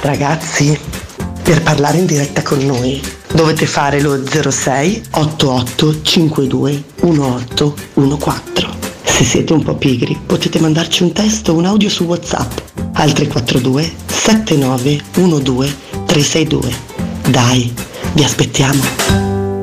Ragazzi, per parlare in diretta con noi dovete fare lo 06 88 52 1814. Se siete un po' pigri potete mandarci un testo o un audio su WhatsApp al 342 79 12 362. Dai, vi aspettiamo.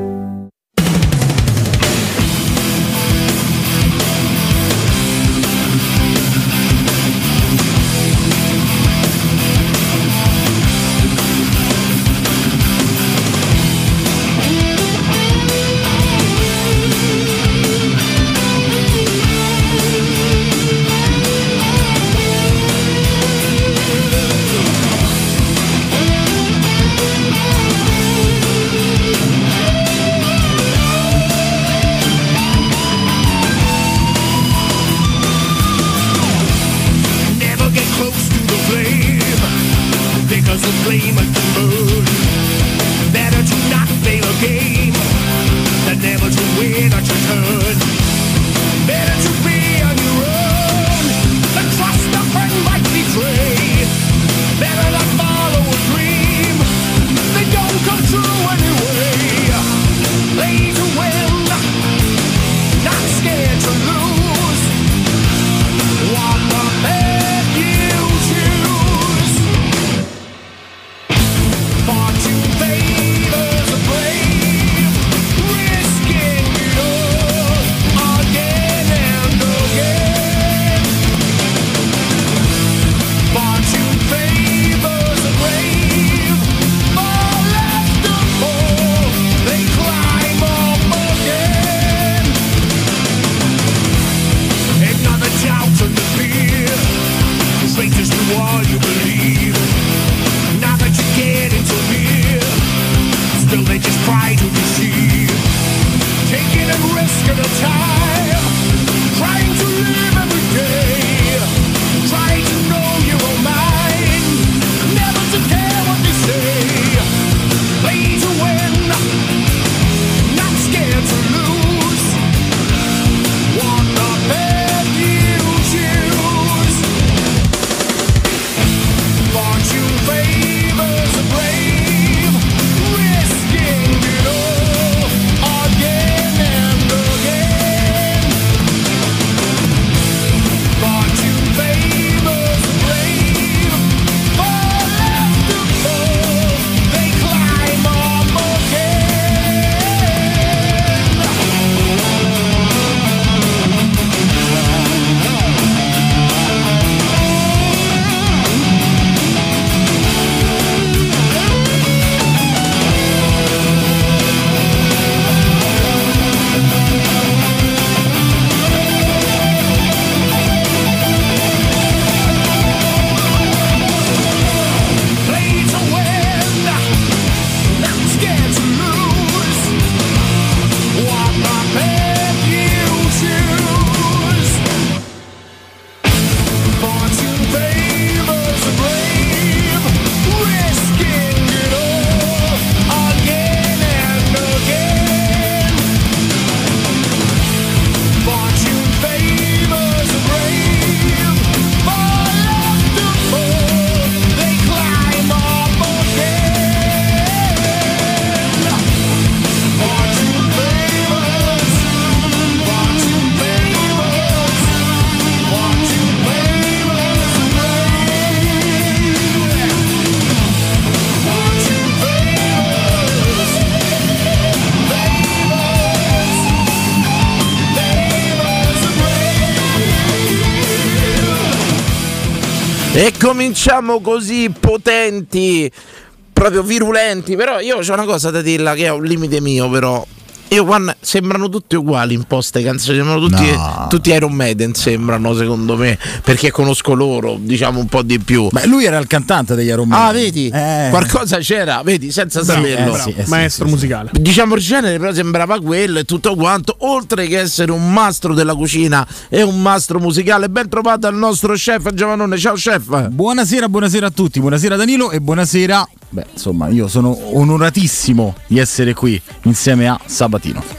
E cominciamo così potenti, proprio virulenti. Però io c'ho una cosa da dirla che è un limite mio, però. Io quando sembrano tutti uguali in po' ste canzoni, sembrano tutti Iron Maiden, sembrano secondo me, perché conosco loro, diciamo un po' di più. Beh, lui era il cantante degli Iron Maiden. Ah, vedi? Qualcosa c'era, vedi, senza saperlo. Maestro musicale. Diciamo il genere, però sembrava quello e tutto quanto, oltre che essere un mastro della cucina e un mastro musicale. Ben trovato al nostro chef Giovannone. Ciao chef. Buonasera a tutti, buonasera Danilo e buonasera. Beh, insomma, io sono onoratissimo di essere qui insieme a Sabatino.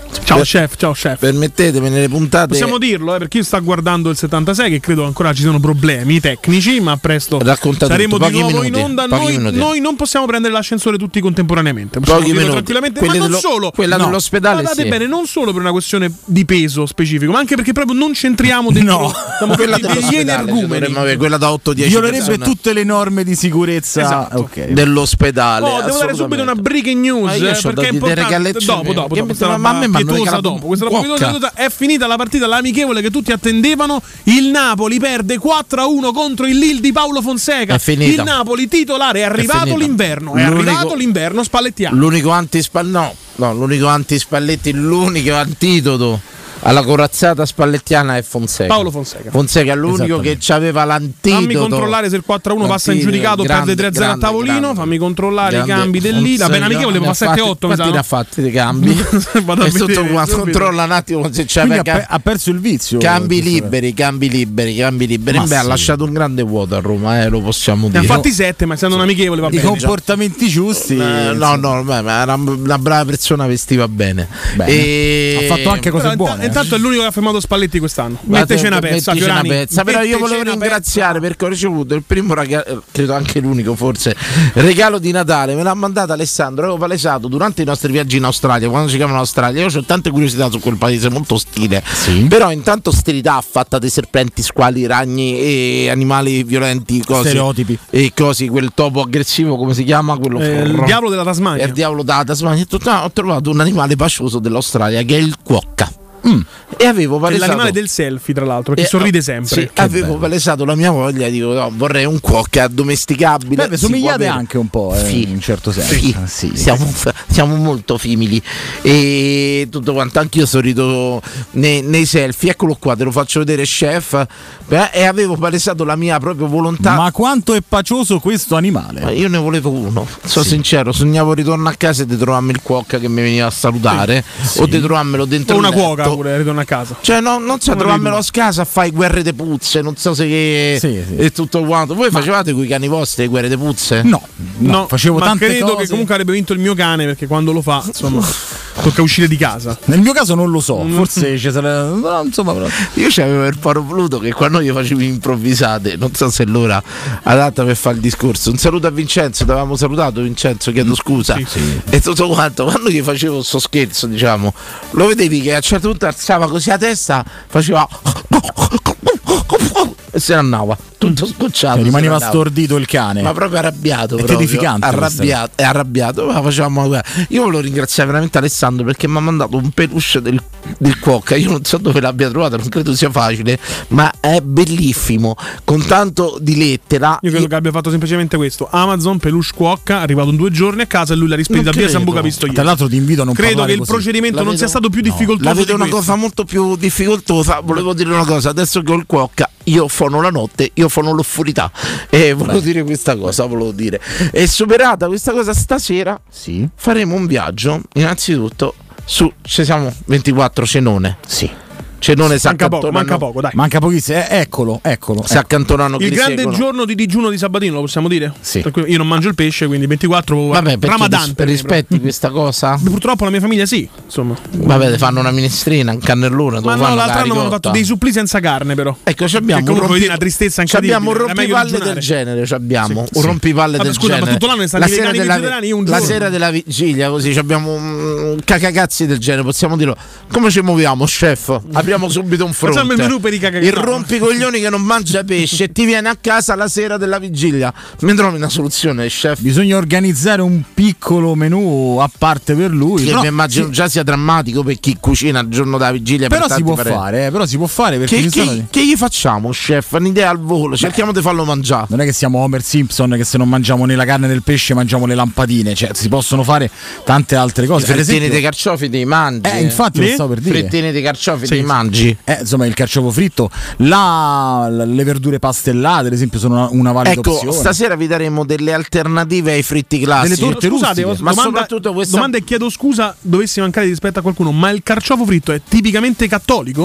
Ciao chef. Permettetemi nelle puntate. Possiamo dirlo, per chi sta guardando il 76, che credo ancora ci siano problemi tecnici, ma presto saremo di nuovo in onda. Noi non possiamo prendere l'ascensore tutti contemporaneamente. Possiamo Pochi minuti. Tranquillamente, ma non solo. Quella dell'ospedale. Guardate sì. bene, non solo per una questione di peso specifico, ma anche perché proprio non c'entriamo dentro quella degli energumeni. Quella da 8-10 violerebbe tutte le norme di sicurezza. Esatto. Okay. dell'ospedale. Devo dare subito una breaking news perché è importante. Dopo, ma a me pietosa dopo. Questa pietosa è finita la partita, l'amichevole che tutti attendevano. Il Napoli perde 4-1 contro il Lille di Paolo Fonseca. È finita. Il Napoli titolare, è arrivato l'inverno. È arrivato l'inverno spallettiano. L'unico antispalletti, l'unico antidoto alla corazzata spallettiana è Fonseca. Paolo Fonseca. Fonseca è l'unico che aveva l'antidoto. Fammi controllare se il 4-1 passa in giudicato, perde 3-0 a tavolino. Fammi controllare i cambi del Lille. Vabbè, amichevole fa 7-8. Quanti ne ha fatti dei cambi? È tutto qua. Controlla un attimo se c'è. Ha perso il vizio. Cambi liberi. Beh, ha lasciato un grande vuoto a Roma, lo possiamo dire. Ne ha fatti 7, ma essendo un amichevole va bene. I comportamenti giusti. No, era una brava persona, vestiva bene. Ha fatto anche cose buone. Intanto è l'unico che ha fermato Spalletti quest'anno. Metteci una pezza, Fiorani. Però io volevo ringraziare perché ho ricevuto il primo regalo, credo anche l'unico forse, regalo di Natale. Me l'ha mandato Alessandro. Avevo palesato durante i nostri viaggi in Australia, quando ci chiamano in Australia. Io ho tante curiosità su quel paese, molto ostile. Sì. Però intanto ostilità fatta dei serpenti, squali, ragni e animali violenti, cose, stereotipi e cose, quel topo aggressivo, come si chiama? Quello il diavolo della Tasmania. Il diavolo della Tasmania. Ho trovato un animale pacioso dell'Australia che è il quokka. E avevo palesato l'animale del selfie, tra l'altro, che sorride sempre. Sì, avevo palesato la mia voglia, dico no, vorrei un quokka addomesticabile. Beh, somigliate anche un po', in un certo senso. Sì. Siamo molto fimili e tutto quanto. Anch'io sorrido nei selfie. Eccolo qua, te lo faccio vedere, chef. E avevo palesato la mia proprio volontà. Ma quanto è pacioso questo animale? Ma io ne volevo uno, sono sincero. Sognavo ritorno a casa e di trovarmi il cuoca che mi veniva a salutare, o di trovarmelo dentro una il letto. cuoca pure, ritorno a casa. Cioè non so, trovarmelo a casa a fare guerre de puzze, non so se che è tutto quanto. Voi facevate con i cani vostri guerre de puzze? No, facevo ma tante credo cose. che comunque avrebbe vinto il mio cane, perché quando lo fa, insomma, tocca uscire di casa. Nel mio caso non lo so, forse ci sarà, no, insomma, però. Io c'avevo il paro voluto che quando io facevo improvvisate, non so se l'ora adatta per fare il discorso. Un saluto a Vincenzo, ti avevamo salutato Vincenzo, chiedo scusa. Sì. E tutto quanto, quando gli facevo questo scherzo, diciamo, lo vedevi che a un certo punto alzava così a testa, faceva e se ne andava tutto scocciato, rimaneva stordito il cane, ma proprio arrabbiato, è terrificante, arrabbiato. Ma facevamo, io volevo ringraziare veramente Alessandro perché mi ha mandato un peluche del cuoca. Io non so dove l'abbia trovato, non credo sia facile, ma è bellissimo, con tanto di lettera. Io credo che abbia fatto semplicemente questo: Amazon peluche cuoca, arrivato in 2 giorni a casa e lui l'ha rispedita via Sambuca Pistoiello. Tra l'altro ti invito a non credo che il così. procedimento non sia stato più difficoltoso. La vedo una cosa molto più difficoltosa. Volevo dire una cosa, adesso che ho il cuoca io fono la notte, io fono l'oscurità, e volevo dire questa cosa, è superata questa cosa. Stasera faremo un viaggio innanzitutto ci siamo 24 cenone, Cenone manca poco, dai. Manca pochissimo, eccolo. Si accantonano il grande giorno di digiuno di Sabatino, lo possiamo dire? Sì. Io non mangio il pesce, quindi 24 Ramadan. Rispetti questa cosa? Purtroppo la mia famiglia sì, insomma. Vabbè, fanno una minestrina, un cannellone. Ma no, l'altro anno mi hanno fatto dei supplì senza carne, però. Ecco, abbiamo una tristezza incredibile. Abbiamo un rompipalle del genere, un rompipalle del scusa, genere. Ma tutto l'anno stanno i vegani vegetariani un giorno. La sera della vigilia, così abbiamo un cacacazzi del genere, possiamo dirlo. Come ci muoviamo, chef? Apriamo subito un fronte. Il rompicoglioni che non mangia pesce e ti viene a casa la sera della vigilia. Mi trovi una soluzione, chef? Bisogna organizzare un piccolo menù a parte per lui. Che mi immagino già sia drammatico per chi cucina il giorno della vigilia. Però si può fare, perché che gli facciamo, chef? Un'idea al volo, cerchiamo di farlo mangiare. Non è che siamo Homer Simpson che se non mangiamo né la carne né il pesce mangiamo le lampadine, cioè si possono fare tante altre cose. I frittini dei carciofi dei mangi. Infatti lo stavo per dire. Frittini dei carciofi dei mangi. Insomma, il carciofo fritto, le verdure pastellate, ad esempio, sono una valida opzione. Stasera vi daremo delle alternative ai fritti classici. Delle torte Scusate, ma soprattutto domanda e chiedo scusa, dovessi mancare di rispetto a qualcuno, ma il carciofo fritto è tipicamente cattolico?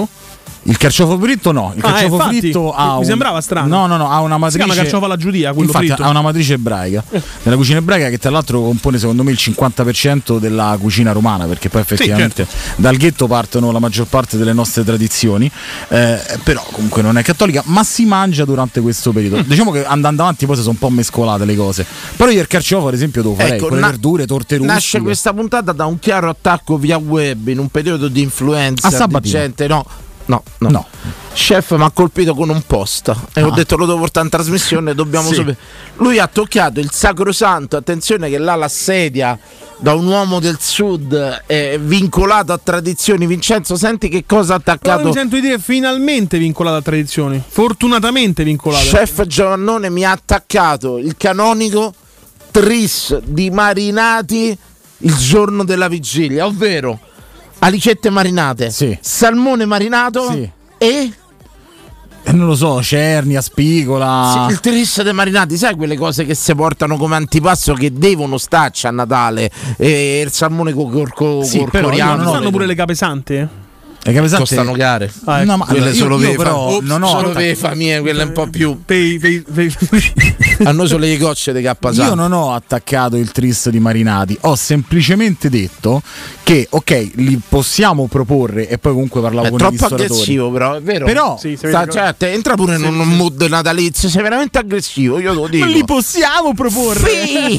Il carciofo fritto no, il carciofo fritto ha mi sembrava strano. No, ha una matrice. Si chiama carciofo alla giudia, quello infatti fritto. Ha una matrice ebraica. Nella cucina ebraica, che tra l'altro compone secondo me il 50% della cucina romana, perché poi effettivamente dal ghetto partono la maggior parte delle nostre tradizioni, però comunque non è cattolica, ma si mangia durante questo periodo. Diciamo che andando avanti poi si sono un po' mescolate le cose. Però io il carciofo ad esempio lo farei, con le verdure, torte rustiche. Nasce questa puntata da un chiaro attacco via web in un periodo di influenza di gente, No. Chef mi ha colpito con un post e ho detto lo devo portare in trasmissione, dobbiamo sapere. Lui ha toccato il sacrosanto, attenzione che là l'assedia da un uomo del sud vincolato a tradizioni. Vincenzo, senti che cosa ha attaccato? Però mi sento di dire finalmente vincolato a tradizioni, fortunatamente vincolato. Chef Giovannone mi ha attaccato il canonico tris di marinati il giorno della vigilia, ovvero alicette marinate, salmone marinato e non lo so, cernia, spigola. Il tris dei marinati, sai quelle cose che si portano come antipasto che devono starci a Natale, e il salmone col coriandolo. Non fanno pure le capesanti? Le capesanti costano care. No, ma quelle io però non ho solo per le famiglie, quelle un po' più hanno solo le gocce di cappasanti. Io non ho attaccato il tris di marinati, ho semplicemente detto che ok, li possiamo proporre, e poi comunque parlavo con i ristoratori. È troppo aggressivo, però è vero. Però entra pure in un mood natalizio, sei veramente aggressivo, io te lo dico. Non li possiamo proporre.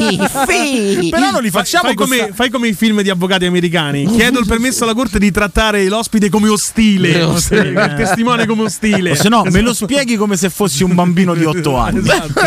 Però non li facciamo. Fai come i film di avvocati americani. Chiedo il permesso alla corte di trattare l'ospite come ostile, il testimone come ostile. O se no, me lo spieghi come se fossi un bambino di 8 anni.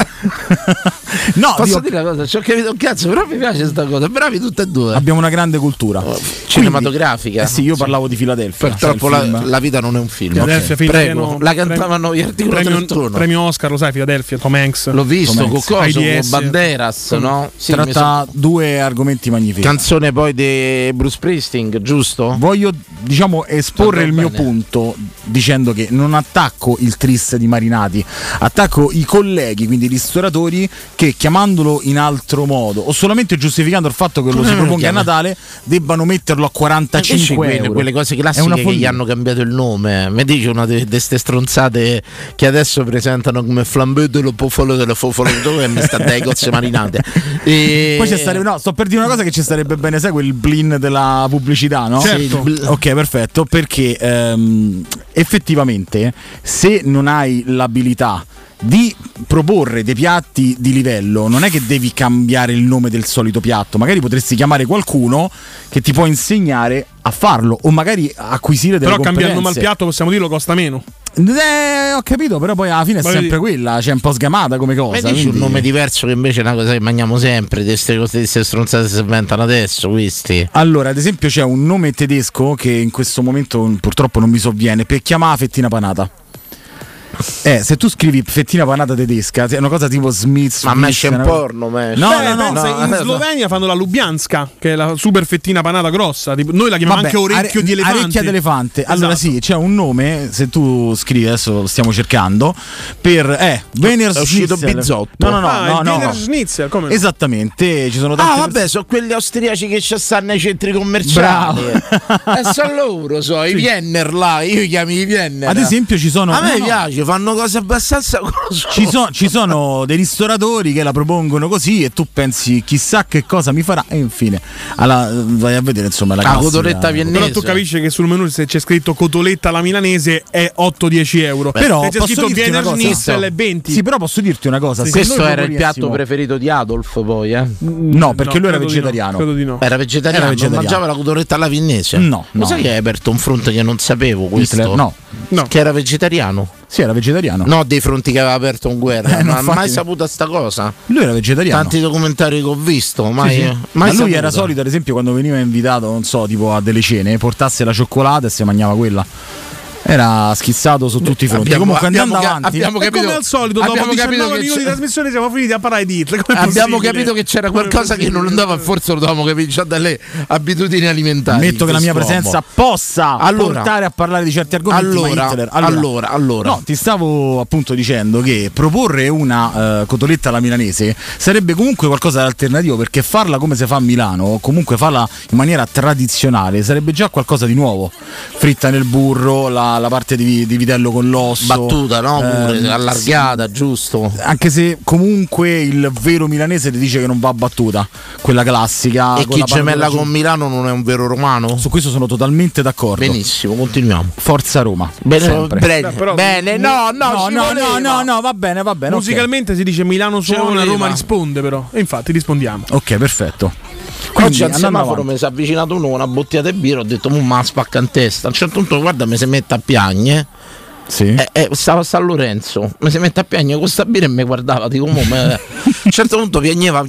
No, posso dire una cosa? Ci ho capito un cazzo, però mi piace sta cosa. Bravi tutte e due. Abbiamo una grande cultura cinematografica. Sì, io parlavo di Filadelfia. Purtroppo la vita non è un film. Filadelfia, prego, la cantavano gli articoli 31. Premio Oscar, lo sai, Filadelfia, Tom Hanks. L'ho visto con Banderas, no? Sì, tratta due argomenti magnifici. Canzone poi di Bruce Springsteen, giusto? Voglio, esporre il mio punto dicendo che non attacco il tris di marinati, attacco i colleghi, quindi i ristoratori, che chiamandolo in altro modo o solamente giustificando il fatto che lo si proponga a Natale debbano metterlo a 45 euro. Quelle cose classiche che gli hanno cambiato il nome. Mi dice una di queste stronzate che adesso presentano come flambé dello pofolo della fofolo e mi sta dai cozze marinate. Poi ci sarebbe, sto per dire una cosa che ci starebbe bene, sai quel blin della pubblicità, no? Certo. Ok, perfetto, perché effettivamente se non hai l'abilità di proporre dei piatti di livello, non è che devi cambiare il nome del solito piatto, magari potresti chiamare qualcuno che ti può insegnare a farlo, o magari acquisire delle competenze. Però cambiare il nome al piatto, possiamo dirlo, costa meno. Ho capito, però poi alla fine è sempre quella, c'è un po' sgamata come cosa. Quindi un nome diverso che invece è una cosa che mangiamo sempre, di queste cose, di queste stronzate si inventano adesso questi. Allora, ad esempio c'è un nome tedesco che in questo momento purtroppo non mi sovviene, per chiamare fettina panata. Se tu scrivi fettina panata tedesca è una cosa tipo Smith. Ma esce un porno, no, in Slovenia fanno la Lubianska, che è la super fettina panata grossa. Noi la chiamiamo anche orecchio di elefante. Orecchia d'elefante. Esatto. Allora sì, c'è un nome, se tu scrivi, adesso lo stiamo cercando, per Wiener Schnitzel. Bizzotto. No. Wiener Schnitzel, come no? Esattamente, ci sono tanti. Sono quelli austriaci che ci stanno nei centri commerciali. Sono loro, i Vienner là, io li chiamo i Vienner. Ad esempio ci sono. A me piace, fanno cose abbastanza. Ci sono dei ristoratori che la propongono così e tu pensi chissà che cosa mi farà, e infine vai a vedere insomma la cotoletta viennese. Però tu capisci che sul menù se c'è scritto cotoletta alla milanese è 8-10 euro. Però se c'è scritto Wiener Schnitzel è 20. Sì, però posso dirti una cosa, questo era il piatto preferito di Adolf poi No, perché lui era vegetariano. Credo di no. Era vegetariano, non mangiava la cotoletta alla viennese. No. Sai che hai aperto un fronte che non sapevo questo? Hitler, no. Che era vegetariano. Sì, era vegetariano. No, dei fronti che aveva aperto in guerra. Non ha mai saputo sta cosa. Lui era vegetariano. Tanti documentari che ho visto, ma lui era solito, ad esempio, quando veniva invitato, non so, tipo a delle cene, portasse la cioccolata e si mangiava quella. Era schizzato su tutti i fronti. Comunque andando avanti, abbiamo capito, come al solito, dopo 19 minuti di trasmissione siamo finiti a parlare di Hitler. Abbiamo capito che c'era qualcosa che non andava, forse lo dovevamo capire già dalle abitudini alimentari. Ammetto che la mia presenza possa portare a parlare di certi argomenti. Allora. No, ti stavo appunto dicendo che proporre una cotoletta alla milanese sarebbe comunque qualcosa di alternativo, perché farla come si fa a Milano, o comunque farla in maniera tradizionale, sarebbe già qualcosa di nuovo. Fritta nel burro, la la parte di vitello con l'osso, battuta, no? Allargata, sì. Giusto. Anche se comunque il vero milanese ti dice che non va battuta, quella classica. E chi gemella con Milano non è un vero romano? Su questo sono totalmente d'accordo. Benissimo, continuiamo. Forza Roma. Bene, bene. No, va bene. Musicalmente si dice Milano suona, Roma risponde, però. E infatti rispondiamo. Ok, perfetto. Oggi al semaforo mi si è avvicinato uno con una bottiglia di birra, ho detto ma spacca in testa. A un certo punto guarda mi si mette a piagne. Sì. Stava a San Lorenzo, mi si mette a piagne con sta birra e mi guardava, dico a un certo punto piagneva.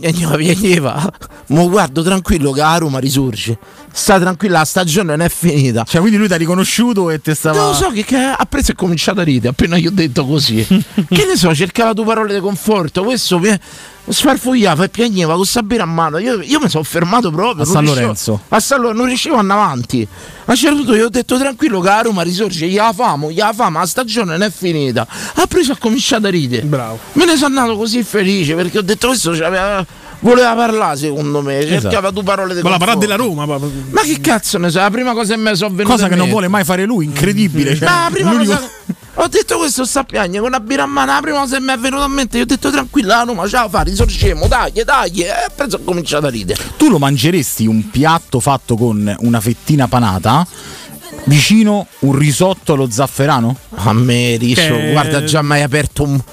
Mo guardo tranquillo che a Roma risorge. Sta tranquilla, la stagione non è finita. Cioè, quindi lui ti ha riconosciuto e te stava. Non lo so che ha preso e cominciato a ridere appena io ho detto così. Che ne so, cercava due parole di conforto. Questo sfarfugliava e piagneva con sta birra a mano. Io mi sono fermato proprio a San Lorenzo. Non riuscivo ad andare avanti. A un certo punto io ho detto tranquillo che a Roma risorge, gli la famo, la stagione non è finita. Ha preso e ha cominciato a ridere. Bravo. Me ne sono andato così felice perché ho detto questo voleva parlare secondo me, cercava due parole di conforto. Voleva parlare della Roma. Ma che cazzo ne so, la prima cosa che mi sono venuta cosa che non vuole mai fare lui, incredibile. Cioè, la prima cosa ho detto questo sta a piagne con una birra a mano, la prima cosa che mi è venuta a mente, io ho detto tranquilla Roma, ce la fa, risorgiamo, dai, e penso ho cominciato a ridere. Tu lo mangeresti un piatto fatto con una fettina panata vicino un risotto allo zafferano? A me guarda, già mai aperto un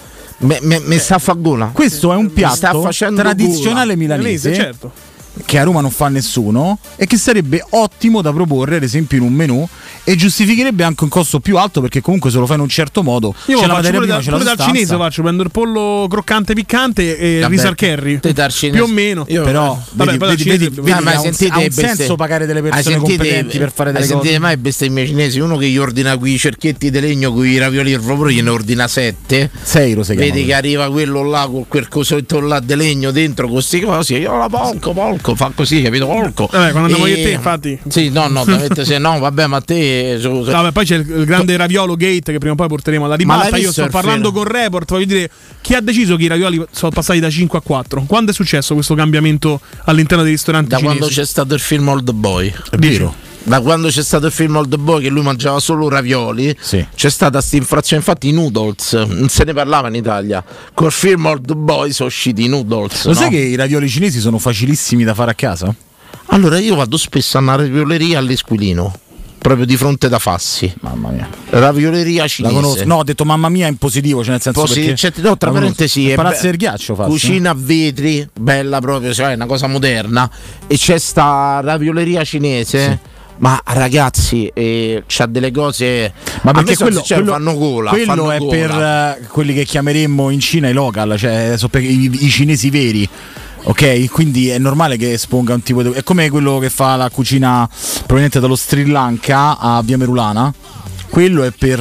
mi sta a fa gola. Questo è un piatto tradizionale milanese, certo, che a Roma non fa nessuno e che sarebbe ottimo da proporre ad esempio in un menù e giustificherebbe anche un costo più alto perché comunque se lo fai in un certo modo io c'è la materia prima, c'è la sostanza. Dal cinese prendo il pollo croccante piccante e risal curry più o meno. Però vedi, ha un senso pagare delle persone competenti per fare delle cose. Sentite mai bestemmie cinesi? Uno che gli ordina quei cerchietti di legno con i ravioli al vapore gliene ordina 7 €, vedi che arriva quello là con quel cosetto là di legno dentro così così, io la polco fa così, capito? Polco. Quando andiamo io e te infatti sì, no vabbè, ma te vabbè, poi c'è il grande raviolo gate che prima o poi porteremo alla ribalta. Io sto parlando con Report, voglio dire, chi ha deciso che i ravioli sono passati da 5 a 4? Quando è successo questo cambiamento all'interno dei ristoranti cinesi? Quando c'è stato il film Old Boy. È vero. Da quando c'è stato il film Old Boy che lui mangiava solo ravioli, sì. C'è stata sta infrazione, infatti i noodles non se ne parlava in Italia. Col film Old Boy sono usciti i noodles. Lo sai che i ravioli cinesi sono facilissimi da fare a casa? Allora io vado spesso a una ravioleria all'Esquilino, proprio di fronte da Fassi. Mamma mia. Ravioleria cinese. La conosco. No, ho detto mamma mia in positivo, cioè nel senso perché no, tra parentesi, Palazzo del Ghiaccio, Fassi. Cucina a vetri, bella proprio, cioè è una cosa moderna. E c'è sta ravioleria cinese. Sì. Ma ragazzi, c'ha delle cose. Ma perché quello fanno gola. Quello fanno è gola. Per quelli che chiameremmo in Cina i local, cioè i cinesi veri. Ok, quindi è normale che esponga un tipo di. È come quello che fa la cucina proveniente dallo Sri Lanka a Via Merulana. Quello è per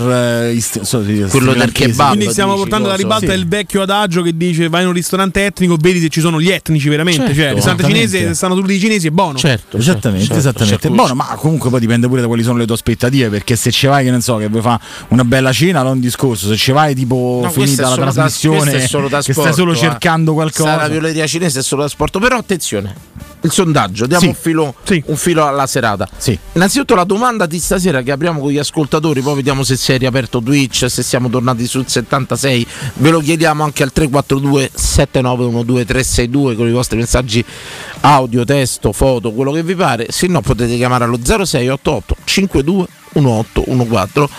quello del kebab. Quindi stiamo portando alla ribalta il vecchio adagio che dice vai in un ristorante etnico, vedi se ci sono gli etnici veramente, certo, cioè il ristorante cinese, stanno tutti i cinesi, è buono. Certo, esattamente. Buono, ma comunque poi dipende pure da quali sono le tue aspettative, perché se ci vai che non so che vuoi fare una bella cena non è un discorso, se ci vai tipo finita la trasmissione che stai solo cercando qualcosa. La ravioleria cinese è solo da sport, però attenzione. Il sondaggio, diamo un filo alla serata. Sì. Innanzitutto la domanda di stasera che apriamo con gli ascoltatori, poi vediamo se si è riaperto Twitch, se siamo tornati sul 76. Ve lo chiediamo anche al 342 7912 362 con i vostri messaggi audio, testo, foto, quello che vi pare. Se no potete chiamare allo 0688 52 1814.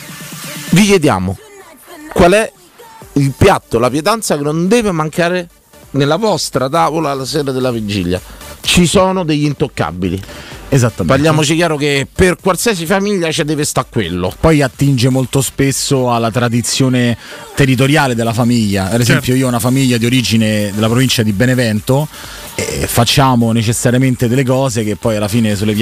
Vi chiediamo qual è il piatto, la pietanza che non deve mancare nella vostra tavola la sera della vigilia. Ci sono degli intoccabili. Esattamente. Parliamoci chiaro che per qualsiasi famiglia ci deve stare quello. Poi attinge molto spesso alla tradizione territoriale della famiglia. Ad esempio, io ho una famiglia di origine della provincia di Benevento e facciamo necessariamente delle cose che poi alla fine sulle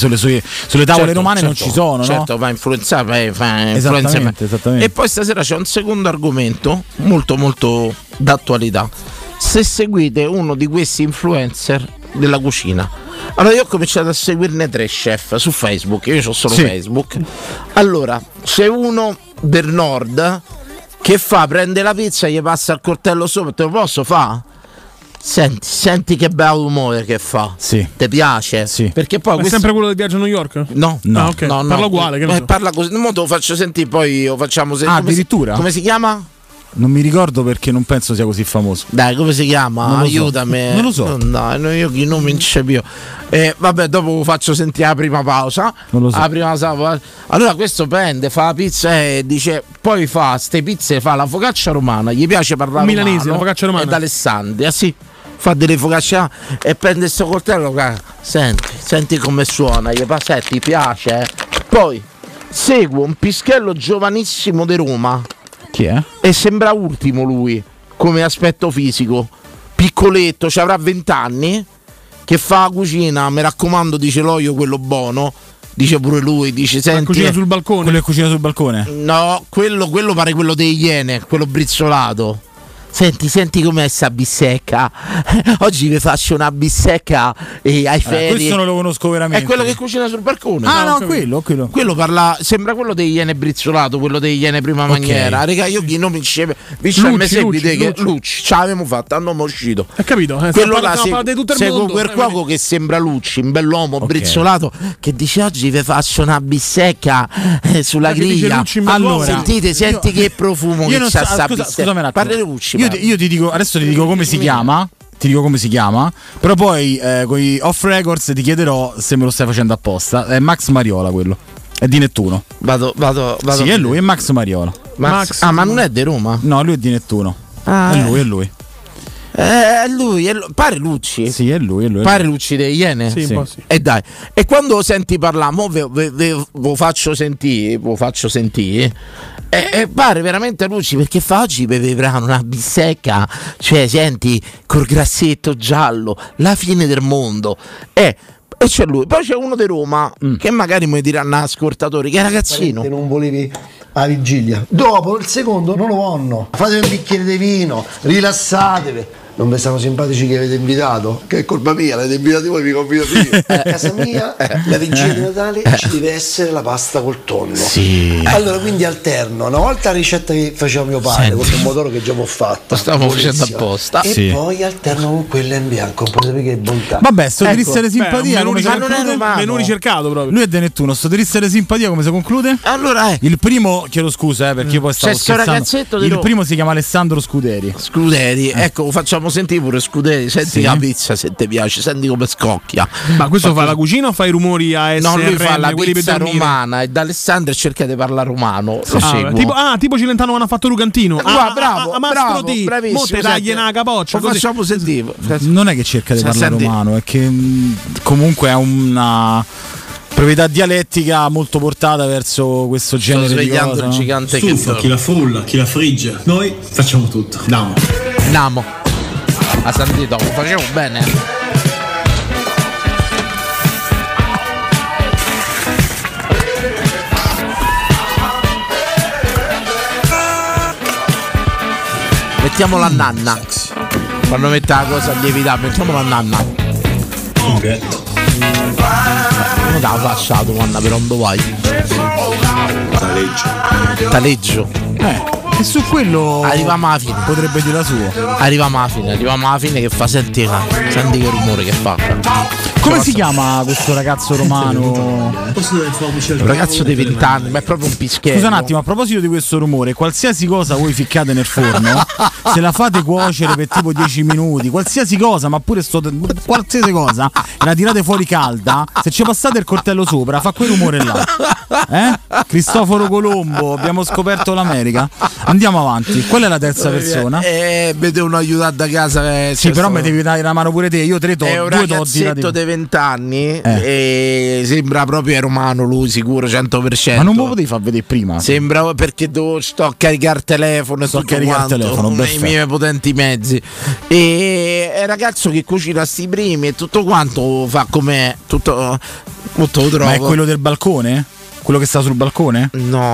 tavole romane non ci sono. Certo, no? va a influenzare. Esattamente. E poi stasera c'è un secondo argomento molto molto d'attualità. Se seguite uno di questi influencer della cucina, allora io ho cominciato a seguirne 3 chef su Facebook, io ho solo Facebook. Allora c'è uno del nord che prende la pizza e gli passa il coltello sopra, te lo posso fa? Senti che bello umore che fa. Sì. Ti piace? Sì. Perché poi è sempre quello del viaggio a New York? No. Okay. Parla uguale, che so. Parla così. Mo te lo faccio sentire, poi lo facciamo sentire. Addirittura? Come si chiama? Non mi ricordo perché non penso sia così famoso. Dai, come si chiama? Aiutami. Non lo so. No, io chi non mi incepio. Vabbè, dopo lo faccio sentire la prima pausa. Non lo so. Allora questo prende, fa la pizza e dice, poi fa ste pizze, fa la focaccia romana, gli piace parlare milanese, romano, la focaccia romana. È d'Alessandria, sì. Fa delle focacce e prende sto coltello, senti come suona, gli fa, ti piace? Poi segue un pischello giovanissimo di Roma. Chi è? E sembra ultimo lui, come aspetto fisico. Piccoletto, ci avrà 20 anni, che fa la cucina, mi raccomando, dice l'olio quello buono. Dice pure lui, dice senti. La cucina sul balcone? Quello è cucina sul balcone? No, quello pare quello dei Iene, quello brizzolato. Senti com'è sta bissecca. Oggi vi faccio una bissecca ai ferie. Questo non lo conosco veramente. È quello che cucina sul balcone. Quello parla, sembra quello dei Iene brizzolato, quello dei Iene prima maniera. Raga, io chi non mi insieme. Lucci, ce l'avevamo fatta, non uscito. Hai capito? Quello là segue quel cuoco che sembra Lucci, un bell'uomo brizzolato, che dice oggi vi faccio una bissecca sulla griglia. Allora, senti che profumo che c'ha sta bissecca. Parli Lucci. Io ti dico, adesso ti dico come si chiama. Ti dico come si chiama. Però poi con i off records ti chiederò se me lo stai facendo apposta. È Max Mariola quello. È di Nettuno. Vado. Sì, è lui, è Max Mariola. Max. Ah, ma non è di Roma? No, lui è di Nettuno. È lui. È lui. Pare Lucci. Sì, è lui. Pare Lucci dei Iene. Sì. E dai. E quando lo senti parlare, mo ve faccio sentire. E pare veramente Lucci, perché fa oggi beveranno una bissecca, cioè senti, col grassetto giallo, la fine del mondo. E c'è lui, poi c'è uno di Roma che magari mi diranno ascoltatori, che ragazzino. Non volevi la vigilia, dopo il secondo non lo vanno, fate un bicchiere di vino, rilassatevi. Non vi stanno simpatici che avete invitato? Che è colpa mia, l'avete invitati voi, mi convidate io. A casa mia, la vigilia di Natale ci deve essere la pasta col tonno. Sì. Allora quindi alterno, una volta la ricetta che faceva mio padre, con un pomodoro che già ho fatto. Lo stavo facendo apposta. E poi alterno con quella in bianco, un po' di che bontà. Vabbè, sto triste simpatia. Menù ricercato proprio. Lui è di Nettuno, sto triste simpatia come si conclude? Allora il primo, chiedo scusa perché io poi stavo scherzando. Il primo si chiama Alessandro Scuderi. Ecco, lo facciamo sentire pure Scuderi, senti la pizza se ti piace, senti come scocchia. Ma questo fa la cucina o fa i rumori ASMR? No, lui fa la pizza romana e da Alessandro cerca di parlare romano. Tipo Cilentano quando ha fatto Lucantino. Bravo, bravissimo. Mo te tagli una capoccia. Lo facciamo sentire. Non è che cerca di parlare romano, è che comunque ha una proprietà dialettica molto portata verso questo genere di cosa. Il gigante stufa, chi la frulla, chi la frigge. Noi facciamo tutto. Andiamo. Ha sentito, lo facevo bene. Mettiamo la nanna. Quando mette la cosa lievitata, mettiamo la nanna. Ok. Non t'ha lasciato quando per dove vai? Taleggio. E su quello arriviamo alla fine. Potrebbe dire la sua. Arriviamo alla fine che fa senti che rumore che fa. Come si chiama questo ragazzo romano? Un ragazzo di 20 anni, ma è proprio un pischello. Scusa un attimo, a proposito di questo rumore, qualsiasi cosa voi ficcate nel forno, se la fate cuocere per tipo 10 minuti, qualsiasi cosa, ma pure qualsiasi cosa, e la tirate fuori calda, se ci passate il coltello sopra, fa quel rumore là. Cristoforo Colombo, abbiamo scoperto l'America. Andiamo avanti. Qual è la terza persona? Mi devono aiutare da casa. Sì, però mi devi dare la mano pure te. Io te è un ragazzetto di 20 anni e sembra proprio romano lui, sicuro 100%. Ma non me lo potevi far vedere prima? Sembra perché sto a caricare il telefono e tutto quanto, i miei potenti mezzi. E è un ragazzo che cucina sti primi e tutto quanto fa come tutto lo trovo. Ma è quello del balcone? Quello che sta sul balcone? No.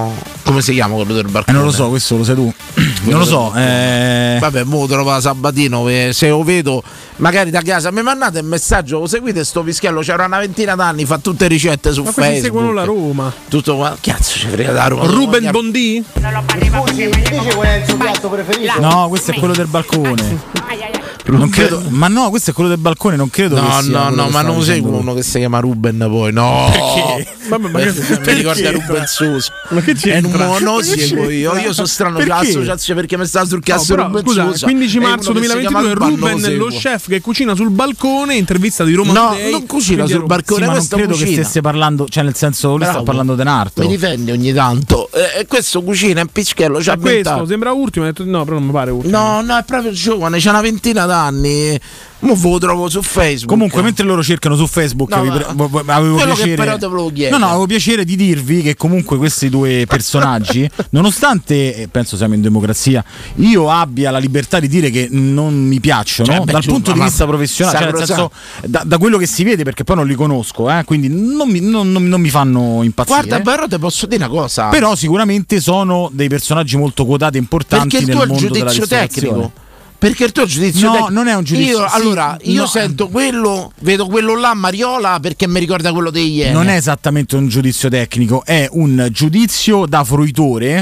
Come si chiama quello del balcone? Non lo so, questo lo sai tu. Non lo so. Vabbè, mo trova Sabatino, se lo vedo magari da casa mi mandate un messaggio, lo seguite sto Pischiello, c'era una ventina d'anni, fa tutte ricette su Facebook. Ma seguono la Roma. Tutto qua. Cazzo, ci frega da Roma. Ruben Bondi? Non l'ho invece qual è il suo piatto preferito? No, questo è quello del balcone. Non credo, ma no, questo è quello del balcone, non credo che sia. No, ma non seguo uno che si chiama Ruben poi. No. Perché? Mi ricorda Ruben Suso. Ma che c'entra? Non seguo io sono strano che l'associazione perché mi sta sul cazzo Ruben Suso. Suso. 15 marzo 2022 Ruben, lo chef che cucina sul balcone, intervista di Roma Today. No, non cucina sul balcone, ma non credo che stesse parlando, cioè nel senso lui sta parlando di Narto. Mi difendi ogni tanto. E questo cucina in Pischiello, c'ha questo sembra ultimo, ho detto no, però non mi pare ultimo. No, è proprio giovane, c'ha una ventina d'anni. Mo ve lo trovo su Facebook. Comunque, mentre loro cercano su Facebook, avevo piacere. Avevo piacere di dirvi che comunque questi due personaggi, nonostante penso siamo in democrazia, io abbia la libertà di dire che non mi piacciono dal punto di vista professionale, cioè nel senso da quello che si vede, perché poi non li conosco, quindi non mi fanno impazzire. Guarda, però te posso dire una cosa. Però sicuramente sono dei personaggi molto quotati e importanti nel mondo della ristorazione. Tecnico. Perché il tuo giudizio tecnico non è un giudizio. Io sento quello, vedo quello là Mariola perché mi ricorda quello dei Iene. Non è esattamente un giudizio tecnico, è un giudizio da fruitore.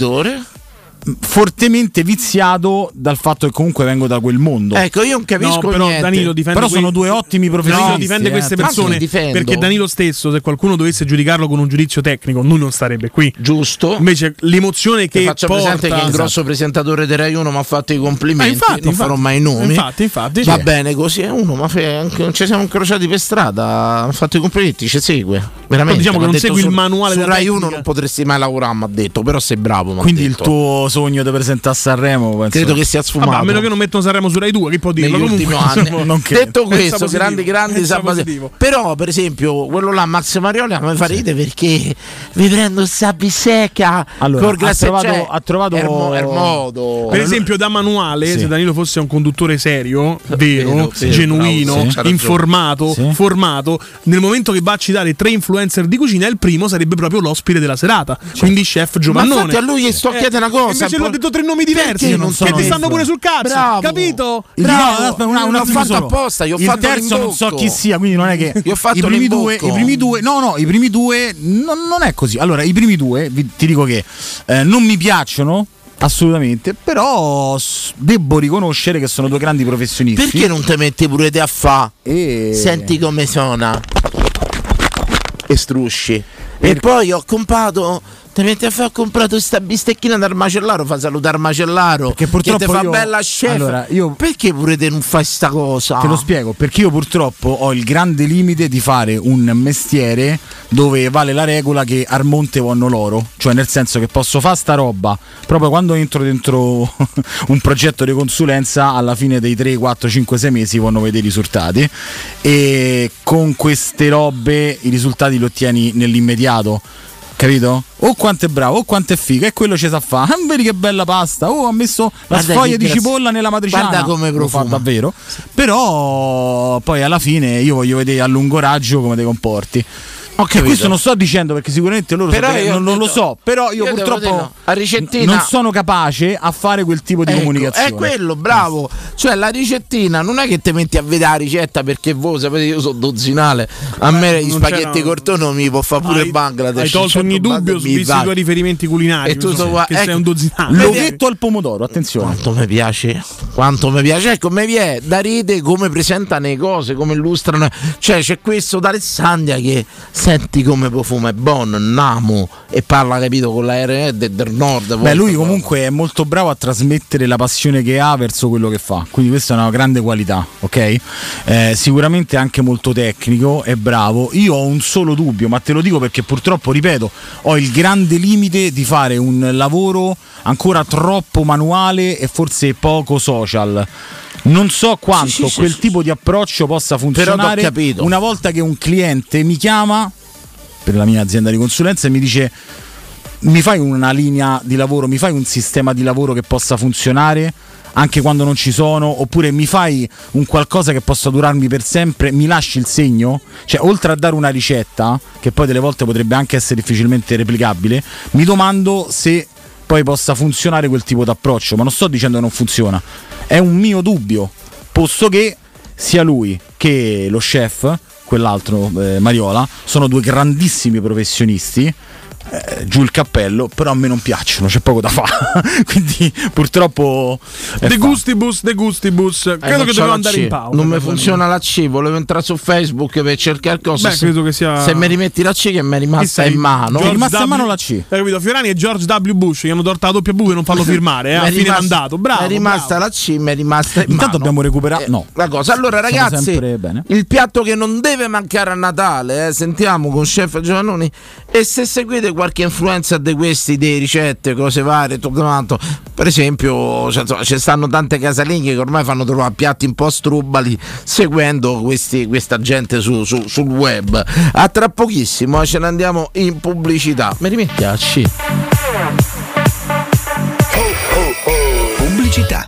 Fortemente viziato dal fatto che comunque vengo da quel mondo. Ecco, io non capisco però niente. Danilo difende però sono due ottimi professionisti. Danilo difende queste persone perché Danilo stesso, se qualcuno dovesse giudicarlo con un giudizio tecnico, lui non starebbe qui. Giusto. Invece l'emozione che faccio presente che il grosso presentatore di Rai 1 mi ha fatto i complimenti, non farò mai i nomi. Infatti va bene così, uno ma ci siamo incrociati per strada, ha fatto i complimenti, ci segue. Veramente. Diciamo che non segui il manuale su della Rai 1 tecnica. non potresti mai lavorare, mi ha detto, però sei bravo. Quindi il tuo sogno di presentare a Sanremo credo che sia sfumato. A meno che non mettono Sanremo su Rai 2, che può dirlo negli ultimi anni. Detto questo, grandi Sabatino. Però per esempio quello là Max Mariola mi fa ridere perché vi prendo sabbi secca col ha trovato modo. Per esempio da manuale, se Danilo fosse un conduttore serio, vero, genuino, informato, formato, nel momento che va a citare 3 influencer di cucina, il primo sarebbe proprio l'ospite della serata, quindi chef Giovannone. Ma infatti a lui sto chiedendo una cosa, invece l'ho detto 3 nomi diversi che ti stanno pure sul cazzo. Bravo. Capito? Non ho fatto apposta, io ho fatto terzo non so chi sia, quindi non è che io ho fatto i primi due non è così. Allora, i primi due ti dico che non mi piacciono assolutamente, però devo riconoscere che sono due grandi professionisti. Perché non te metti pure te a fa? Senti come suona e strusci. E poi ho comprato, te metti a fare, ho comprato sta bistecchina dal macellaro, fa salutare Macellaro perché purtroppo che te fa bella chef. Allora, perché pure te non fai sta cosa? Te lo spiego, perché io purtroppo ho il grande limite di fare un mestiere dove vale la regola che al monte vanno loro, cioè nel senso che posso fare sta roba proprio quando entro dentro un progetto di consulenza, alla fine dei 3, 4, 5, 6 mesi vanno a vedere i risultati, e con queste robe i risultati li ottieni nell'immediato, capito? Oh quanto è bravo, oh quanto è figa, e quello ci sa fare. Vedi che bella pasta, oh ha messo la sfoglia di cipolla nella matriciana, guarda come profuma, lo fa davvero. Però poi alla fine io voglio vedere a lungo raggio come ti comporti. Okay, questo non sto dicendo perché sicuramente loro non lo so, però io purtroppo a ricettina non sono capace a fare quel tipo di comunicazione. È quello, bravo. Cioè la ricettina non è che ti metti a vedere la ricetta perché voi sapete io sono dozzinale. A me gli spaghetti cortono mi può fare pure Bangladesh. Hai tolto ogni dubbio su questi tuoi riferimenti culinari. E tu sei un dozzinale. L'ovetto al pomodoro, attenzione. Quanto mi piace. Ecco, mi viene da ridere come presentano le cose, come illustrano. Cioè c'è questo d'Alessandria che senti come profuma, è buono, namo, e parla, capito, con la R del nord. Beh, lui comunque è molto bravo a trasmettere la passione che ha verso quello che fa, quindi questa è una grande qualità, ok? Sicuramente anche molto tecnico, è bravo. Io ho un solo dubbio, ma te lo dico perché purtroppo, ripeto, ho il grande limite di fare un lavoro ancora troppo manuale e forse poco social. Non so quanto quel tipo di approccio possa funzionare una volta che un cliente mi chiama per la mia azienda di consulenza e mi dice: mi fai una linea di lavoro, mi fai un sistema di lavoro che possa funzionare? anche quando non ci sono, oppure mi fai un qualcosa che possa durarmi per sempre, mi lasci il segno, cioè oltre a dare una ricetta che poi delle volte potrebbe anche essere difficilmente replicabile, mi domando se poi possa funzionare quel tipo d'approccio, ma non sto dicendo che non funziona, è un mio dubbio, posto che sia lui che lo chef, quell'altro Mariola, sono due grandissimi professionisti, giù il cappello, però a me non piacciono, c'è poco da fare. Quindi purtroppo De gustibus. Credo che dovevo andare in pausa. Non mi funziona la C, volevo entrare su Facebook per cercare cose. Beh, credo che sia. Se mi rimetti la C che mi è rimasta in mano. È rimasta in mano la C. Hai capito? Fiorani e George W. Bush gli hanno torto la doppia B per non farlo firmare a fine mandato. Bravo. È rimasta la C, mi è rimasta in mano. Intanto dobbiamo recuperare la cosa. Allora ragazzi, il piatto che non deve mancare a Natale, sentiamo con chef Giovannoni, e se seguite qualche influenza di questi, di ricette, cose varie, tutto quanto, per esempio ci stanno tante casalinghe che ormai fanno trovare piatti un po' strubali seguendo questa gente sul web. A tra pochissimo ce ne andiamo in pubblicità. Mi rimetti a C? Pubblicità.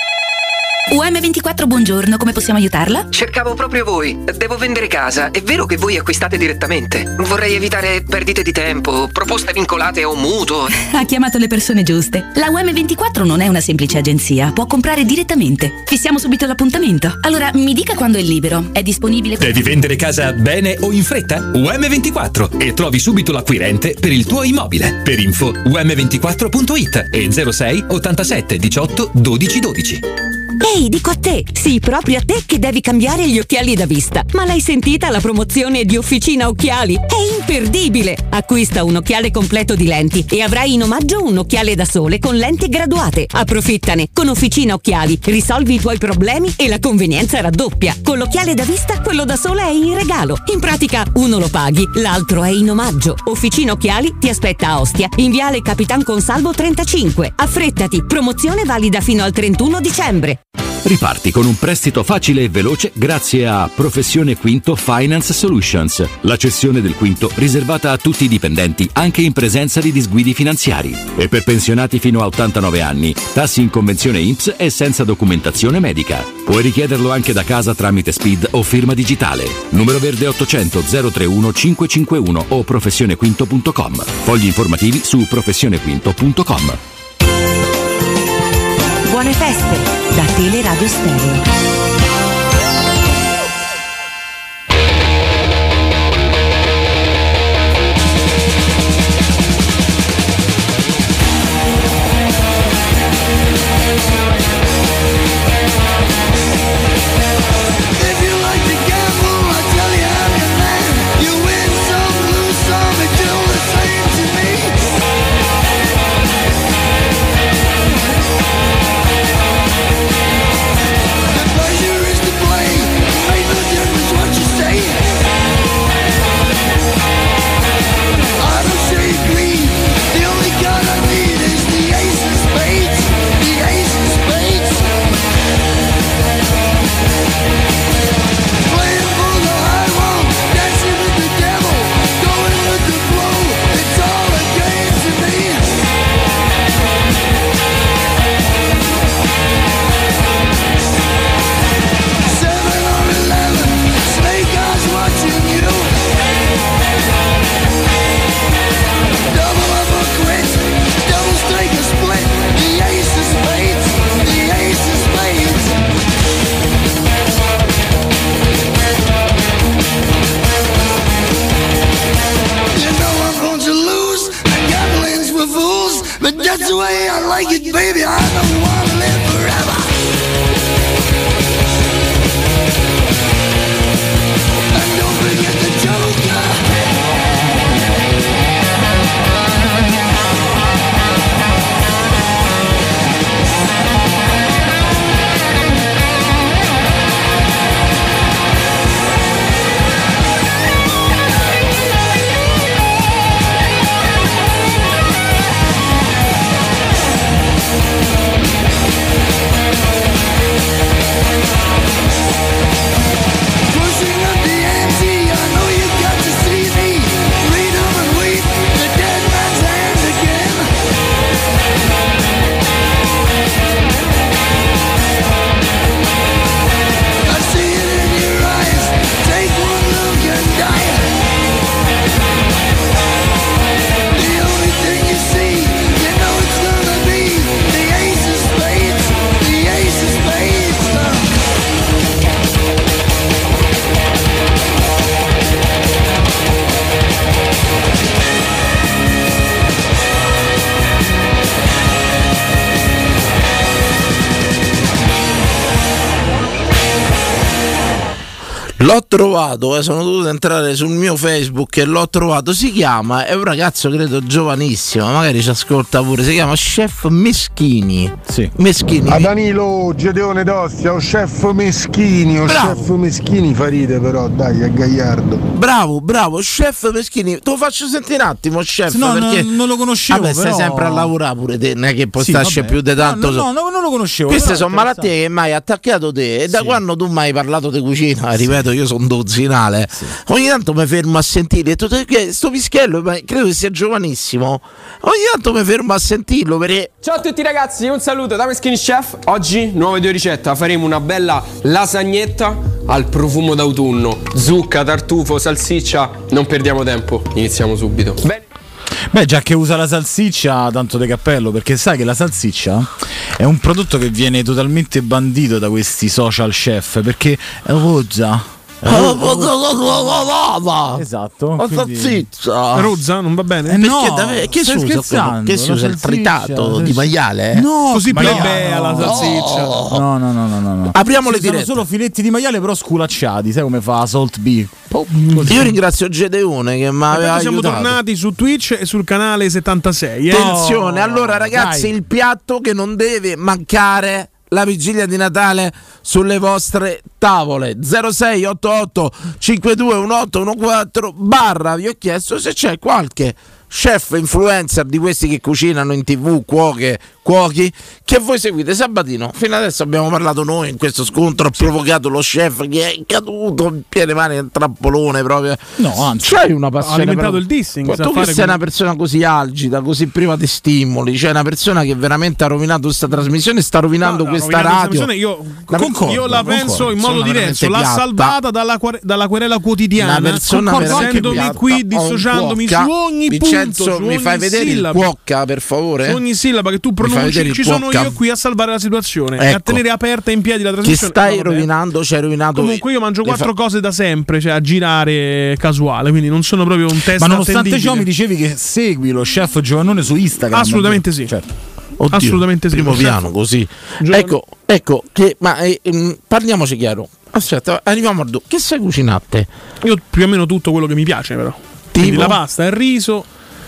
UM24, buongiorno, come possiamo aiutarla? Cercavo proprio voi. Devo vendere casa. È vero che voi acquistate direttamente? Vorrei evitare perdite di tempo, proposte vincolate o mutuo. Ha chiamato le persone giuste. La UM24 non è una semplice agenzia, può comprare direttamente. Fissiamo subito l'appuntamento. Allora, mi dica quando è libero. È disponibile? Devi vendere casa bene o in fretta? UM24 e trovi subito l'acquirente per il tuo immobile. Per info um24.it e 06 87 18 12 12. Ehi, dico a te, sì, proprio a te che devi cambiare gli occhiali da vista. Ma l'hai sentita la promozione di Officina Occhiali? È imperdibile! Acquista un occhiale completo di lenti e avrai in omaggio un occhiale da sole con lenti graduate. Approfittane! Con Officina Occhiali risolvi i tuoi problemi e la convenienza raddoppia. Con l'occhiale da vista, quello da sole è in regalo. In pratica, uno lo paghi, l'altro è in omaggio. Officina Occhiali ti aspetta a Ostia, in viale Capitan Consalvo 35. Affrettati, promozione valida fino al 31 dicembre. Riparti con un prestito facile e veloce grazie a Professione Quinto Finance Solutions, la cessione del quinto riservata a tutti i dipendenti anche in presenza di disguidi finanziari, e per pensionati fino a 89 anni, tassi in convenzione INPS e senza documentazione medica. Puoi richiederlo anche da casa tramite SPID o firma digitale. Numero verde 800 031 551 o professionequinto.com. Fogli informativi su professionequinto.com. Buone feste da Teleradio Stereo. Pleasure L'ho trovato, sono dovuto entrare sul mio Facebook e l'ho trovato. Si chiama, è un ragazzo credo giovanissimo, magari ci ascolta pure. Si chiama Chef Meschini. Sì. Meschini. A Danilo Gedeone d'Ostia, o Chef Meschini, o Chef Meschini fa ride però, dai, è Gagliardo. Bravo, Chef Meschini. Te lo faccio sentire un attimo, chef. No, perché non lo conoscevo. Vabbè, però... stai sempre a lavorare pure te, non è che poi starci più di tanto. No, non lo conoscevo. Queste sono malattie che mai attaccato te. E da quando tu mai hai parlato di cucina, ripeto, io sono dozzinale. Ogni tanto mi fermo a sentire. Sto Pischello, credo che sia giovanissimo. Ogni tanto mi fermo a sentirlo perché... Ciao a tutti ragazzi, un saluto da Meschini Chef. Oggi nuove 2 ricette. Faremo una bella lasagnetta al profumo d'autunno. Zucca, tartufo, salsiccia. Non perdiamo tempo, iniziamo subito. Beh, già che usa la salsiccia, tanto de cappello, perché sai che la salsiccia è un prodotto che viene totalmente bandito da questi social chef, perché è rozza. Esatto. La salsiccia rozza non va bene? Che si usa? Che si usa il tritato di maiale? No, così plebea la salsiccia. No. Apriamo le dirette. Sono solo filetti di maiale però sculacciati, sai come fa Salt B. Io ringrazio Gedeone che mi aveva siamo aiutato. Tornati su Twitch e sul canale 76. Attenzione, allora ragazzi, il piatto che non deve mancare la vigilia di Natale sulle vostre tavole. 0688 521814 / vi ho chiesto se c'è qualche chef influencer di questi che cucinano in TV, cuochi che voi seguite. Sabatino, fino adesso abbiamo parlato noi in questo scontro, ha provocato lo chef che è caduto in piede mani nel trappolone proprio. No, anzi, c'hai una passione, ha alimentato il dissing. Tu che sei una persona così algida, così priva di stimoli, cioè una persona che veramente ha rovinato questa trasmissione, sta rovinando questa radio. Io la penso in modo diverso, l'ha salvata dalla querela quotidiana, una persona mettendomi qui, dissociandomi su ogni punto. Mi fai vedere il cuocca, per favore? Su ogni sillaba che tu pronunci, ci sono io qui a salvare la situazione e a tenere aperta in piedi la trasmissione. Ti stai rovinando, ci hai rovinato. Comunque io mangio 4 cose da sempre, cioè a girare casuale, quindi non sono proprio un test. Ma nonostante ciò mi dicevi che segui lo chef Giovannone su Instagram. Assolutamente sì. Certo. Oddio, assolutamente sì. Primo piano così. Ecco che parliamoci chiaro. Aspetta, arriviamo a che sai cucinate? Io più o meno tutto quello che mi piace, però. Quindi la pasta, il riso,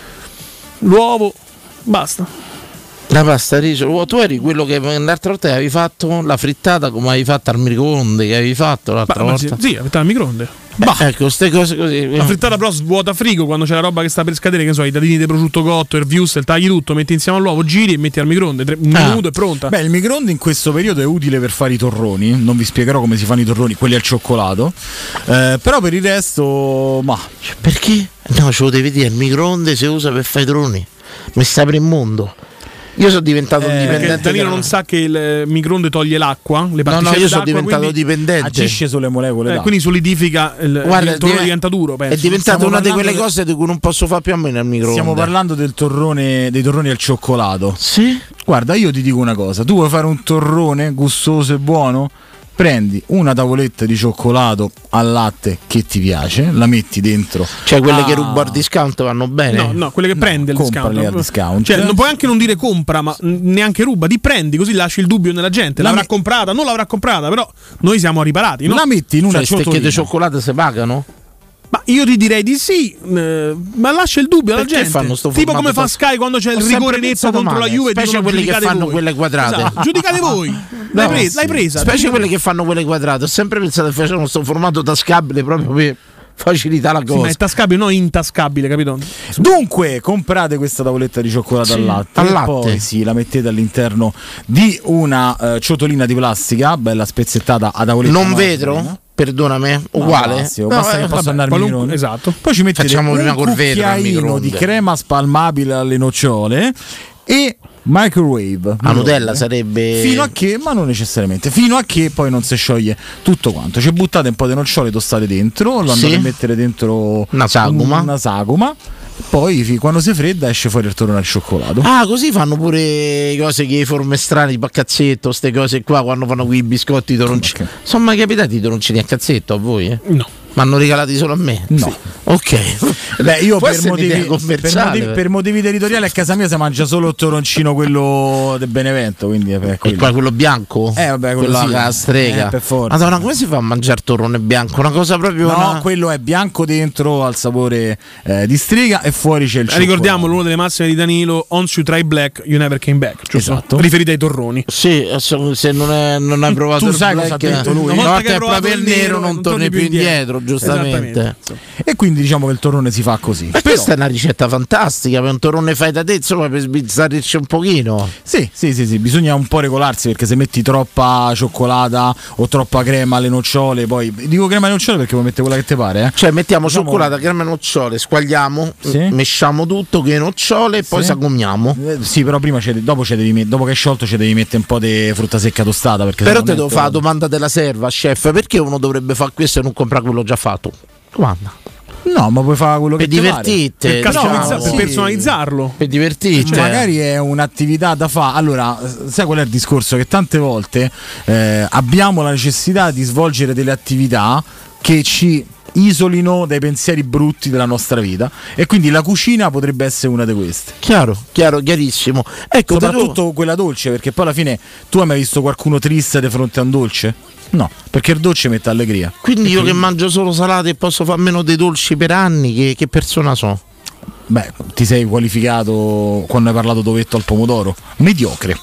l'uovo, basta. La pasta, il riso, tu eri quello che l'altra volta avevi fatto la frittata come avevi fatto al microonde, che avevi fatto l'altra volta? Sì, la frittata al microonde. Ecco, queste cose così. La frittata però svuota frigo quando c'è la roba che sta per scadere, che so, i dadini di prosciutto cotto, il wurstel, tagli tutto, metti insieme all'uovo, giri e metti al microonde, un minuto è pronta. Beh, il microonde in questo periodo è utile per fare i torroni, non vi spiegherò come si fanno i torroni, quelli al cioccolato, però per il resto, perché? No, ce lo devi dire, il microonde si usa per fare i torroni, mi sta per il mondo. Io sono diventato dipendente. Danilo non sa che il microonde toglie l'acqua, le particelle io sono d'acqua, diventato dipendente. Agisce sulle molecole d'acqua. Quindi solidifica il torrone diventa duro, penso. È diventata una di quelle cose di cui non posso fare più a meno nel microonde. Stiamo parlando dei torroni al cioccolato. Sì? Guarda, io ti dico una cosa, tu vuoi fare un torrone gustoso e buono? Prendi una tavoletta di cioccolato al latte che ti piace, la metti dentro. Cioè quelle che rubo al discount vanno bene? No, quelle che prende il discount. Al discount. Cioè non puoi anche non dire compra, ma neanche ruba, ti prendi, così lasci il dubbio nella gente. L'avrà comprata, non l'avrà comprata, però noi siamo riparati, no? La metti in una ciotolina. Le stecche di cioccolato si pagano? Ma io ti direi di sì, ma lascia il dubbio alla gente. Tipo come fa Sky quando c'è il rigore netto contro la Juve, specie quelli che fanno voi. Quelle quadrate. Esatto. Giudicate voi. L'hai presa. Specie quelli che fanno quelle quadrate. Ho sempre pensato che facevano questo formato tascabile proprio per facilità la cosa. Sì, ma è tascabile, non intascabile, capito? Dunque, comprate questa tavoletta di cioccolato al latte. E poi la mettete all'interno di una ciotolina di plastica, bella spezzettata a tavoletta. Non vetro? Perdonami, uguale. Basta che possa andare in microonde. Esatto. Poi ci mettete un cucchiaino di crema spalmabile alle nocciole e microwave. La Nutella sarebbe fino a che, ma non necessariamente, fino a che poi non si scioglie tutto quanto. Ci buttate un po' di nocciole tostate dentro, lo andate a mettere dentro una sagoma. Poi quando si fredda esce fuori il torrone al cioccolato. Così fanno pure cose che forme strane, tipo a cazzetto, queste cose qua, quando fanno qui i biscotti toroncini. Sono mai capitati i toroncini a cazzetto a voi? No. Ma hanno regalati solo a me? No. Sì. Ok. Beh, io per motivi territoriali a casa mia si mangia solo il toroncino, quello del Benevento, quindi e poi quello bianco? Vabbè, quello sì, la strega. Per forza. Madonna, come si fa a mangiare il torrone bianco? Una cosa proprio. No, quello è bianco dentro, al sapore di strega, e fuori c'è il cioccolato. Ricordiamo l'una delle massime di Danilo: once you try black, you never came back. Giusto? Esatto. Riferite ai torroni. Sì, se non hai provato tu il sai black, cosa ha detto lui? Una volta che è proprio il nero non torni più indietro, giustamente. E quindi diciamo che il torrone si fa così. Ma questa è una ricetta fantastica, per un torrone fai da te, insomma, per sbizzarrirci un pochino. Sì, bisogna un po' regolarsi, perché se metti troppa cioccolata o troppa crema alle nocciole, poi dico crema alle nocciole perché puoi mettere quella che ti pare, Cioè mettiamo cioccolata, crema e nocciole, squagliamo, mesciamo tutto con le nocciole e poi sagomiamo. Sì, però prima dopo che è sciolto ci devi mettere un po' di frutta secca tostata, perché però te devo fare la domanda della serva, chef, perché uno dovrebbe fare questo e non comprare quello già fatto? Domanda. No, ma puoi fare quello che ti pare. Per personalizzarlo. Per divertirti. Cioè, magari è un'attività da fare. Allora, sai qual è il discorso? Che tante volte abbiamo la necessità di svolgere delle attività che ci isolino dai pensieri brutti della nostra vita, e quindi la cucina potrebbe essere una di queste. Chiarissimo. Ecco, soprattutto quella dolce, perché poi alla fine tu hai mai visto qualcuno triste di fronte a un dolce? No, perché il dolce mette allegria. Quindi io che mangio solo salate e posso far meno dei dolci per anni, che persona so? Beh, ti sei qualificato quando hai parlato d'ovetto al pomodoro. Mediocre.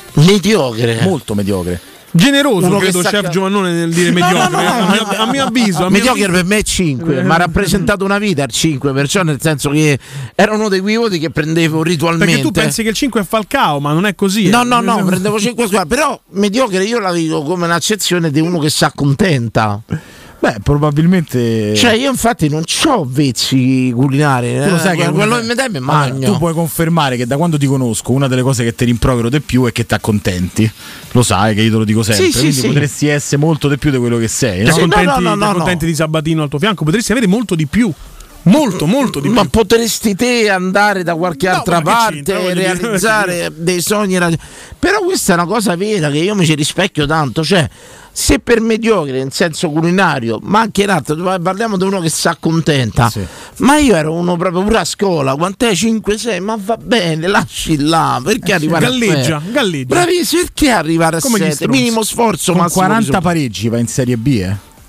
Molto mediocre. Generoso, uno credo, chef Giovannone, nel dire mediocre. A mio avviso. Mediocre per me è 5, ma ha rappresentato una vita il 5, perciò nel senso che era uno dei quei voti che prendevo ritualmente. Perché tu pensi che il 5 è Falcao, ma non è così. No, prendevo 5 squadre, però mediocre io la vedo come un'accezione di uno che si accontenta. Beh, probabilmente. Cioè, io infatti non c'ho vezzi culinari. Tu lo sai che quello che mi dai mi magno. Tu puoi confermare che da quando ti conosco una delle cose che ti rimprovero di più è che ti accontenti. Lo sai che io te lo dico sempre. Quindi potresti essere molto di più di quello che sei. No? Contenti di Sabatino al tuo fianco, potresti avere molto di più. Molto di più. Ma potresti te andare da qualche altra parte e realizzare dei sogni. Però questa è una cosa vera che io mi ci rispecchio tanto. Cioè, se per mediocre in senso culinario, ma anche in altro, parliamo di uno che si accontenta. Ma io ero uno proprio pure a scuola, quant'è? 5-6, ma va bene, lasci là, perché arrivare galleggia. Bravissimo, perché arrivare a 7? Minimo sforzo, con massimo 40 pareggi va in Serie B,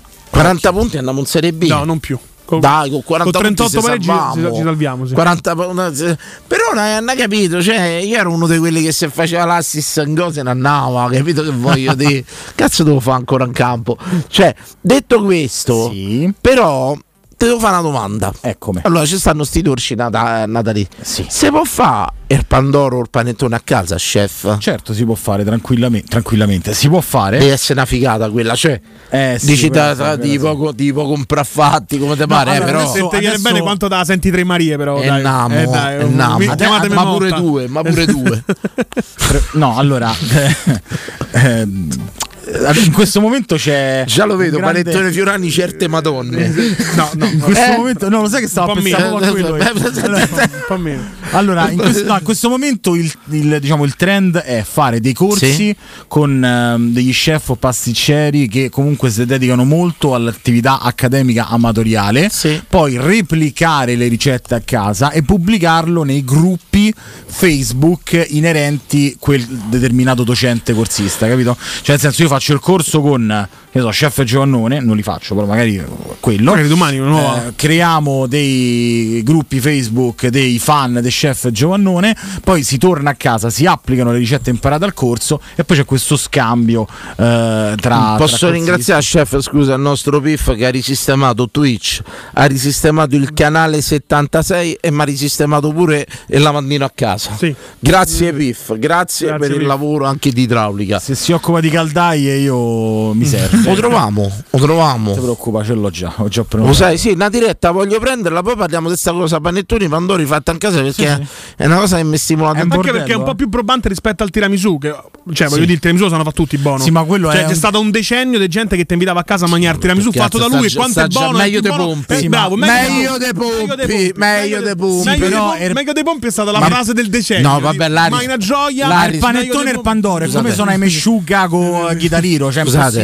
40 punti andiamo in Serie B. No, non più. Dai, con 40 38 pareggi ci salviamo. 40, però non hai capito, cioè io ero uno di quelli che se faceva l'assist in cose ne andava, capito che voglio dire? Cazzo devo fare ancora in campo? Cioè, detto questo, però te devo fare una domanda. Eccomi. Allora, ci stanno sti dolci natali. Se può fare il pandoro o il panettone a casa, chef? Certo, si può fare tranquillamente. Si può fare. Deve essere una figata quella, cioè dici tipo comprafatti come te pare, allora, però se te viene bene quanto da Senti Tre Marie, però ma pure due. No, allora in questo momento c'è. Già lo vedo, panettone Fiorani, certe madonne. No, in questo momento. No, lo sai che stavo pensando a quello. Allora, in questo momento il trend è fare dei corsi con degli chef o pasticceri che comunque si dedicano molto all'attività accademica amatoriale, poi replicare le ricette a casa e pubblicarlo nei gruppi Facebook inerenti quel determinato docente corsista, capito? Cioè, nel senso, io faccio il corso con chef Giovannone, non li faccio, però magari quello. Magari domani creiamo dei gruppi Facebook dei fan del chef Giovannone, poi si torna a casa, si applicano le ricette imparate al corso e poi c'è questo scambio tra. Posso ringraziare chef, scusa, il nostro Piff che ha risistemato Twitch, ha risistemato il canale 76 e mi ha risistemato pure il lavandino a casa. Grazie Piff, grazie per il lavoro anche di idraulica. Se si occupa di caldaie io mi serve. Lo troviamo. Non ti preoccupa, ce l'ho già, ho già prenotato. Lo sai, sì, una diretta voglio prenderla, poi parliamo di questa cosa panettoni, pandori fatta in casa, perché è una cosa che mi stimola tanto. Anche perché è un po' più probante rispetto al tiramisù, che voglio dire, il tiramisù sono fatti tutti buono. Sì, ma quello c'è stato un decennio di gente che ti invitava a casa a mangiare il tiramisù fatto da lui, quanto è buono. Meglio dei pompi. Bravo, meglio dei pompi. Meglio dei pompi è stata la frase del decennio. No, vabbè, ma una gioia. Il panettone e il pandoro, come sono ai mesciuga con Chitariro, cioè è impossibile.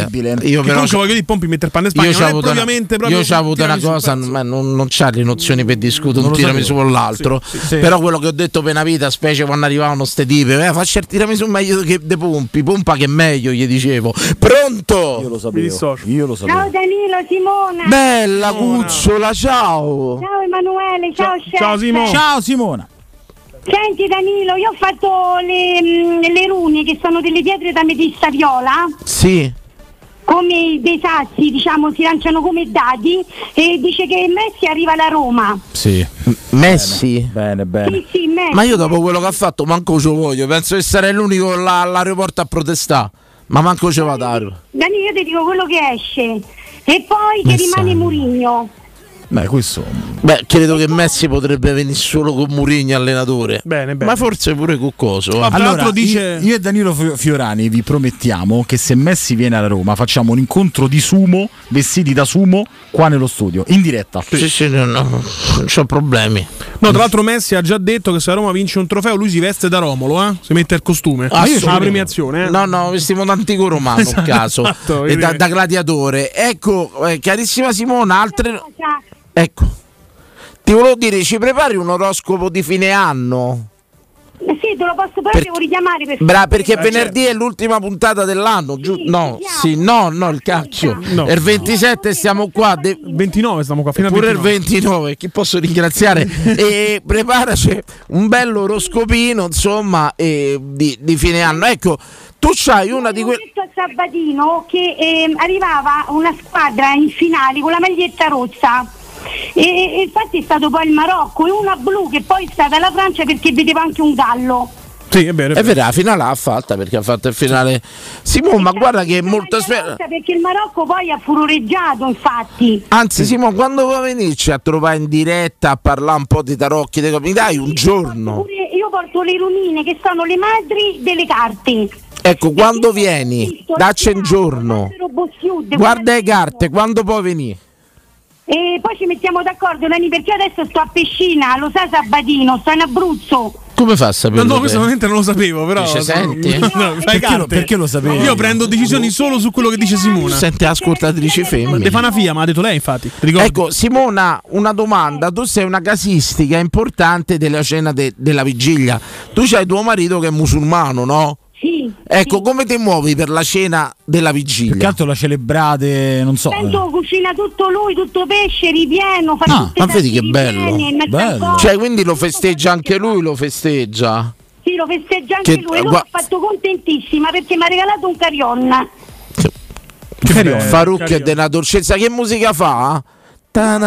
Io però comunque voglio dire, Pompi mette il pane in Spagna. Io ho avuto una cosa, non c'ha le nozioni per discutere un tiramisù con l'altro. Sì. Però quello che ho detto per una vita, specie quando arrivavano ste tipe, faccia il tiramisù meglio che De Pompi. Pompa che è meglio, gli dicevo. Pronto? Io lo sapevo. Ciao Danilo, Simona. Bella cucciola, ciao. Ciao Emanuele, ciao chef. Ciao Simona. Senti Danilo, io ho fatto le rune che sono delle pietre d'ametista viola. Sì. Come dei sassi, diciamo, si lanciano come dadi e dice che Messi arriva alla Roma. Sì. Messi? Bene. Sì, Messi. Ma io dopo quello che ha fatto manco ce lo voglio. Penso che sarei l'unico all'aeroporto a protestare. Ma manco ce vado. Danilo, io ti dico quello che esce. E poi che rimane Mourinho. Beh, credo che Messi potrebbe venire solo con Mourinho allenatore. Bene. Ma forse pure con coso. Allora, io e Danilo Fiorani vi promettiamo che se Messi viene alla Roma facciamo un incontro di sumo, vestiti da sumo, qua nello studio, in diretta. Sì, no, non c'ho problemi. No, tra l'altro Messi ha già detto che se la Roma vince un trofeo lui si veste da Romolo, si mette il costume. La premiazione. No, vestiamo da antico romano, Esatto, caso. E da gladiatore. Ecco, carissima Simona, altre... Ecco, ti volevo dire, ci prepari un oroscopo di fine anno? Sì, te lo posso, però devo richiamare perché venerdì è l'ultima puntata dell'anno, sì, no, il cacchio. No. Il 27 stiamo qua, 29 stiamo qua, fino a pure 29. il 29, chi posso ringraziare? E preparaci un bello oroscopino, insomma, di fine anno. Ecco, tu c'hai una di quelle... Ho detto a Sabatino che arrivava una squadra in finale con la maglietta rossa. E infatti è stato poi il Marocco e una blu che poi è stata la Francia perché vedeva anche un gallo. Sì, è vero. È vero, la finale l'ha fatta perché ha fatto il finale. Simone, ma guarda che è molto perché il Marocco poi ha furoreggiato, infatti. Anzi, Simone, quando vuoi venirci a trovare in diretta a parlare un po' di tarocchi, mi dai un giorno? Io porto le runine che sono le madri delle carte. Ecco, quando vieni, dacci un giorno. Guarda le carte, quando puoi venire? E poi ci mettiamo d'accordo, Dani, perché adesso sto a Pescina, lo sai Sabatino, sto in Abruzzo. Come fa a sapere? No, questo veramente non lo sapevo, però. Ci senti? Perché lo sapevi? Io prendo decisioni solo su quello che dice Simona. Senti, ascoltatrici femmine. Te fa una fia, ma ha detto lei, infatti. Ecco, Simona, una domanda. Tu sei una casistica importante della cena della vigilia. Tu c'hai tuo marito che è musulmano, no? Sì. Ecco, come ti muovi per la cena della vigilia? Più che altro la celebrate, non so. Sento, cucina tutto lui, tutto pesce, ripieno, fa tutte ma vedi che bello. bello. Cioè, quindi lo festeggia anche lui, lo festeggia? Sì, lo festeggia anche lui. E lui l'ho fatto contentissima perché mi ha regalato un carillon. Faruk è di una dolcezza. Che musica fa? Con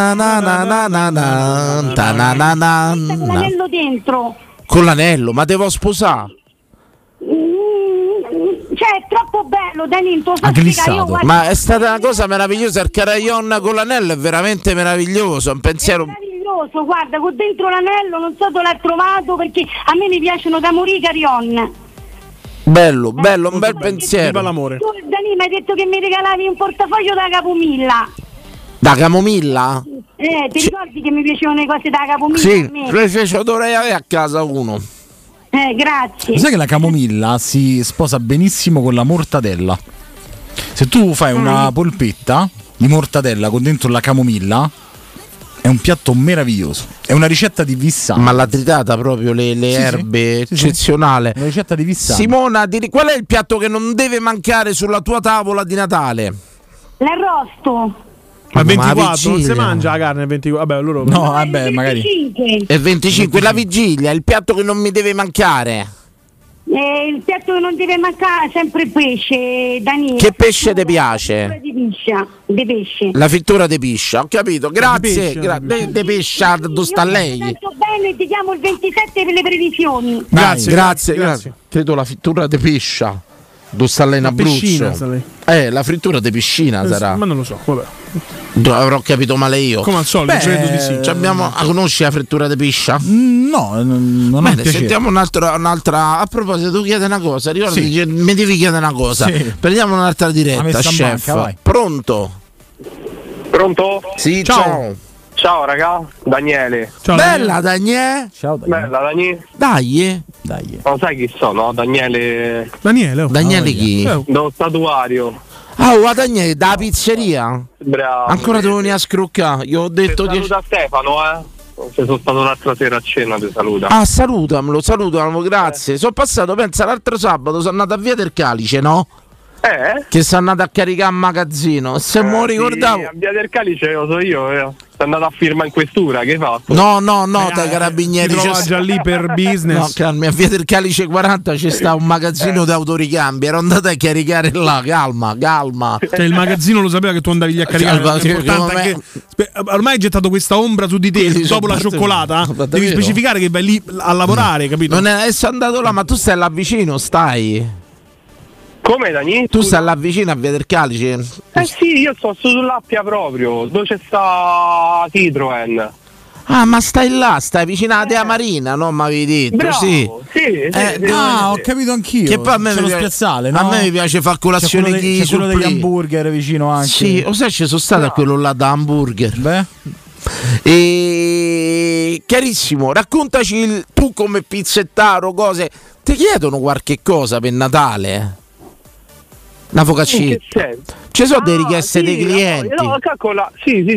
l'anello dentro. Con l'anello, ma devo sposare? Cioè è troppo bello, Danilo. Ma è stata una cosa meravigliosa. Il carillon con l'anello è veramente meraviglioso. Un pensiero. È meraviglioso, guarda, con dentro l'anello, non so dove l'ha trovato perché a me mi piacciono da morire i carillon. Bello, un bel pensiero. L'amore. Tu, Danilo, mi hai detto che mi regalavi un portafoglio da Capomilla. Da camomilla? Ti ricordi che mi piacevano le cose da Capomilla? Sì, dovrei avere a casa uno. Grazie. Sai che la camomilla si sposa benissimo con la mortadella? Se tu fai una polpetta di mortadella con dentro la camomilla, è un piatto meraviglioso. È una ricetta di Vissani. Ma la tritata proprio, le erbe, eccezionale. Una ricetta di Vissani. Simona, qual è il piatto che non deve mancare sulla tua tavola di Natale? L'arrosto. Ma 24 non si mangia la carne il 24. Vabbè, loro no, vabbè, magari. È 25, la vigilia, il piatto che non mi deve mancare. Il piatto che non deve mancare è sempre pesce, Danilo. Che pesce ti piace? Di pesce. La frittura di piscia, ho capito. Grazie. De pescia, dove sta lei? Sto bene e ti chiamo il 27 per le previsioni. Grazie. Credo la frittura di piscia. Dove sta lei in Abruzzo? La frittura di piscina sarà. Ma non lo so, vabbè. Avrò capito male io. Come al solito, credo di sì. Conosci la frittura di piscia? No, non è. Sentiamo un'altra. A proposito, tu chiedi una cosa. Ricordi che mi devi chiedere una cosa. Prendiamo un'altra diretta, chef. Banca, Pronto? Sì, ciao. Ciao raga, Daniele. Ciao, bella Daniele. Ciao Daniele. Bella Daniele. Dai. Non sai chi sono, no? Daniele. Daniele chi? Dello statuario. Ah, Guadagnè, da pizzeria? Bravo. Ancora devo venire a scroccare. Io ho detto Ti saluta Stefano, Se sono stato l'altra sera a cena, ti saluta. Ah, salutamelo, grazie. Sono passato, pensa, l'altro sabato sono andato a Via del Calice, no? Che sono andato a caricare il magazzino. Se me lo ricordavo. Sì, a Via del Calice lo so io. Sei andato a firma in questura, che hai fatto? No, dai carabinieri. Ti già lì per business. No, calma, a Via del Calice 40 c'è sta un magazzino di autoricambi. Ero andato a caricare là, calma. Cioè, il magazzino lo sapeva che tu andavi lì a caricare. Ormai hai gettato questa ombra su di te dopo la cioccolata. Devi specificare che vai lì a lavorare, capito? Non è andato là, ma tu stai là vicino, stai. Come, Dani? Tu stai là vicino a Via del Calice? Sì, io sto sull'Appia proprio, dove c'è sta Citroen. Ah, ma stai là, stai vicino alla Dea Marina, no? Mi avevi detto, Bravo, sì. Ho capito anch'io. Che poi a me c'è lo spiazzale, no? A me mi piace far colazione c'è quello degli hamburger vicino anche. Sì, o sai, ci sono stato a quello là da hamburger. Beh. E chiarissimo, raccontaci tu come pizzettaro, cose. Ti chiedono qualche cosa per Natale? Una focaccina. Ci sono delle richieste dei clienti. No, calcola,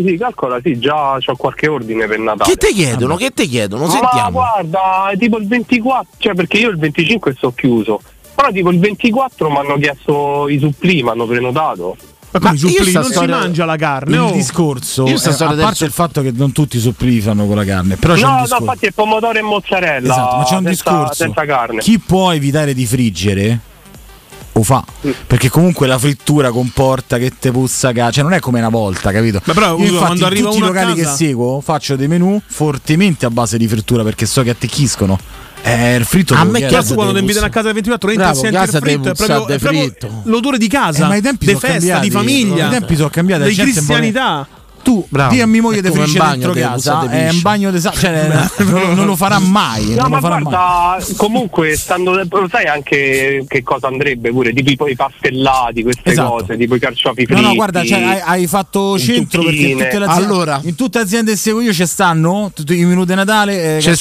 sì, già c'ho qualche ordine per Natale. Che ti chiedono? Sentiamo. Ma guarda, tipo il 24, cioè perché io il 25 sto chiuso. Però tipo il 24 mi hanno chiesto i supplì, mi hanno prenotato. Ma come supplì? Non si mangia la carne. Il discorso a parte il fatto che non tutti i supplì fanno con la carne, però c'è un discorso. No, infatti è pomodoro e mozzarella. Esatto, ma c'è un discorso senza carne. Chi può evitare di friggere lo fa, perché comunque la frittura comporta che te puzza, cioè non è come una volta, capito? Ma però io infatti quando arriva tutti i locali che casa seguo faccio dei menù fortemente a base di frittura perché so che attechiscono. Il fritto a me chiaro quando ti invitano a casa del 24 entra senti il fritto, è proprio l'odore di casa, ma i tempi di sono festa, cambiati, di famiglia, i tempi sono cambiati, di cristianità. Tu di a mia moglie di friggere dentro casa è un bagno cioè, non lo farà mai. No, non ma lo farà guarda, mai. Comunque lo sai anche che cosa andrebbe pure, tipo i pastellati, queste cose, tipo i carciofi fritti. No, guarda, cioè, hai fatto centro perché in tutte le aziende, in tutte le aziende che seguo io ci stanno tutti i menù di Natale. C'è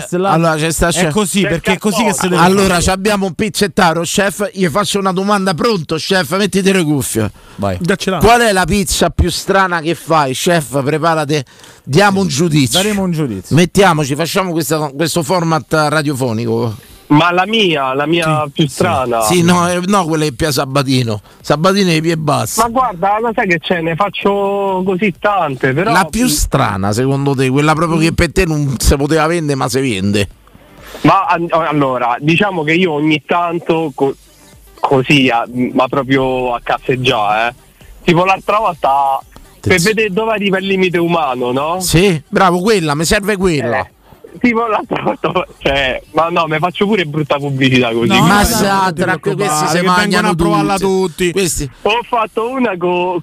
sta è così, perché è così che si deve allora abbiamo un pizzettaro, chef. Io faccio una domanda, pronto, chef? Mettiti le cuffie. Vai. Qual è la pizza più strana che fai? Chef, preparate, diamo un giudizio. Daremo un giudizio. Mettiamoci, facciamo questo format radiofonico. Ma la mia più strana. Sì, no, quella che piace Sabatino di piedi bassi. Ma guarda, lo sai che c'è, ne faccio così tante, però. La più strana, secondo te, quella proprio che per te non si poteva vendere, ma si vende. Ma allora, diciamo che io ogni tanto così, ma proprio a cazzeggiare, tipo l'altra volta. Per vedere dove arriva il limite umano, no? Sì, bravo, quella, mi serve quella. Tipo l'altra volta, cioè, ma no, mi faccio pure brutta pubblicità così. No, ma tra questi si mangiano a provarla tutti. Questi. Ho fatto una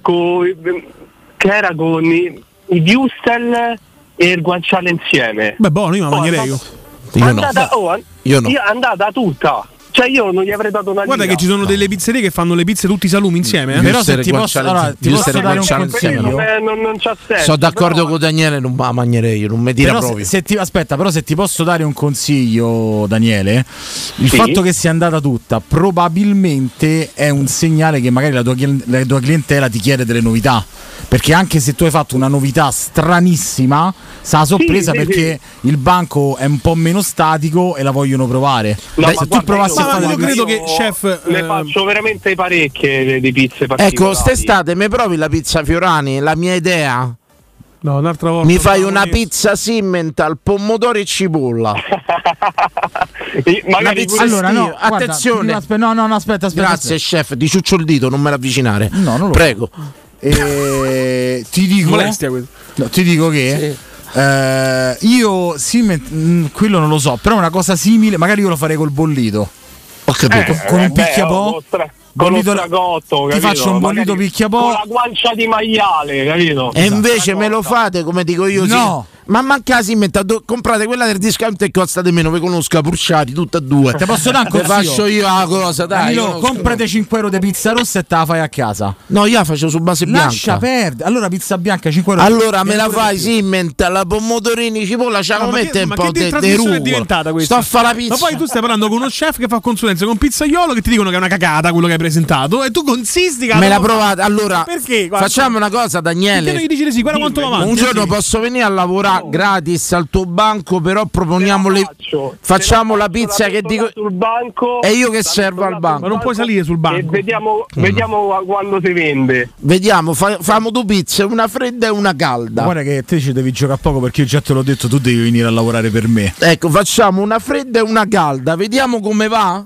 che era con i Wustel e il guanciale insieme. Beh, buono, io la mangerei. Io no. Io è andata tutta. Cioè io non gli avrei dato una Guarda lira. che ci sono delle pizzerie che fanno le pizze tutti i salumi insieme. Però se ti posso dare un consiglio, non c'ha senso. Sono d'accordo con Daniele, non la mangerei io, non mi tira proprio. Però se ti posso dare un consiglio, Daniele, il fatto che sia andata tutta probabilmente è un segnale che magari la tua clientela ti chiede delle novità. Perché anche se tu hai fatto una novità stranissima, sa sorpresa perché il banco è un po' meno statico e la vogliono provare. No, se tu provassi a fare io credo che chef ne faccio veramente parecchie di pizze particolari. Ecco, st'estate mi provi la pizza Fiorani, la mia idea. No, un'altra volta. Mi fai una pizza Simmental, pomodoro e cipolla. Allora, no, attenzione. Aspetta. Grazie, chef, ti ciuccio il dito, non me l'avvicinare. No, non lo prego. Ti dico che io quello non lo so, però una cosa simile, magari io lo farei col bollito. Ho capito. Con un picchiapò. Con lo stragotto, ti faccio un bollito picchiapò con la guancia di maiale, capito? E invece me lo fate come dico io? No, Ma manca si metta, comprate quella del discount che costa di meno, vi conosco Purciari, tutte e due. Te posso dare un consiglio? Faccio io la cosa, dai. Danilo, comprate 5 euro di pizza rossa e te la fai a casa. No, io la faccio su base bianca. Lascia perdere. Allora pizza bianca 5 euro. Allora me la fai, Simmenta, la pomodorini, cipolla, ce la mette un po' di rugo. È diventata questa? Sto a fare la pizza. Ma poi tu stai parlando con uno chef che fa consulenza con pizzaiolo che ti dicono che è una cagata quello che hai presentato e tu consisti che me la provate. Allora, perché? Facciamo una cosa, Daniele. Perché non gli dici di sì? Guarda quanto va avanti. Un giorno posso venire a lavorare gratis al tuo banco, però proponiamo facciamo la pizza che dico sul banco e io che servo al banco. Ma non puoi salire sul banco. E vediamo quando si vende. Vediamo, famo due pizze, una fredda e una calda. Guarda che te ci devi giocare poco perché io già te l'ho detto, tu devi venire a lavorare per me. Ecco, facciamo una fredda e una calda, vediamo come va.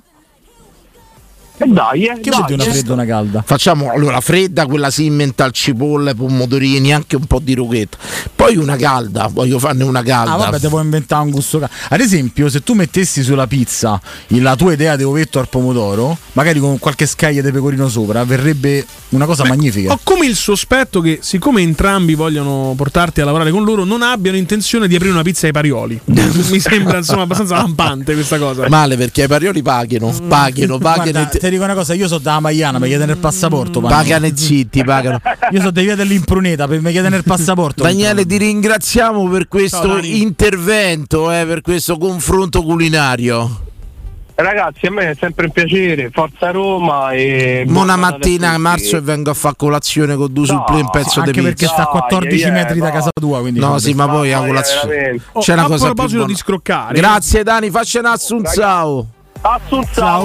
Dai, che vuol dire una fredda e una calda? Facciamo allora fredda, quella Simmental, cipolle, pomodorini, anche un po' di rughetto. Poi una calda, voglio farne una calda. Ah, vabbè, devo inventare un gusto caldo. Ad esempio, se tu mettessi sulla pizza la tua idea di ovetto al pomodoro, magari con qualche scaglia di pecorino sopra, verrebbe una cosa magnifica. Ho come il sospetto che, siccome entrambi vogliono portarti a lavorare con loro, non abbiano intenzione di aprire una pizza ai Parioli. Mi sembra insomma abbastanza lampante questa cosa. Male, perché ai Parioli pagano. Guarda, ti dico una cosa, io sono da Maiana, mi chiedono il passaporto. Pagano e zitti, pagano. Io sono di via dell'Impruneta, mi chiedono il passaporto. Daniele, ti ringraziamo per questo intervento, per questo confronto culinario. Ragazzi, a me è sempre un piacere, forza Roma e una mattina a marzo e vengo a fare colazione con due suppli un pezzo di pizza. Anche perché sta a 14 metri da casa tua, quindi no, sì, ma poi a colazione c'è una cosa a proposito di scroccare. Grazie Dani, faccia un assunzao. Assunzao,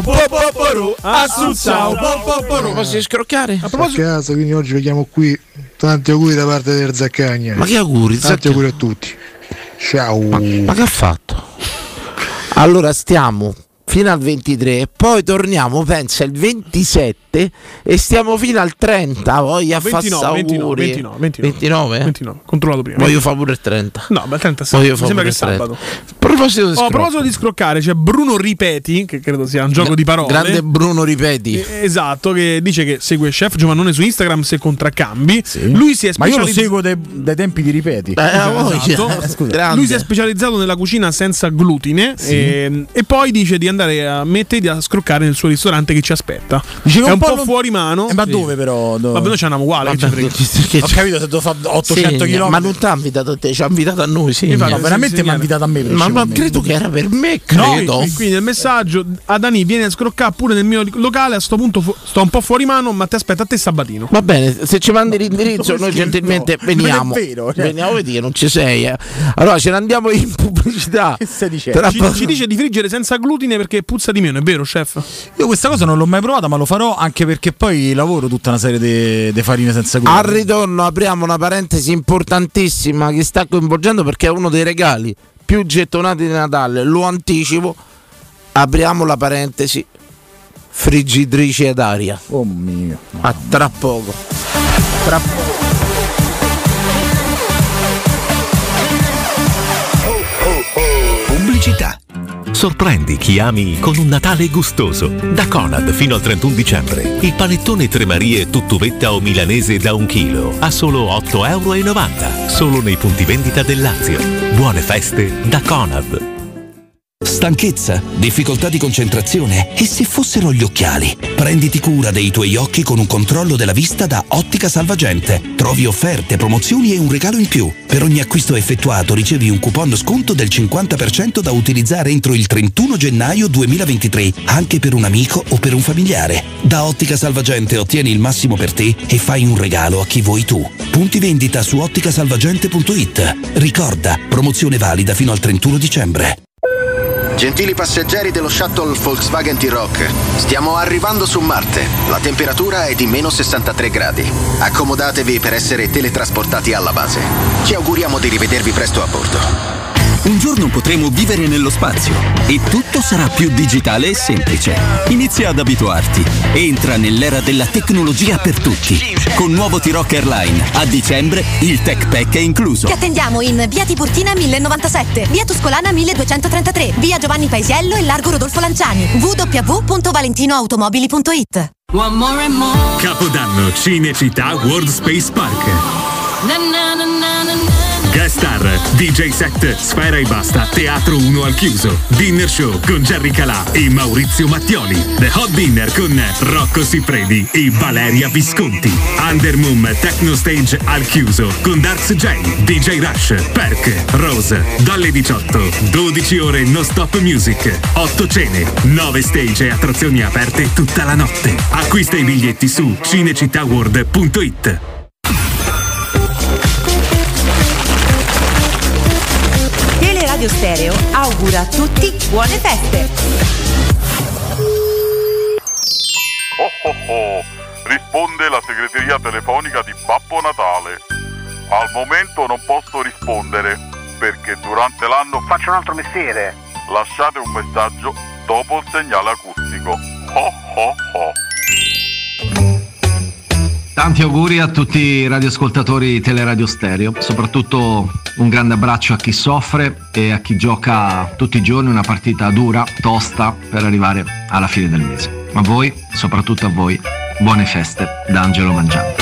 Assunzao, posso scroccare? A casa, quindi oggi vediamo qui. Tanti auguri da parte del Zaccagna. Ma che auguri? Tanti auguri a tutti. Ciao. Ma che ha fatto? Allora stiamo fino al 23 e poi torniamo, pensa, il 27 e stiamo fino al 30. Voglio fare auguri. 29? Controllato prima. Voglio fare pure il 30. No, ma il 30 mi sembra che è sabato. A proposito di scroccare, c'è Bruno Ripeti, che credo sia un gioco di parole. Grande Bruno Ripeti. Esatto, che dice che segue Chef Giovannone su Instagram se contraccambi. Sì. Lui si è ma io lo seguo dai tempi di Ripeti. Lui si è specializzato nella cucina senza glutine, sì. E poi dice di andare a metterti a scroccare nel suo ristorante che ci aspetta. Dice che è un po' fuori mano. Ma dove però? Vabbè, noi ci andiamo uguale. Ho capito, se devo fare 800 km. Ma non ti ha invitato a te, ci ha invitato a noi. Sì, veramente mi ha invitato a me. Ma credo che era per me, credo. E quindi il messaggio a Dani: vieni a scroccare pure nel mio locale. A sto punto sto un po' fuori mano, ma ti aspetto a te sabatino. Va bene, se ci mandi l'indirizzo, noi gentilmente veniamo. Non è vero, veniamo, vedi che non ci sei. Allora ce ne andiamo in pubblicità. Che stai dicendo? Ci dice di friggere senza glutine perché puzza di meno, è vero, chef? Io questa cosa non l'ho mai provata, ma lo farò anche perché poi lavoro tutta una serie di farine senza glutine. Al ritorno apriamo una parentesi importantissima che sta coinvolgendo perché è uno dei regali più gettonati di Natale, lo anticipo. Apriamo la parentesi friggitrice ad aria. Oh mio. A tra poco. Tra poco. Pubblicità. Sorprendi chi ami con un Natale gustoso. Da Conad fino al 31 dicembre. Il panettone Tre Marie tuttuvetta o milanese da 1 chilo a solo €8,90. Solo nei punti vendita del Lazio. Buone feste da Conad. Stanchezza? Difficoltà di concentrazione? E se fossero gli occhiali? Prenditi cura dei tuoi occhi con un controllo della vista da Ottica Salvagente. Trovi offerte, promozioni e un regalo in più. Per ogni acquisto effettuato ricevi un coupon sconto del 50% da utilizzare entro il 31 gennaio 2023, anche per un amico o per un familiare. Da Ottica Salvagente ottieni il massimo per te e fai un regalo a chi vuoi tu. Punti vendita su otticasalvagente.it. Ricorda, promozione valida fino al 31 dicembre. Gentili passeggeri dello shuttle Volkswagen T-Roc, stiamo arrivando su Marte. La temperatura è di meno 63 gradi. Accomodatevi per essere teletrasportati alla base. Ci auguriamo di rivedervi presto a bordo. Un giorno potremo vivere nello spazio e tutto sarà più digitale e semplice. Inizia ad abituarti. Entra nell'era della tecnologia per tutti. Con nuovo T-Roc Airline, a dicembre il Tech Pack è incluso. Ti attendiamo in via Tiburtina 1097, via Tuscolana 1233, via Giovanni Paisiello e largo Rodolfo Lanciani. www.valentinoautomobili.it. Capodanno Cinecittà World Space Park. Guest star, DJ set, Sfera e Basta, Teatro 1 al chiuso. Dinner show con Jerry Calà e Maurizio Mattioli. The Hot Dinner con Rocco Siffredi e Valeria Visconti. Undermoon Techno Stage al chiuso con Darks J, DJ Rush, Perk, Rose. Dalle 18, 12 ore non stop music. 8 cene, 9 stage e attrazioni aperte tutta la notte. Acquista i biglietti su cinecittàworld.it. Teleradio Stereo augura a tutti buone feste. Oh oh oh, risponde la segreteria telefonica di Babbo Natale. Al momento non posso rispondere perché durante l'anno faccio un altro mestiere. Lasciate un messaggio dopo il segnale acustico. Oh oh oh. Tanti auguri a tutti i radioascoltatori Teleradio Stereo, soprattutto un grande abbraccio a chi soffre e a chi gioca tutti i giorni una partita dura, tosta, per arrivare alla fine del mese. A voi, soprattutto a voi, buone feste da Angelo Mangiante.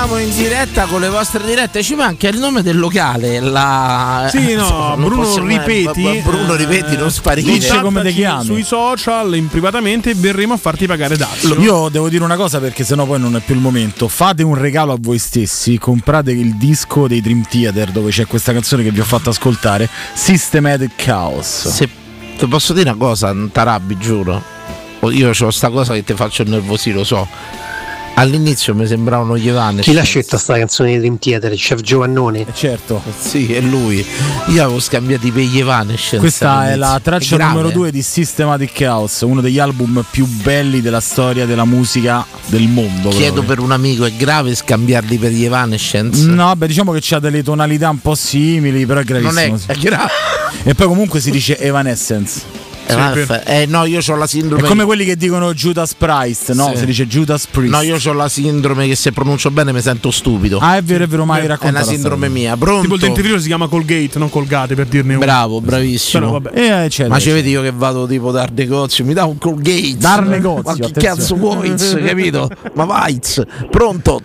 siamo in diretta con le vostre dirette. Ci manca il nome del locale. Bruno Ripeti. Bruno Ripeti, non sparire. Dice come te chiami sui social, privatamente, verremo a farti pagare dazio. Io devo dire una cosa, perché sennò poi non è più il momento. Fate un regalo a voi stessi, comprate il disco dei Dream Theater dove c'è questa canzone che vi ho fatto ascoltare, Systematic Chaos. Se ti posso dire una cosa, non t'arrabbi, giuro. Io ho sta cosa che ti faccio nervosire, lo so. All'inizio mi sembrava uno Evanescence. Chi l'ha scelta sta canzone di Dream Theater? Il chef Giovannone? Certo. Sì, è lui. Io avevo scambiati per gli Evanescence. Questa è la traccia numero 2 di Systematic Chaos, uno degli album più belli della storia della musica del mondo. Chiedo per un amico, è grave scambiarli per gli Evanescence? No, beh, diciamo che c'ha delle tonalità un po' simili, però è gravissimo. Non è grave. E poi comunque si dice Evanescence. No, io ho la sindrome. È come quelli che dicono Judas Priest, no? Sì. Si dice Judas Priest. No, io ho la sindrome che se pronuncio bene mi sento stupido. Ah, è vero, mai raccontato. È una sindrome mia. Pronto? Tipo il dentifricio si chiama Colgate, non Colgate, per dirne uno. Bravo, bravissimo. Però, ma ci vedi io che vado tipo dar negozio, mi dà un Colgate. Dar negozio. Ma che cazzo vuoi, capito? Ma vai. Pronto?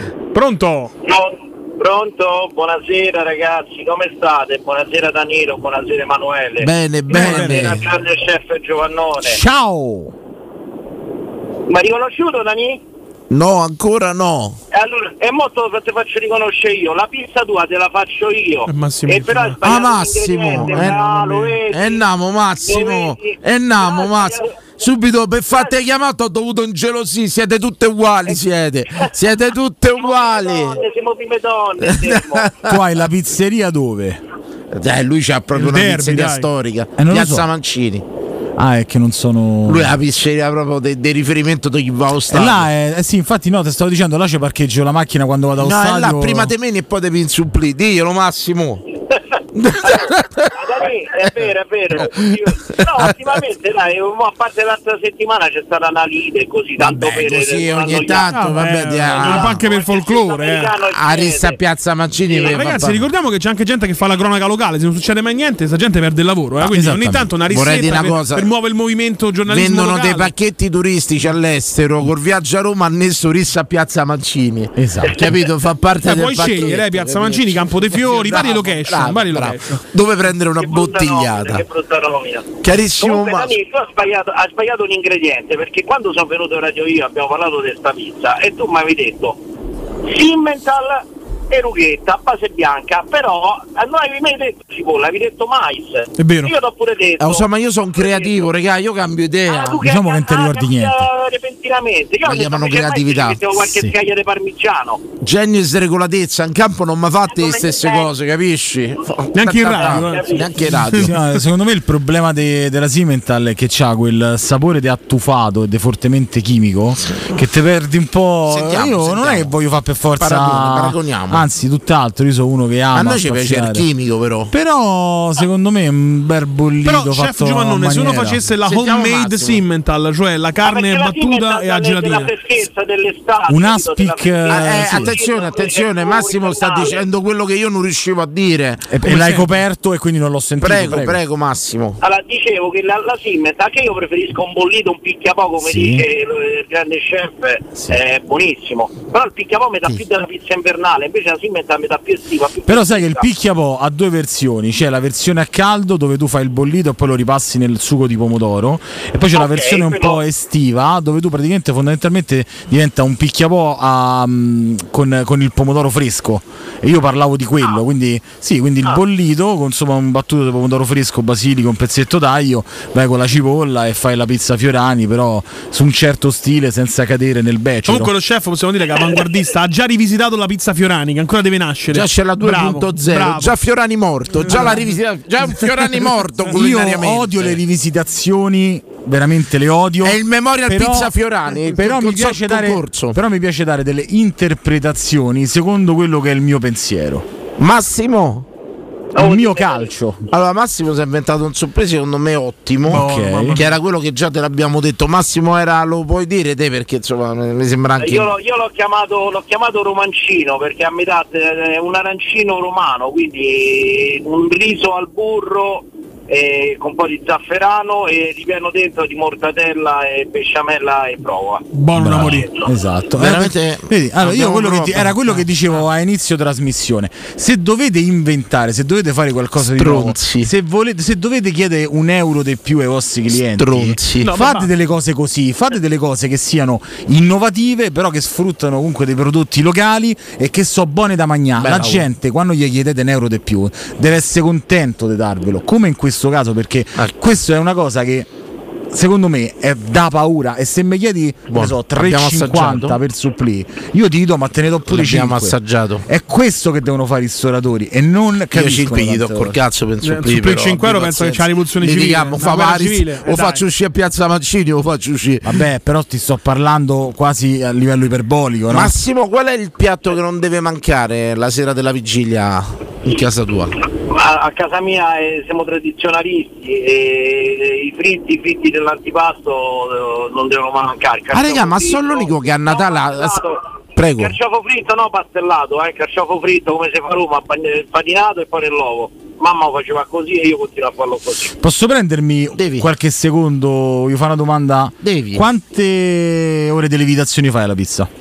Pronto? Buonasera ragazzi, come state? Buonasera Danilo, buonasera Emanuele. Bene. Buonasera grande chef Giovannone. Ciao! Ma riconosciuto Dani? No, ancora no. Allora, è molto te faccio riconoscere io, la pizza tua te la faccio io. Massimo. E però Massimo. Massimo. Subito per farti chiamato ho dovuto ingelosire, siete tutte uguali, siete tutte uguali. Siamo prime donne. Tu hai la pizzeria dove? Lui c'ha proprio una pizzeria storica, Piazza Mancini. Ah, è che non sono. Lui ha la pizzeria proprio di riferimento di chi va allo stadio. Là sì, infatti no, te stavo dicendo, là c'è parcheggio la macchina quando vado allo stadio. No, è là prima te meni e poi devi insupplire, diglielo Massimo. È vero. No, ultimamente dai, a parte l'altra settimana c'è stata una lite così, tanto per così ogni tanto, anche per folklore. Arista a Piazza Mancini. Ragazzi, ricordiamo che c'è anche gente che fa la cronaca locale, se non succede mai niente, sta gente perde il lavoro, quindi ogni tanto una risetta per muovere il movimento giornalistico. Vendono locale. dei pacchetti turistici all'estero col viaggio a Roma annesso rissa a Piazza Mancini. Esatto. Capito? Fa parte del puoi pacchetto. Scegliere Piazza Mancini, Campo dei Fiori, vari location. Dove prendere una bottigliata? Carissimo. Comunque, Dani, tu hai sbagliato un ingrediente, perché quando sono venuto in radio io abbiamo parlato di questa pizza e tu mi avevi detto Simmental e rughetta a base bianca, però non avevi mai detto cipolla, avevi detto mais. È vero. Io t'ho pure detto. Ma io sono un creativo, regà, io cambio idea. Diciamo che non ti ricordi niente. Repentinamente. La chiamano creatività. Mettevo qualche scaglia di parmigiano. Genio e sregolatezza, in campo non mi fate le stesse cose, capisci? Neanche in radio. Neanche in radio. Sì, no, secondo me il problema della Simmental è che c'ha quel sapore di attufato e di fortemente chimico che ti perdi un po'. Io non è che voglio fare per forza. Paragoniamo. Anzi, tutt'altro, io sono uno che ama. A noi ci piace il chimico, però. Però secondo me è un bel bollito. Però, fatto chef Giovannone, se uno facesse la homemade Simmental, cioè la carne battuta e a gelatina, la freschezza dell'estate, un aspic. Attenzione, Massimo sta dicendo quello che io non riuscivo a dire. E l'hai coperto e quindi non l'ho sentito. Prego Massimo. Allora, dicevo che la Simmental, che io preferisco un bollito, un picchiapò, come dice il grande chef, è buonissimo. Però il picchiapò mi dà più della pizza invernale, invece la Simmental mi dà più estiva. Però sai che il picchiapò ha due versioni, c'è la versione a caldo dove tu fai il bollito e poi lo ripassi nel sugo di pomodoro, e poi c'è la versione un po' estiva dove tu praticamente fondamentalmente diventa un picchiapò con il pomodoro fresco, e io parlavo di quello, quindi il bollito con insomma un battuto di pomodoro fresco, basilico, un pezzetto d'aglio, vai con la cipolla e fai la pizza Fiorani, però su un certo stile senza cadere nel becero. Comunque lo chef, possiamo dire che avanguardista, ha già rivisitato la pizza Fiorani, che ancora deve nascere. Già c'è la 2.0, già Fiorani morto, già la rivisita, già un Fiorani morto culinariamente. Io odio le rivisitazioni, veramente le odio. È il Memorial Pizza Fiorani, però mi piace dare delle interpretazioni secondo quello che è il mio pensiero. Massimo, il mio calcio. Allora Massimo si è inventato un sorpresa secondo me ottimo, che era quello che già te l'abbiamo detto. Massimo lo puoi dire te, perché insomma mi sembra anche io l'ho chiamato romancino, perché a metà è un arancino romano, quindi un riso al burro con un po' di zafferano e ripieno dentro di mortadella e besciamella e provola. Buono da morire. Esatto. Veramente. Vedi, allora io era quello che dicevo a inizio trasmissione. Se dovete inventare, se dovete fare qualcosa di nuovo, se dovete chiedere €1 di più ai vostri clienti, fate delle cose così, fate delle cose che siano innovative, però che sfruttano comunque dei prodotti locali e che so buone da mangiare. La gente, quando gli chiedete €1 di più, deve essere contento di darvelo, come in questo caso, perché questo è una cosa che secondo me è da paura, e se mi chiedi 3,50 per supplì, io ti do, ma te ne do pure 5. Assaggiato. È questo che devono fare i ristoratori e non capiscono. Io 5 gli do col cazzo per supplì, per €5 penso che c'è la rivoluzione civile. O faccio uscire a Piazza Mancini o faccio uscire. Vabbè, però ti sto parlando quasi a livello iperbolico, no? Massimo, qual è il piatto che non deve mancare la sera della vigilia in casa tua? A casa mia siamo tradizionalisti e i fritti dell'antipasto non devono mancare. Raga, ma sono l'unico che a Natale prego. Carciofo fritto, no pastellato, carciofo fritto come si fa a Roma, patinato e poi nell'uovo. Mamma lo faceva così e io continuo a farlo così. Posso prendermi qualche secondo? Io fare una domanda. Quante ore di lievitazione fai alla pizza?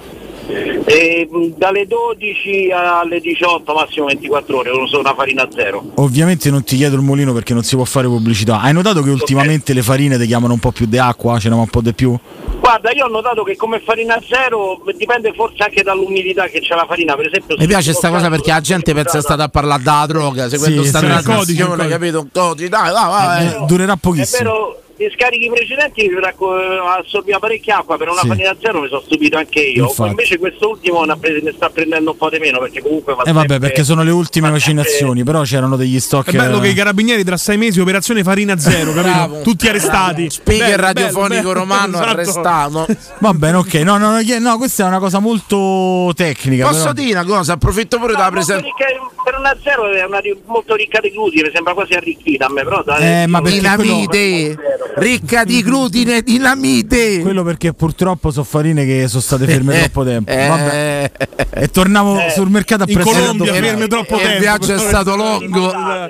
Dalle 12 alle 18, massimo 24 ore, non sono una farina zero. Ovviamente non ti chiedo il mulino perché non si può fare pubblicità. Hai notato che ultimamente le farine ti chiamano un po' più di acqua? Ce n'è un po' di più? Guarda, io ho notato che come farina zero dipende forse anche dall'umidità che c'è la farina, per esempio. Mi piace sta cosa perché la gente pensa stata a parlare della droga, seguendo sta trasmissione, capito? Un codice, dai. Durerà pochissimo. È vero. Gli scarichi precedenti assorbiva parecchia acqua, per una farina zero mi sono stupito anche io. Infatti. Invece quest'ultimo ne sta prendendo un po' di meno, perché comunque vabbè, perché sono le ultime vaccinazioni, però c'erano degli stock. È bello che i carabinieri tra 6 mesi operazione farina zero, capito? Tutti arrestati. Speaker radiofonico romano arrestato. Va bene, ok. No, questa è una cosa molto tecnica. Posso dire una cosa? Approfitto pure della presenza. Per una zero è molto ricca di glutine, sembra quasi arricchita a me, però ma dinamite, ricca di glutine, dinamite. Quello perché purtroppo sono farine che sono state ferme troppo tempo. Vabbè. E torniamo sul mercato a in Colombia ferme troppo tempo. Il viaggio è stato lungo.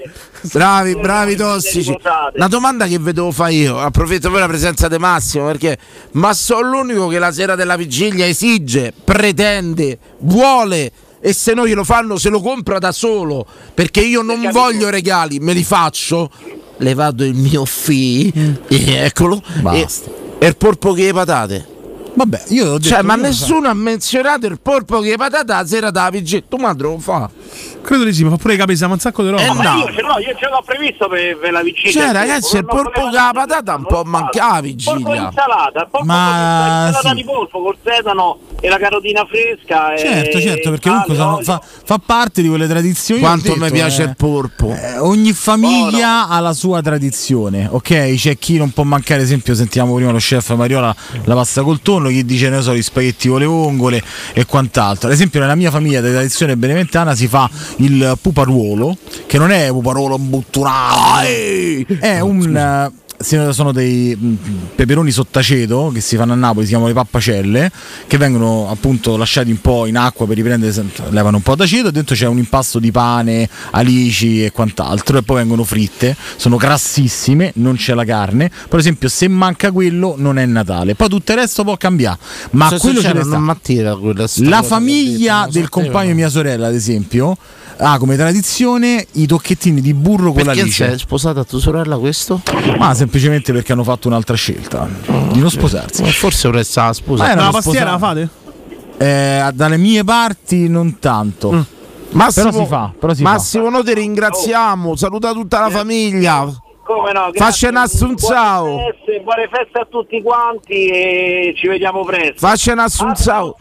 Bravi tossici. La domanda che vedevo fare io, approfitto per la presenza di Massimo, perché ma sono l'unico che la sera della vigilia esige, pretende, vuole, e se no glielo fanno se lo compra da solo, perché io non voglio regali, me li faccio, levato il mio eccolo, e il porpo che le patate. Vabbè, io ho detto, ma nessuno ha menzionato il porpo che le patate la sera della vigilia. Tu madre lo fa? Credo di sì, ma fa pure capire un sacco di roba. Io ce l'ho previsto per la vigilia. Cioè, ragazzi, il porpo con la patata un po' manca la vigilia. Porpo insalata, insalata di polpo col sedano e la carotina fresca. Certo, perché comunque fa parte di quelle tradizioni. Quanto mi piace il porpo. Ogni famiglia ha la sua tradizione, ok? C'è chi non può mancare, ad esempio, sentiamo prima lo chef Mariola, la pasta col tonno, chi dice ne so gli spaghetti con le vongole e quant'altro. Ad esempio nella mia famiglia di tradizione beneventana si fa il puparuolo, che non è puparuolo imbutturato, è sono dei peperoni sottaceto che si fanno a Napoli, si chiamano le pappacelle, che vengono appunto lasciati un po' in acqua per riprendere, levano un po' d'aceto, dentro c'è un impasto di pane, alici e quant'altro, e poi vengono fritte, sono grassissime, non c'è la carne. Per esempio se manca quello non è Natale, poi tutto il resto può cambiare, ma quello ce ne la famiglia del compagno di mia sorella, ad esempio, ha come tradizione i tocchettini di burro con l'alice. Perché sei sposata a tua sorella questo? Ma semplicemente perché hanno fatto un'altra scelta di non sposarsi. Forse vorrei stare sposata. Ma la pastiera la fate? Dalle mie parti non tanto. Massimo, però si fa. Massimo, noi ti ringraziamo. Saluta tutta la famiglia. Come no? Faccia un assunzao. Buone feste a tutti quanti e ci vediamo presto. Faccia un assunzao.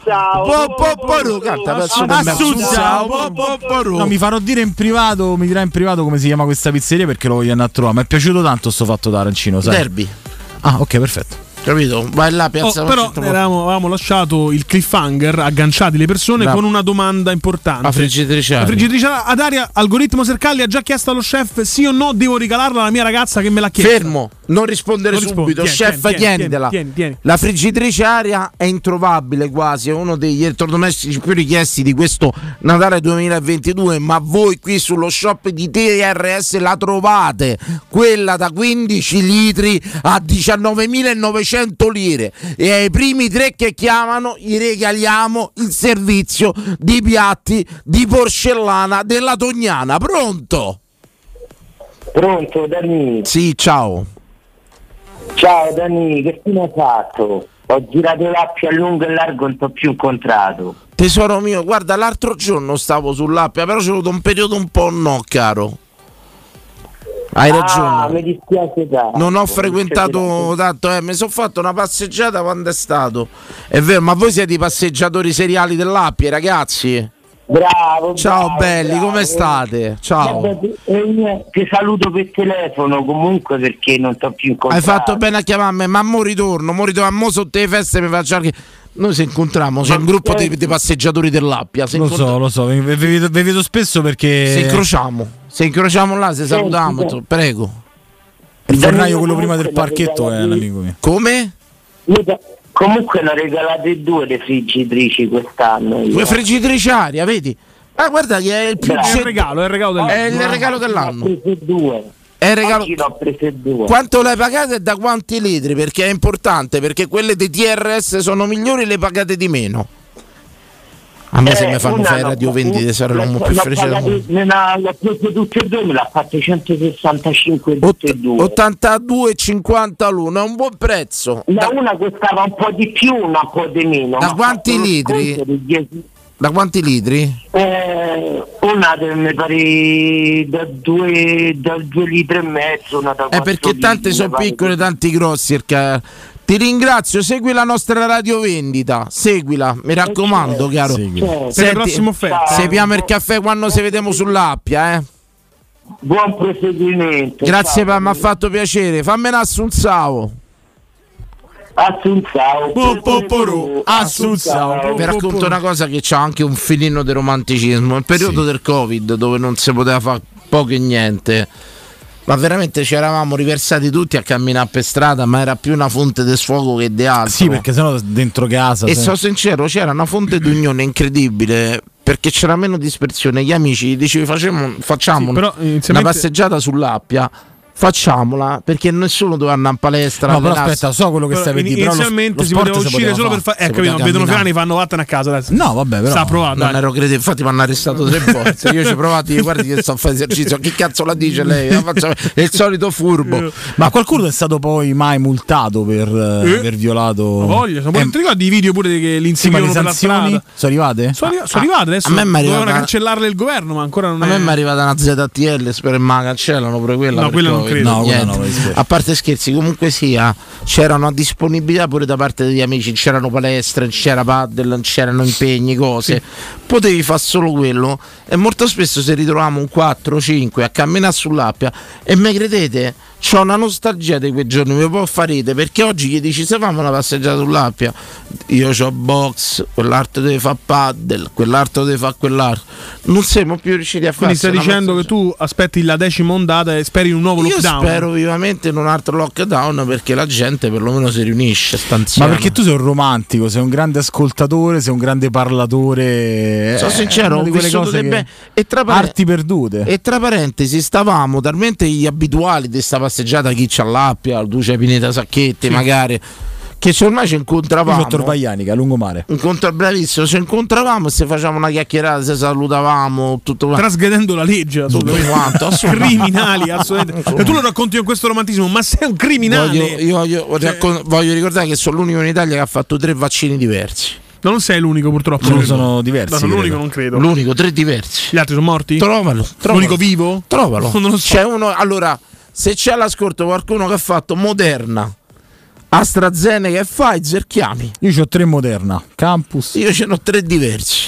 No, mi farò dire in privato, mi dirà in privato come si chiama questa pizzeria, perché lo voglio andare a trovare. Mi è piaciuto tanto sto fatto da arancino, sai? Derby. Ah, ok, perfetto. Capito? Vai là, piazza. Però avevamo lasciato il cliffhanger, agganciati le persone con una domanda importante. La friggitrice ad aria, algoritmo Sercalli ha già chiesto allo chef sì o no devo regalarla alla mia ragazza che me l'ha chiesto. Fermo. Non rispondere subito, chef, tienitela. Tieni. La friggitrice aria è introvabile quasi, è uno degli elettrodomestici più richiesti di questo Natale 2022, ma voi qui sullo shop di TRS la trovate, quella da 15 litri a 19.900 lire, e ai primi 3 che chiamano gli regaliamo il servizio di piatti di porcellana della Tognana. Pronto? Pronto, Dani? Sì, ciao. Ciao Dani, che fine hai fatto? Ho girato l'appia a lungo e largo e non t'ho più incontrato. Tesoro mio, guarda, l'altro giorno stavo sull'appia, però c'è avuto un periodo un po' no, caro. Hai ragione. Mi dispiace tanto. Non ho frequentato tanto, mi sono fatto una passeggiata quando è stato. È vero, ma voi siete i passeggiatori seriali dell'appia, ragazzi? Bravo. Ciao belli, bravo. come state? Ciao. Ti saluto per telefono comunque perché non t'ho più incontrato. Hai fatto bene a chiamarmi, ma mo ritorno, mo sotto le feste mi faccio anche. Noi se incontriamo, c'è un gruppo di passeggiatori dell'appia. Lo so, vi vedo spesso perché. Se incrociamo là, se salutiamo, prego. Il fornaio, quello prima del parchetto, è un amico mio. Come? Comunque ne ho regalate 2 le friggitrici quest'anno. 2 friggitrici aria, vedi? Ah, guarda che è il più è il regalo dell'anno. È il regalo dell'anno. Ho preso 2. È il regalo. Oggi ne ho prese 2. Quanto le pagate e da quanti litri? Perché è importante, perché quelle di TRS sono migliori, le pagate di meno. A me se mi fanno fare radio vendite saranno un po' più felice. Le prese tutte e 2, me l'ha fatte 165 tutte e 2. 82,50 l'uno, è un buon prezzo. Una costava un po' di più, una un po' di meno. Da quanti litri? Da quanti litri? Una mi pare da 2 litri e mezzo, una da 4 perché tanti sono piccoli, tanti grossi. Ti ringrazio, segui la nostra radio vendita, seguila, mi raccomando, chiaro. Per il prossimo offerta. Seguiamo il caffè quando ci vediamo sull'appia, Buon proseguimento. Grazie, mi ha fatto piacere. Fammi un assunzao. Assunzao. Vi racconto una cosa che c'ha anche un filino di romanticismo. Il periodo del Covid, dove non si poteva fare poco e niente, ma veramente ci eravamo riversati tutti a camminare per strada, ma era più una fonte di sfogo che di altro. Sì, perché sennò dentro casa. E sono sincero, c'era una fonte di unione incredibile, perché c'era meno dispersione. Gli amici dicevi facciamo una passeggiata sull'appia. Facciamola, perché nessuno doveva andare in palestra. No, però aspetta, so quello che stai per dire. Inizialmente si poteva uscire solo per fare. Capito? Vedono Ferrani, fanno vattene a casa adesso. No, vabbè, però. Sta provando. Non ero credibile, infatti mi hanno arrestato 3 volte. Io ci ho provato, guardi che sto a fare esercizio. Che cazzo la dice lei? È il solito furbo. Ma qualcuno è stato poi mai multato per aver violato? Voglia, ti ricordi i video pure che li inseguivano per la strada? Sono arrivate? Sono arrivate adesso. Dovevano cancellarle il governo, ma ancora non è. A me mi è arrivata una ZTL, spero che me la cancellano pure quella. No, quella non credo. No, quella no. A parte scherzi, comunque sia, c'era una disponibilità pure da parte degli amici, c'erano palestre, c'era paddle, c'erano impegni, cose. Potevi fare solo quello, e molto spesso se ritrovavamo un 4-5 a camminare sull'appia, e me credete, c'ho una nostalgia di quei giorni, mi può far ridere, perché oggi gli dici se famo una passeggiata sull'appia, io c'ho box, quell'altro deve fare paddle, quell'altro deve fare quell'altro, non siamo più riusciti a fare. Quindi stai dicendo che tu aspetti la 10ª ondata e speri in un nuovo lockdown? Io spero vivamente in un altro lockdown, perché la gente perlomeno si riunisce, Ma perché tu sei un romantico, sei un grande ascoltatore, sei un grande parlatore. Sono sincero, ho vissuto arti perdute. E tra parentesi, stavamo talmente gli abituali di questa passeggiata, chi c'ha l'appia, tu c'hai Pineta Sacchetti, magari, che ormai ci incontravamo. Io Torvaianica, a lungomare. Bravissimo, ci incontravamo e se facevamo una chiacchierata, se salutavamo, tutto trasgredendo la legge, assolutamente. Criminali, assolutamente. E tu lo racconti con questo romantismo, ma sei un criminale. Voglio ricordare che sono l'unico in Italia che ha fatto 3 vaccini diversi. Non sei l'unico, purtroppo. Non sono diversi. No, sono l'unico, non credo. L'unico, 3 diversi. Gli altri sono morti? Trovalo. L'unico vivo? Trovalo. Non lo so. C'è uno, allora, se c'è all'ascolto qualcuno che ha fatto Moderna, AstraZeneca e Pfizer, chiami. Io ho 3 Moderna, Campus. Io ce n'ho 3 diversi.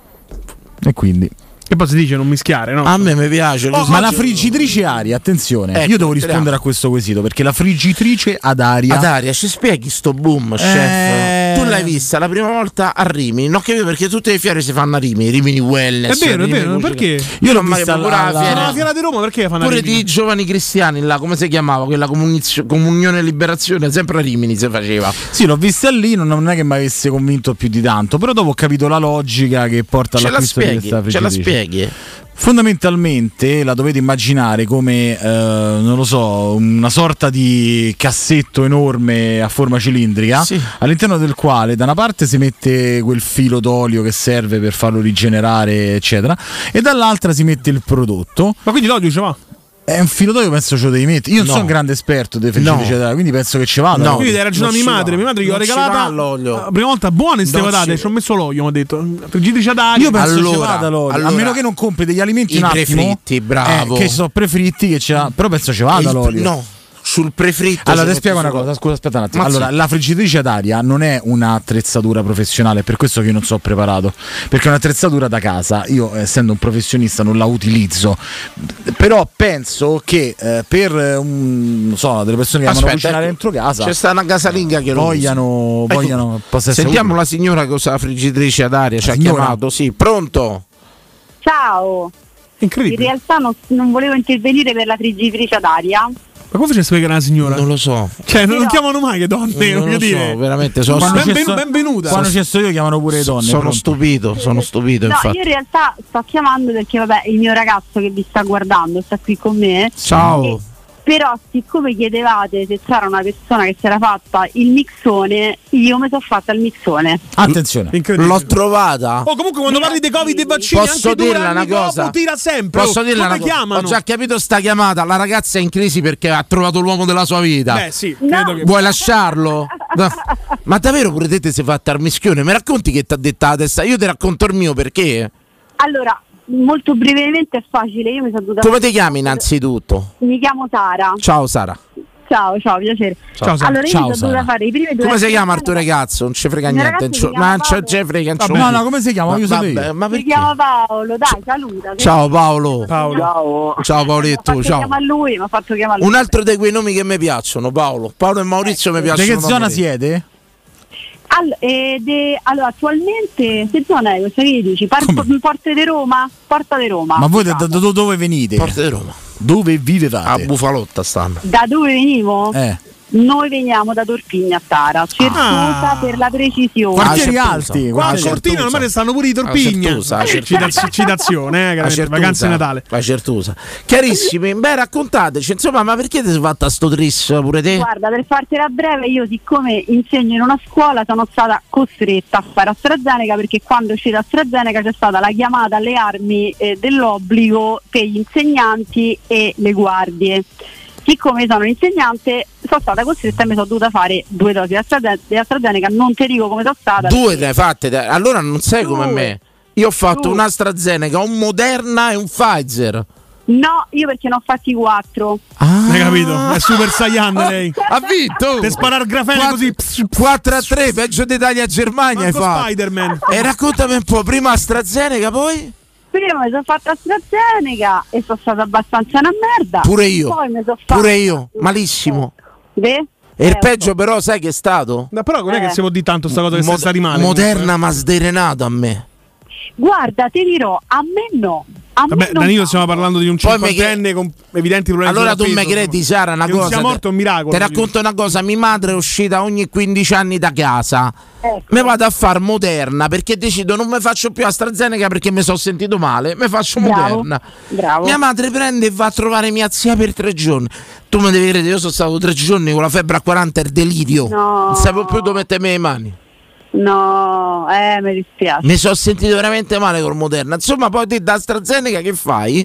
E quindi. E poi si dice non mischiare, no? A me mi piace. Ma la friggitrice aria, attenzione, io devo rispondere a questo quesito, perché la friggitrice ad aria. Ad aria, ci spieghi sto boom, chef? Tu l'hai vista la prima volta a Rimini, non capito perché tutte le fiere si fanno a Rimini Wellness. È vero, perché? Io l'ho mai visto la fiera di Roma, perché fanno pure di giovani cristiani là, come si chiamava quella comunione e liberazione, sempre a Rimini si faceva. Sì, l'ho vista lì, non è che mi avesse convinto più di tanto, però dopo ho capito la logica che porta all'acquisto di questa friggitrice. Ce la spieghi? Fondamentalmente la dovete immaginare come non lo so, una sorta di cassetto enorme a forma cilindrica, sì, all'interno del quale da una parte si mette quel filo d'olio che serve per farlo rigenerare eccetera, e dall'altra si mette il prodotto. Ma quindi l'olio ce va? È un filo d'olio, penso ce lo devi mettere. Io non sono un grande esperto dei friggitrici ad aria, quindi penso che ci vada. No, quindi hai ragione mia madre gli ho regalata la prima volta buona in ste patate, ci ho messo l'olio, mi ha detto friggitrice ad aria. Io penso che ci vada l'olio, a meno che non compri degli alimenti un attimo prefritti, bravo, che sono prefritti, che c'ha, però penso ci vada l'olio. No, sul prefritto. Allora ti spiego una cosa, scusa, aspetta un attimo. Allora, la friggitrice ad aria non è un'attrezzatura professionale, per questo che io non so preparato, perché è un'attrezzatura da casa. Io, essendo un professionista, non la utilizzo, però penso che per non so, delle persone che amano cucinare dentro casa, c'è sta una casalinga che vogliano possa essere sentiamo utile. La signora che usa la friggitrice ad aria, ci ha chiamato, sì, pronto? Ciao. Incredibile. In realtà non volevo intervenire per la friggitrice ad aria. Ma come facesse spiegare una signora? Non lo so. Cioè, non chiamano mai le donne, non lo dire. So, veramente sono benvenuta. Quando c'è io chiamano pure le donne. Sono stupito, No, infatti. io in realtà sto chiamando perché vabbè, il mio ragazzo che vi sta guardando sta qui con me. Ciao. Però siccome chiedevate se c'era una persona che si era fatta il mixone, io mi sono fatta il mixone. Attenzione, l'ho trovata. Comunque quando parli dei Covid e vaccini, posso anche dirla una cosa? Dopo, tira sempre. Posso dirla una cosa? Chiamano? Ho già capito sta chiamata. La ragazza è in crisi perché ha trovato l'uomo della sua vita. Beh, sì, credo che... Vuoi lasciarlo? No. Ma davvero pure te sei fatta al mischione? Mi racconti che ti ha detta la testa? Io ti racconto il mio perché. Allora, molto brevemente è facile, io mi sono dovuta... Come ti chiami innanzitutto? Mi chiamo Sara. Ciao Sara. Ciao, piacere. Ciao, allora io mi sono dovuta fare i primi due... Come si chiama il tuo ragazzo? Non ci frega niente. Ma non ci frega niente. No, come si chiama? Io so io. Ma si chiama Paolo, dai, saluta. Ciao Paolo. Ciao Paoletto, ciao. Mi ha fatto chiamare lui. Un altro di quei nomi che mi piacciono, Paolo. Paolo e Maurizio mi piacciono. Di che zona siete? Allora, attualmente che zona è questa che gli dici? Porta di Roma? Porta di Roma. Ma voi da dove venite? Porta di Roma. Dove vivevate? A Bufalotta stanno. Da dove venivo? Noi veniamo da Torpigna a Tara, Certosa per la precisione. Quartieri alti. Qua a Cortina ormai stanno pure i Torpigna. Citazione, vacanze Natale. La Certosa. Chiarissimi, beh, raccontateci, insomma, ma perché ti sei fatta sto tris pure te? Guarda, per fartela breve, io siccome insegno in una scuola sono stata costretta a fare AstraZeneca, perché quando è uscita AstraZeneca c'è stata la chiamata alle armi dell'obbligo per gli insegnanti e le guardie. Siccome sono insegnante sono stata costretta e mi sono dovuta fare 2 dosi di AstraZeneca, non ti dico come sono stata. 2 ne hai fatte, allora non sei come me. Io ho fatto un AstraZeneca, un Moderna e un Pfizer. No, io perché ne ho fatti 4. Hai capito? È Super Saiyan lei. Ha vinto! Per sparare grafene così 4-3, peggio d'Italia-Germania hai fatto. Spider-Man. E raccontami un po', prima AstraZeneca, poi? Prima mi sono fatta AstraZeneca e sono stata abbastanza una merda. Pure io. Poi mi sono fatta... Pure io, malissimo. Beh? E il peggio però sai che è stato? Ma però non è che si può dire tanto sta cosa che sei stati male. Moderna mi ha sdrenato a me. Guarda, ti dirò, a me no. Vabbè, Danilo, stiamo parlando di un cinquantenne con evidenti problemi. Allora tu mi credi, Sara, una cosa? Sia morto è un miracolo. Ti racconto una cosa: mia madre è uscita ogni 15 anni da casa. Mi vado a far Moderna perché decido non mi faccio più AstraZeneca perché mi sono sentito male. Mi faccio Moderna. Bravo. Mia madre prende e va a trovare mia zia per 3 giorni. Tu mi devi credere, io sono stato 3 giorni con la febbre a 40, il delirio. No. Non sapevo più dove mettermi le mani. No, mi dispiace. Mi sono sentito veramente male col Moderna. Insomma, poi te da AstraZeneca che fai?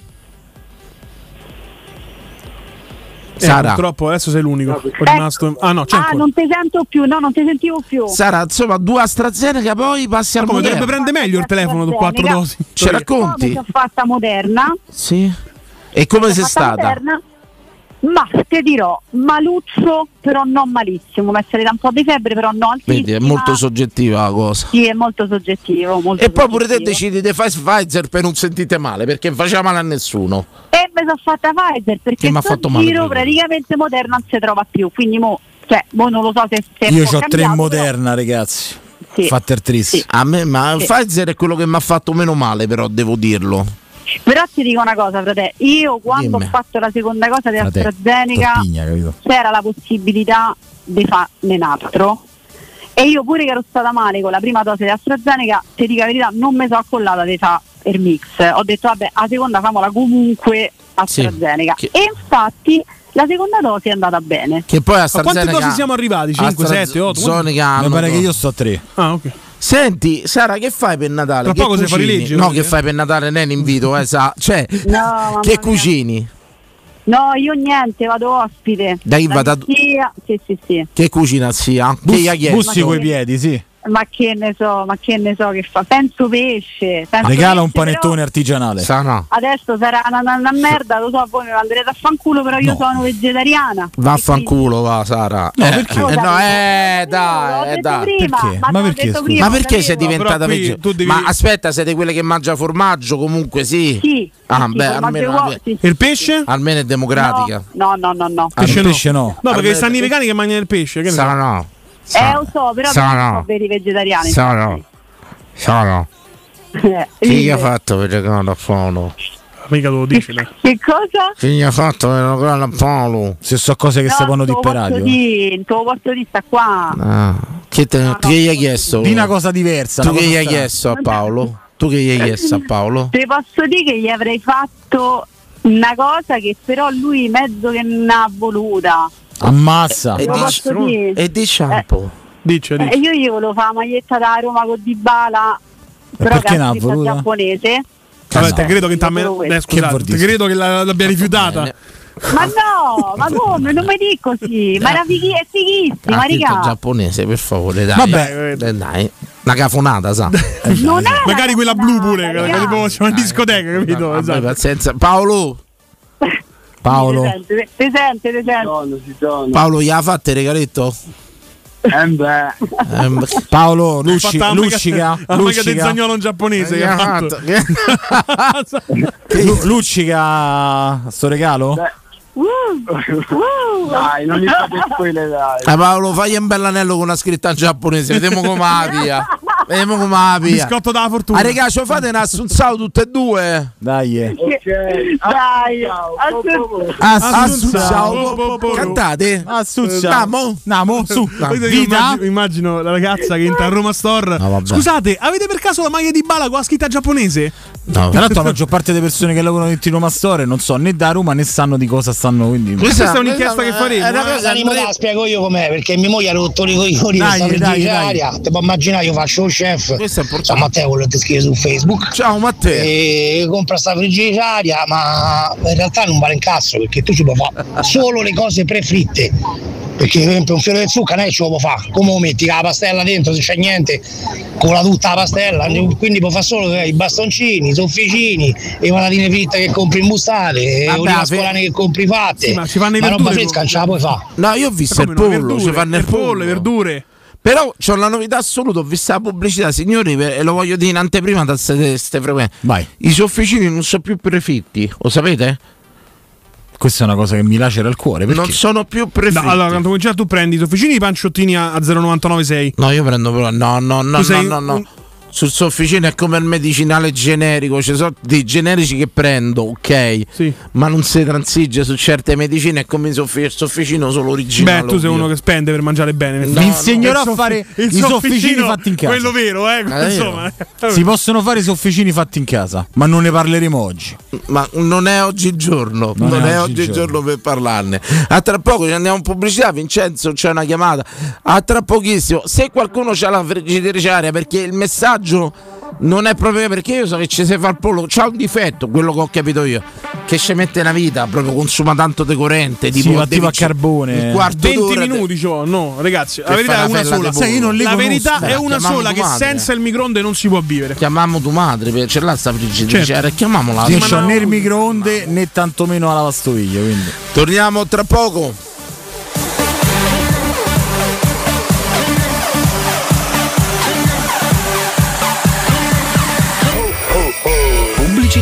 Sara, purtroppo adesso sei l'unico. Rimasto... non ti sento più, non ti sentivo più. Sara, insomma, 2 AstraZeneca, poi passi a Moderna. Dovrebbe prendere meglio il telefono dopo 4 dosi. Ce racconti? Mi sono fatta Moderna. Sì. E come sei stata? Moderna. Ma te dirò, maluccio, però non malissimo. Mi è salita un po' di febbre, però no altissima. Vedi, è molto soggettiva la cosa. Sì, è molto soggettivo. E poi pure te decidi di fare Pfizer per non sentite male, perché non faceva male a nessuno. E mi sono fatta Pfizer perché in sto giro praticamente Moderna non si trova più. Quindi mo cioè, non lo so se io ho 3 in Moderna, ragazzi. Sì. Fatter triste. A me, ma Pfizer è quello che mi ha fatto meno male, però devo dirlo. Però ti dico una cosa, frate, io quando ho fatto la seconda cosa di AstraZeneca c'era la possibilità di farne un altro, e io pure che ero stata male con la prima dose di AstraZeneca, ti dico la verità, non mi sono accollata di fare il mix, ho detto vabbè, la seconda famola comunque AstraZeneca, sì, e infatti la seconda dose è andata bene. Che poi a quante dosi siamo arrivati? 5, 7, 8? Mi pare che io sto a 3. Ah, ok. Senti, Sara, che fai per Natale? Tra poco se fai legge. No, che fai per Natale? Non è un invito, cioè, no, che cucini? No, io niente, vado ospite. Da chi vada? Sì. Che cucina zia? Che gli ha chiesto? Bussi coi piedi, sì. Ma che ne so che fa? Penso pesce. Regala un panettone artigianale. Adesso sarà una merda, lo so, voi mi manderete a fanculo, però io sono vegetariana. Vaffanculo, va Sara. No, perché? Dai. Prima, ma perché sei diventata vegetariana? Ma aspetta, siete quelle che mangia formaggio comunque, sì? Sì. Almeno il pesce? Almeno è democratica. No. Pesce no. No, perché stanno i vegani che mangiano il pesce. Che Sara no. Lo so, però sono per i vegetariani. Sono. Chi gli ha fatto per giocare a Paolo? Mica lo dici, Che cosa? Chi gli ha fatto per giocare a Paolo? Se so cose che si fanno di per radio. Il tuo posto di sta qua. Che gli hai chiesto? Di una cosa diversa. Tu che gli hai chiesto a Paolo? Ti posso dire che gli avrei fatto una cosa che però lui mezzo che non ha voluta. Ammazza. E diciamo dice. Io gli volevo fare la maglietta da Roma con Dybala, però che è giapponese. Vabbè, te credo che credo che l'abbia rifiutata. Ma no, ma come? Non mi dico così. Ma è fighissima, raga. Giapponese, per favore, dai. Vabbè, dai. Una cafonata, sa. Non è magari quella blu pure, che tipo c'è una discoteca, capito? No, esatto. Pazienza. Paolo. Ti sente. Paolo, gli ha fatto il regaletto? Paolo, luccica. Luccica del zagnolo giapponese che ha fatto. Luccica sto regalo? Dai, non mi fate spoilerare. Paolo, fai un bell'anello con una scritta in giapponese, vediamo come la via. Biscotto della fortuna. Raga, ci fate un assunzao tutte e due. Dai. Assunzao. Cantate. Assunzao. Namo su. Immagino la ragazza che entra a Roma Store. Scusate, avete per caso la maglia di Dybala con la scritta giapponese? No, tra l'altro la maggior parte delle persone che lavorano in Roma Store non so né da Roma né sanno di cosa stanno, quindi questa è un'inchiesta che faremo. La spiego io com'è, perché mia moglie ha rotto i coglioni questa friggicaria. Ti puoi immaginare, io faccio lo chef. Ciao Matteo, quello che ti scrive su Facebook. Ciao Matteo. E compra sta friggicaria, ma in realtà non vale un cazzo, perché tu ci puoi fare solo le cose prefritte. Perché per esempio un fiore di zucca non è ce lo può fare, come lo metti la pastella dentro se c'è niente, cola tutta la pastella, quindi può fare solo i bastoncini, i sofficini, le patatine fritte che compri imbustate, le olive ascolane che compri fatte, ma ci fanno ma roba fresca non ce la puoi fare. No, io ho visto il pollo, ci fanno il pollo, le verdure. Però c'ho una novità assoluta, ho visto la pubblicità, signori, e lo voglio dire in anteprima da queste frequenze. Vai. I sofficini non sono più prefritti, lo sapete? Questa è una cosa che mi lacera il cuore. Perché? Non sono più prefritti. No, allora, quando cominciare tu prendi i sofficini e i panciottini a 0,996. No, io prendo però. No. Sul sofficino è come il medicinale generico, ci sono dei generici che prendo, ok? Sì. Ma non si transige su certe medicine, è come il sofficino solo originale. Beh, tu sei uno che spende per mangiare bene. Mi insegnerò a fare i sofficini fatti in casa. Quello vero, insomma. Si possono fare i sofficini fatti in casa, ma non ne parleremo oggi. Ma non è oggi il giorno, non è oggi il giorno per parlarne. A tra poco ci andiamo in pubblicità, Vincenzo, c'è una chiamata. A tra pochissimo, se qualcuno c'ha la friggidericaria, perché il messaggio non è proprio, perché io so che ci si fa il pollo, c'ha un difetto, quello che ho capito io, che ci mette una vita, proprio consuma tanto decorrente, tipo attivo a carbone. Un quarto 20 minuti no, ragazzi, la verità è una sola. La verità è una sola, che senza il microonde non si può vivere. Chiamiamo tua madre, ce l'ha sta friggidericaria, chiamiamola. Non c'ho né il microonde né tantomeno la lavastoviglie, quindi. Torniamo tra poco.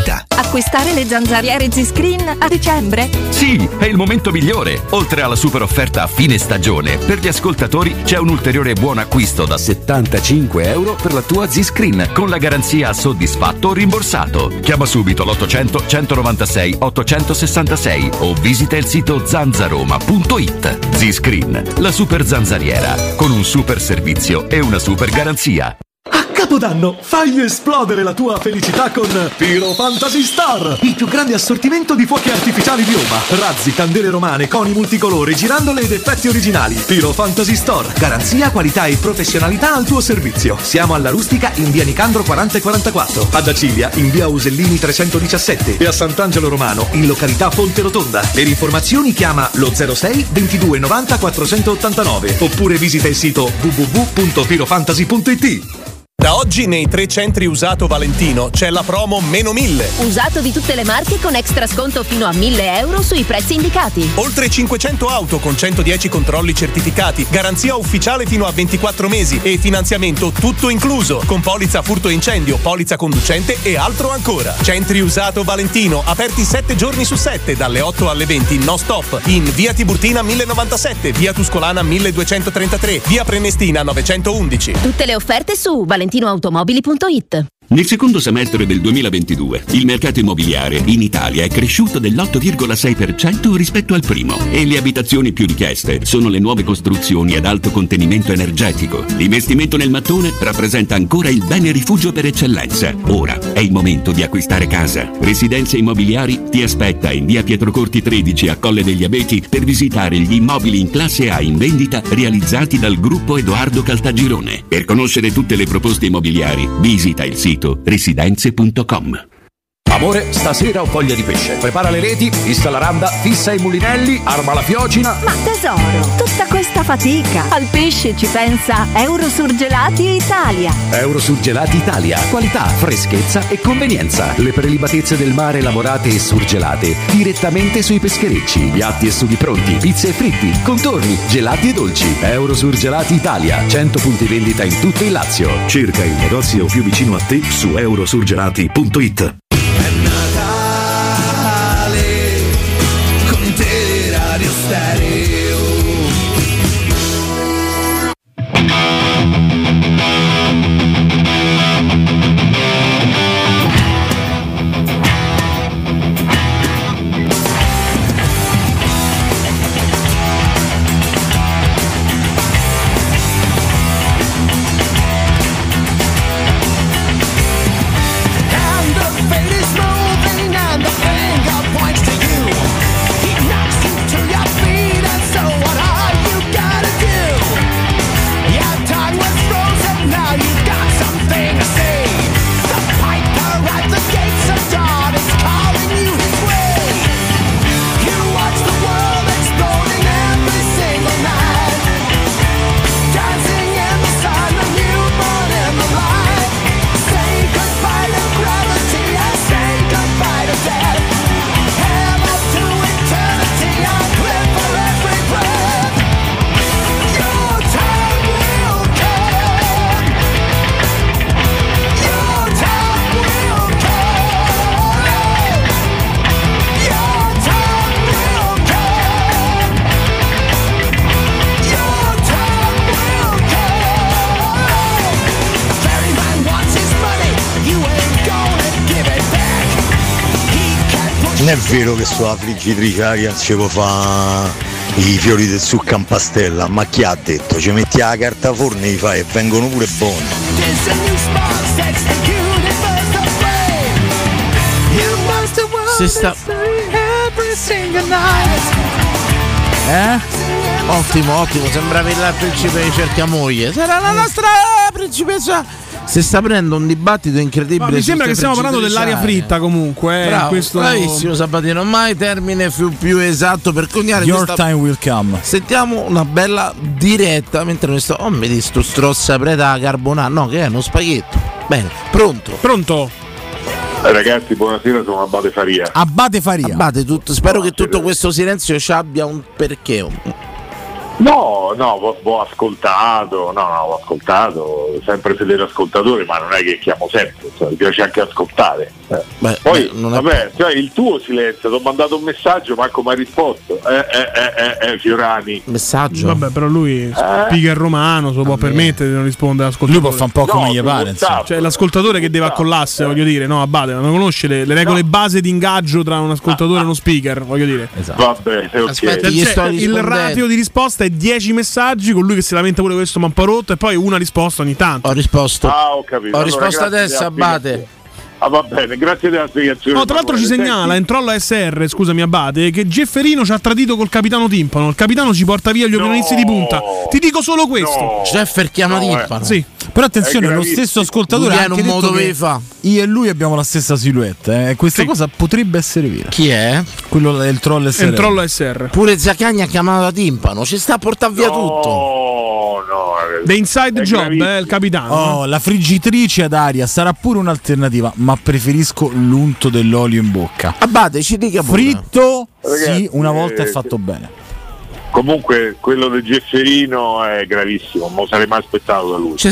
vita. Acquistare le zanzariere Z-Screen a dicembre? Sì, è il momento migliore. Oltre alla super offerta a fine stagione, per gli ascoltatori c'è un ulteriore buon acquisto da €75 per la tua Z-Screen con la garanzia soddisfatto o rimborsato. Chiama subito l'800 196 866 o visita il sito zanzaroma.it. Z-Screen, la super zanzariera con un super servizio e una super garanzia. A Capodanno fai esplodere la tua felicità con Pyro Fantasy Star, il più grande assortimento di fuochi artificiali di Roma. Razzi, candele romane, coni multicolori, girandole ed effetti originali. Pyro Fantasy Store, garanzia, qualità e professionalità al tuo servizio. Siamo alla Rustica in via Nicandro 40 e 44, ad Acilia in via Usellini 317 e a Sant'Angelo Romano in località Fonte Rotonda. Per informazioni chiama lo 06 22 90 489 oppure visita il sito www.pyrofantasy.it. Da oggi nei 3 centri usato Valentino c'è la promo meno 1000. Usato di tutte le marche con extra sconto fino a €1.000 sui prezzi indicati. Oltre 500 auto con 110 controlli certificati, garanzia ufficiale fino a 24 mesi e finanziamento tutto incluso, con polizza furto e incendio, polizza conducente e altro ancora. Centri usato Valentino, aperti 7 giorni su 7, dalle 8 alle 20, no stop, in via Tiburtina 1097, via Tuscolana 1233, via Prenestina 911. Tutte le offerte su valentinoautomobili.it. Nel secondo semestre del 2022, il mercato immobiliare in Italia è cresciuto dell'8,6% rispetto al primo e le abitazioni più richieste sono le nuove costruzioni ad alto contenimento energetico. L'investimento nel mattone rappresenta ancora il bene rifugio per eccellenza. Ora è il momento di acquistare casa. Residenze Immobiliari ti aspetta in via Pietrocorti 13 a Colle degli Abeti per visitare gli immobili in classe A in vendita realizzati dal gruppo Edoardo Caltagirone. Per conoscere tutte le proposte immobiliari, visita il sito residenze.com. Amore, stasera ho voglia di pesce. Prepara le reti, fissa la randa, fissa i mulinelli, arma la fiocina. Ma tesoro, tutta questa fatica. Al pesce ci pensa Eurosurgelati Italia. Eurosurgelati Italia. Qualità, freschezza e convenienza. Le prelibatezze del mare lavorate e surgelate direttamente sui pescherecci. Piatti e sughi pronti, pizze e fritti, contorni, gelati e dolci. Eurosurgelati Italia. 100 punti vendita in tutto il Lazio. Cerca il negozio più vicino a te su eurosurgelati.it. Con Teleradio Stereo. Non è vero che sulla friggitrice aria non si può fare i fiori del zucca in pastella, ma chi ha detto? Ci metti la carta forno e li fai e vengono pure buoni. Se sta... Ottimo, ottimo, sembrava il principe di cercamoglie. Sarà la nostra principessa. Si sta aprendo un dibattito incredibile. Ma mi sembra che stiamo parlando dell'aria fritta comunque. Bravo, questo... Bravissimo Sabatino, mai termine più esatto per coniare. Your time will come. Sentiamo una bella diretta mentre noi sto. Oh, mi di sto strozza preta carbonara. No, che è uno spaghetto. Bene, pronto. Pronto. Ragazzi, buonasera, sono Abate Faria. Abate Faria. Abate, spero che tutto questo silenzio ci abbia un perché. No, ho ascoltato, ho ascoltato, sempre fedele ascoltatore, ma non è che chiamo sempre, mi piace anche ascoltare. Poi cioè il tuo silenzio, ti ho mandato un messaggio, Marco mi ha risposto. Fiorani. Messaggio? Vabbè, però lui speaker romano, se lo può permettere di non rispondere all'ascoltatore. Lui può fare un po' come gli pare. Cioè l'ascoltatore che deve accollasse, voglio dire, no, Abate, non conosce le regole base di ingaggio tra un ascoltatore e uno speaker, voglio dire. Esatto. Vabbè, Aspetta, il ratio di risposta è 10 messaggi, con lui che si lamenta pure questo ma un po' rotto, e poi una risposta ogni tanto. Ho risposto. Ho capito. Ho risposto adesso, Abate. Va bene, grazie della spiegazione. No, tra l'altro ci segnala Entrollo SR, scusami Abate, che Gefferino ci ha tradito col capitano Timpano. Il capitano ci porta via gli opinionisti di punta. Ti dico solo questo. Jeffer chiama Timpano. Sì. Però attenzione, lo stesso ascoltatore ha anche detto che io e lui abbiamo la stessa silhouette, e questa cosa potrebbe essere vera. Chi è? Quello del Troll SR. Il Troll SR. Pure Zaccagni ha chiamato da Timpano, ci sta a portare via tutto. The inside job, il capitano. Oh, la friggitrice ad aria sarà pure un'alternativa, ma preferisco l'unto dell'olio in bocca. Abate, ci dica pure. Fritto, Ragazzi, sì, una volta è fatto bene. Comunque quello del Gefferino è gravissimo, non lo sarei mai aspettato da lui.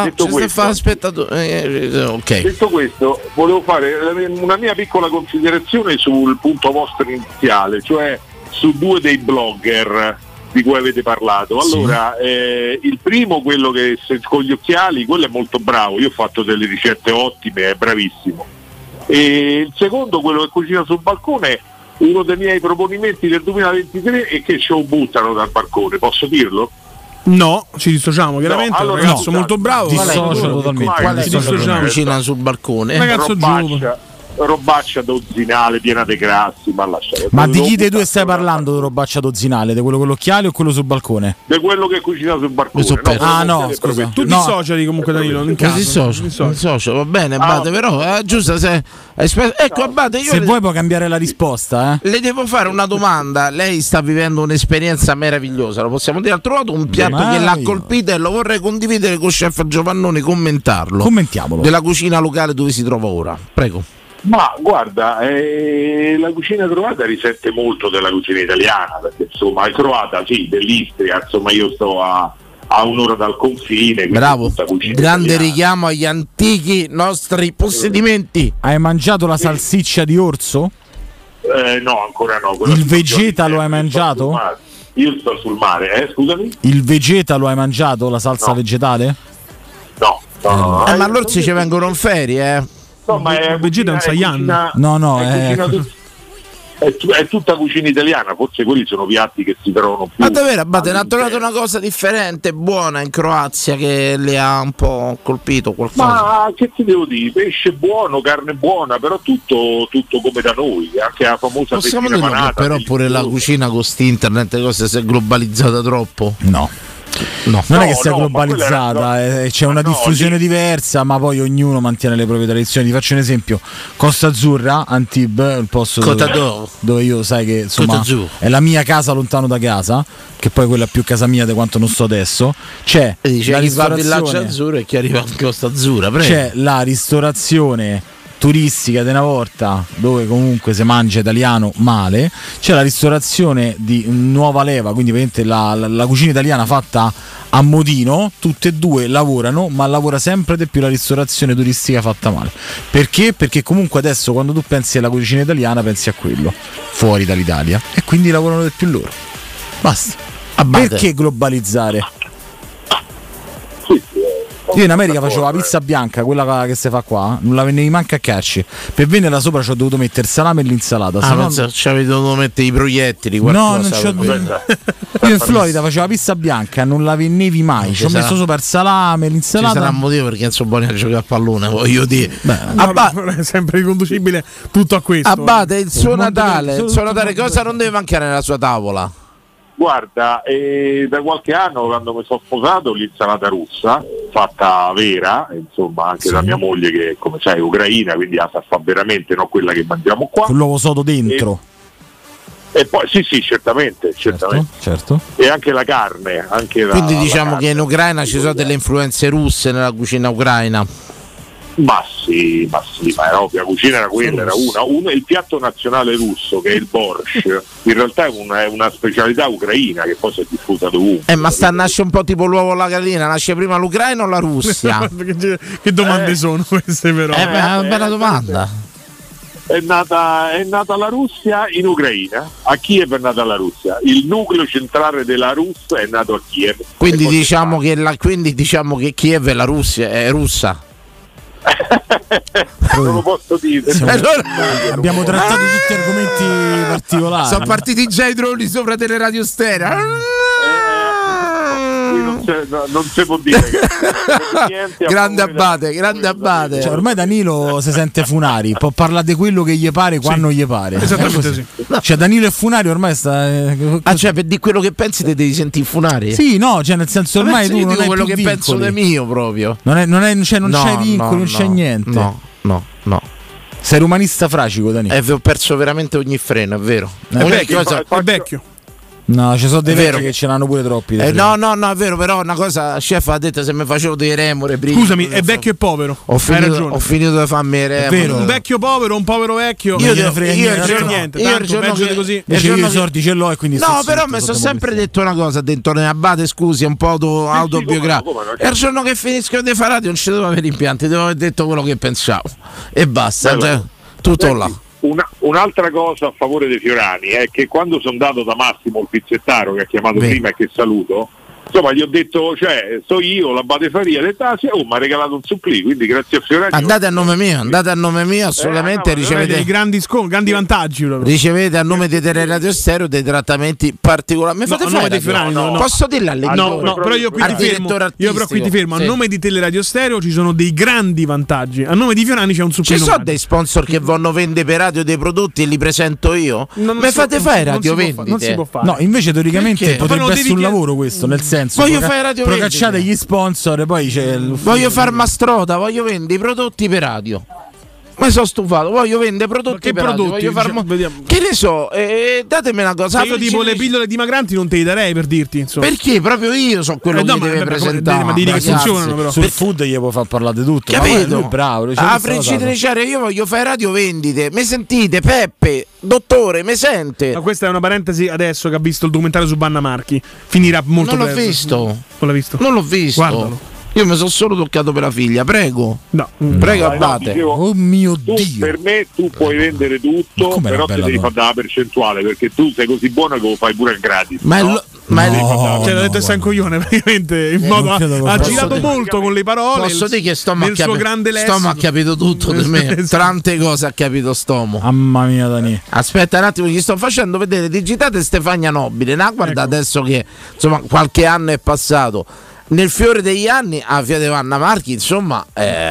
Ok. Detto questo, volevo fare una mia piccola considerazione sul punto vostro iniziale, cioè su due dei blogger di cui avete parlato. Allora, il primo, quello che con gli occhiali, quello è molto bravo, io ho fatto delle ricette ottime, è bravissimo. E il secondo, quello che cucina sul balcone, uno dei miei proponimenti del 2023 è che ce lo buttano dal balcone, posso dirlo? No, ci dissociamo chiaramente, allora, un ragazzo molto bravo. Dissocio totalmente. Qual è il cucina sul balcone? Ragazzo robaccia dozzinale piena di grassi, ma di chi dei due stai parlando di robaccia dozzinale? Di quello con l'occhiale o quello sul balcone? Di quello che cucina sul balcone. Scusa. Tu dissociati comunque, Danilo, in caso. Dissocio, va bene, Abate, però giusto ecco, Abate, io se vuoi puoi cambiare la risposta, Le devo fare una domanda. Lei sta vivendo un'esperienza meravigliosa, lo possiamo dire. Ha trovato un piatto che l'ha colpita e lo vorrei condividere con chef Giovannoni, commentarlo. Commentiamolo. Della cucina locale dove si trova ora. Prego. Ma guarda, la cucina croata risente molto della cucina italiana, perché insomma è croata, sì, dell'Istria, insomma io sto a un'ora dal confine. Bravo, grande richiamo agli antichi nostri possedimenti. Hai mangiato la salsiccia di orso? No, ancora no. Il vegeta lo hai mangiato? Io sto sul mare, scusami? Il vegeta lo hai mangiato, la salsa vegetale? No. Ma allora ci vengono in ferie, No, ma è Vegeta è un Saiyan. No, è tutta cucina italiana, forse quelli sono piatti che si trovano più. Ma davvero, Abate, ha trovato una cosa differente, buona in Croazia che le ha un po' colpito qualcosa? Ma che ti devo dire? Pesce buono, carne buona, però tutto come da noi, anche la famosa possiamo dire panata. Però pure la cucina con internet cose si è globalizzata troppo? No. Non è che sia globalizzata, c'è una diffusione diversa, ma poi ognuno mantiene le proprie tradizioni. Ti faccio un esempio: Costa Azzurra, Antibes, il posto dove io sai che insomma è la mia casa lontano da casa, che poi quella è più casa mia di quanto non sto adesso. C'è la ristorazione, Villaggio Azzurro e chi arriva a Costa Azzurra, prego. C'è la ristorazione turistica di una volta, dove comunque si mangia italiano male. C'è la ristorazione di nuova leva, quindi vedete la cucina italiana fatta a modino. Tutte e due lavorano, ma lavora sempre di più la ristorazione turistica fatta male. Perché? Perché comunque adesso quando tu pensi alla cucina italiana pensi a quello fuori dall'Italia, e quindi lavorano di più loro. Basta. Perché globalizzare? Io in America facevo la pizza bianca, quella che si fa qua, non la venevi manca a cacci. Per venderla sopra ci ho dovuto mettere il salame e l'insalata. Ci avete dovuto mettere i proiettili, no, non c'ho io in Florida facevo la pizza bianca, non la vennevi mai. Ci ho messo sopra il salame, l'insalata. Ci sarà un motivo perché non sono buoni a giocare a pallone, voglio dire. Non è sempre riconducibile tutto a questo. Abate, il suo Natale cosa non deve mancare nella sua tavola? Guarda, da qualche anno, quando mi sono sposato, l'insalata russa fatta vera, insomma, anche da mia moglie che, come sai, è ucraina, quindi la sa fa veramente, non quella che mangiamo qua. Con l'uovo sodo dentro. E poi sì, certamente. Certo. E anche la carne. Quindi diciamo che in Ucraina ci sono delle influenze russe nella cucina ucraina. Ma sì, ma è ovvio, la cucina era quella, era una. Il piatto nazionale russo, che è il borscht, in realtà è una specialità ucraina che poi si è diffusa dovunque. Ma nasce un po' tipo l'uovo alla gallina, nasce prima l'Ucraina o la Russia? Che domande sono queste però? È una bella domanda. è nata la Russia in Ucraina. A Kiev è nata la Russia. Il nucleo centrale della Russia è nato a Kiev. Quindi diciamo che Kiev è la Russia, è russa. Non lo posso dire. Abbiamo trattato tutti argomenti particolari. Sono partiti già i droni sopra Teleradio Stereo. Non si può dire. Grande Abate. Cioè, ormai Danilo si sente Funari, può parlare di quello che gli pare quando gli pare. Esattamente sì. Cioè Danilo e Funari ormai sta. Cioè per di quello che pensi te devi sentire Funari? Sì, no, cioè nel senso ormai tu non hai quello più che vincoli. penso di mio proprio. Non c'hai vincoli, non c'è niente. No. Sei romanista fracico, Danilo. Ho perso veramente ogni freno, è vero. È vecchio. No, ci sono dei vero che ce l'hanno pure troppi. No, è vero, però una cosa, chef ha detto se mi facevo dei remore prima. Scusami, è vecchio e povero. Ho finito di farmi i remore. Un vecchio povero, un povero vecchio. Io i sordi ce l'ho e quindi. No, però mi sono sempre detto una cosa dentro Abate, scusi, un po' autobiografico. E il giorno che finisco di fare radio non ci devo avere impianti, devo aver detto quello che pensavo. E basta, tutto là. Un'altra cosa a favore dei Fiorani è che quando sono andato da Massimo il pizzettaro che ha chiamato prima e che saluto, insomma gli ho detto, cioè, so io, l'Abate Faria, ha detto, mi ha regalato un supplì, quindi grazie a Fiorani. Andate a nome mio, assolutamente ricevete dei grandi vantaggi proprio. Ricevete a nome di Teleradio Stereo dei trattamenti particolari. Mi fate fare Fiorani, no. Posso dirla a lei? No, però io qui ti fermo. A nome di Teleradio Stereo ci sono dei grandi vantaggi. A nome di Fiorani c'è un supplì. Ci sono dei sponsor che vanno vendere per radio dei prodotti e li presento io? Mi fate fare radio vendite? Non si può fare. No, invece teoricamente potrebbe essere un lavoro questo, nel senso. Voglio fare radio vendite. Procacciate gli sponsor e poi c'è voglio far Mastrota, voglio vendere i prodotti per radio. Mi sono stufato, voglio vendere prodotti per radio, voglio che ne so, datemi una cosa. Io tipo le pillole dimagranti non te li darei, per dirti, insomma. Perché proprio io so quello che deve presentare. Ma dire che funzionano però. Sul food gli può far parlare di tutto. Capito? Lui è bravo. A friggitrice io voglio fare radio vendite. Mi sentite, Peppe, dottore, mi sente? Ma questa è una parentesi adesso che ha visto il documentario su Banna Marchi. Finirà molto presto. Non l'ho visto. Non l'ho visto. Non l'ho visto. Guardalo. Io mi sono solo toccato per la figlia, prego. No. Prego, Abate. Oh mio Dio. Per me tu puoi vendere tutto, però ti devi fare la percentuale, perché tu sei così buono che lo fai pure gratis. L'ha detto sei un coglione praticamente in modo ha girato molto con le parole. Posso dire che Stomo ha capito tutto di me. Tante cose ha capito Stomo. Mamma mia, Dani. Aspetta un attimo, gli sto facendo vedere. Digitate Stefania Nobile. Guarda adesso che insomma qualche anno è passato. Nel fiore degli anni a Via de Vanna Marchi, insomma,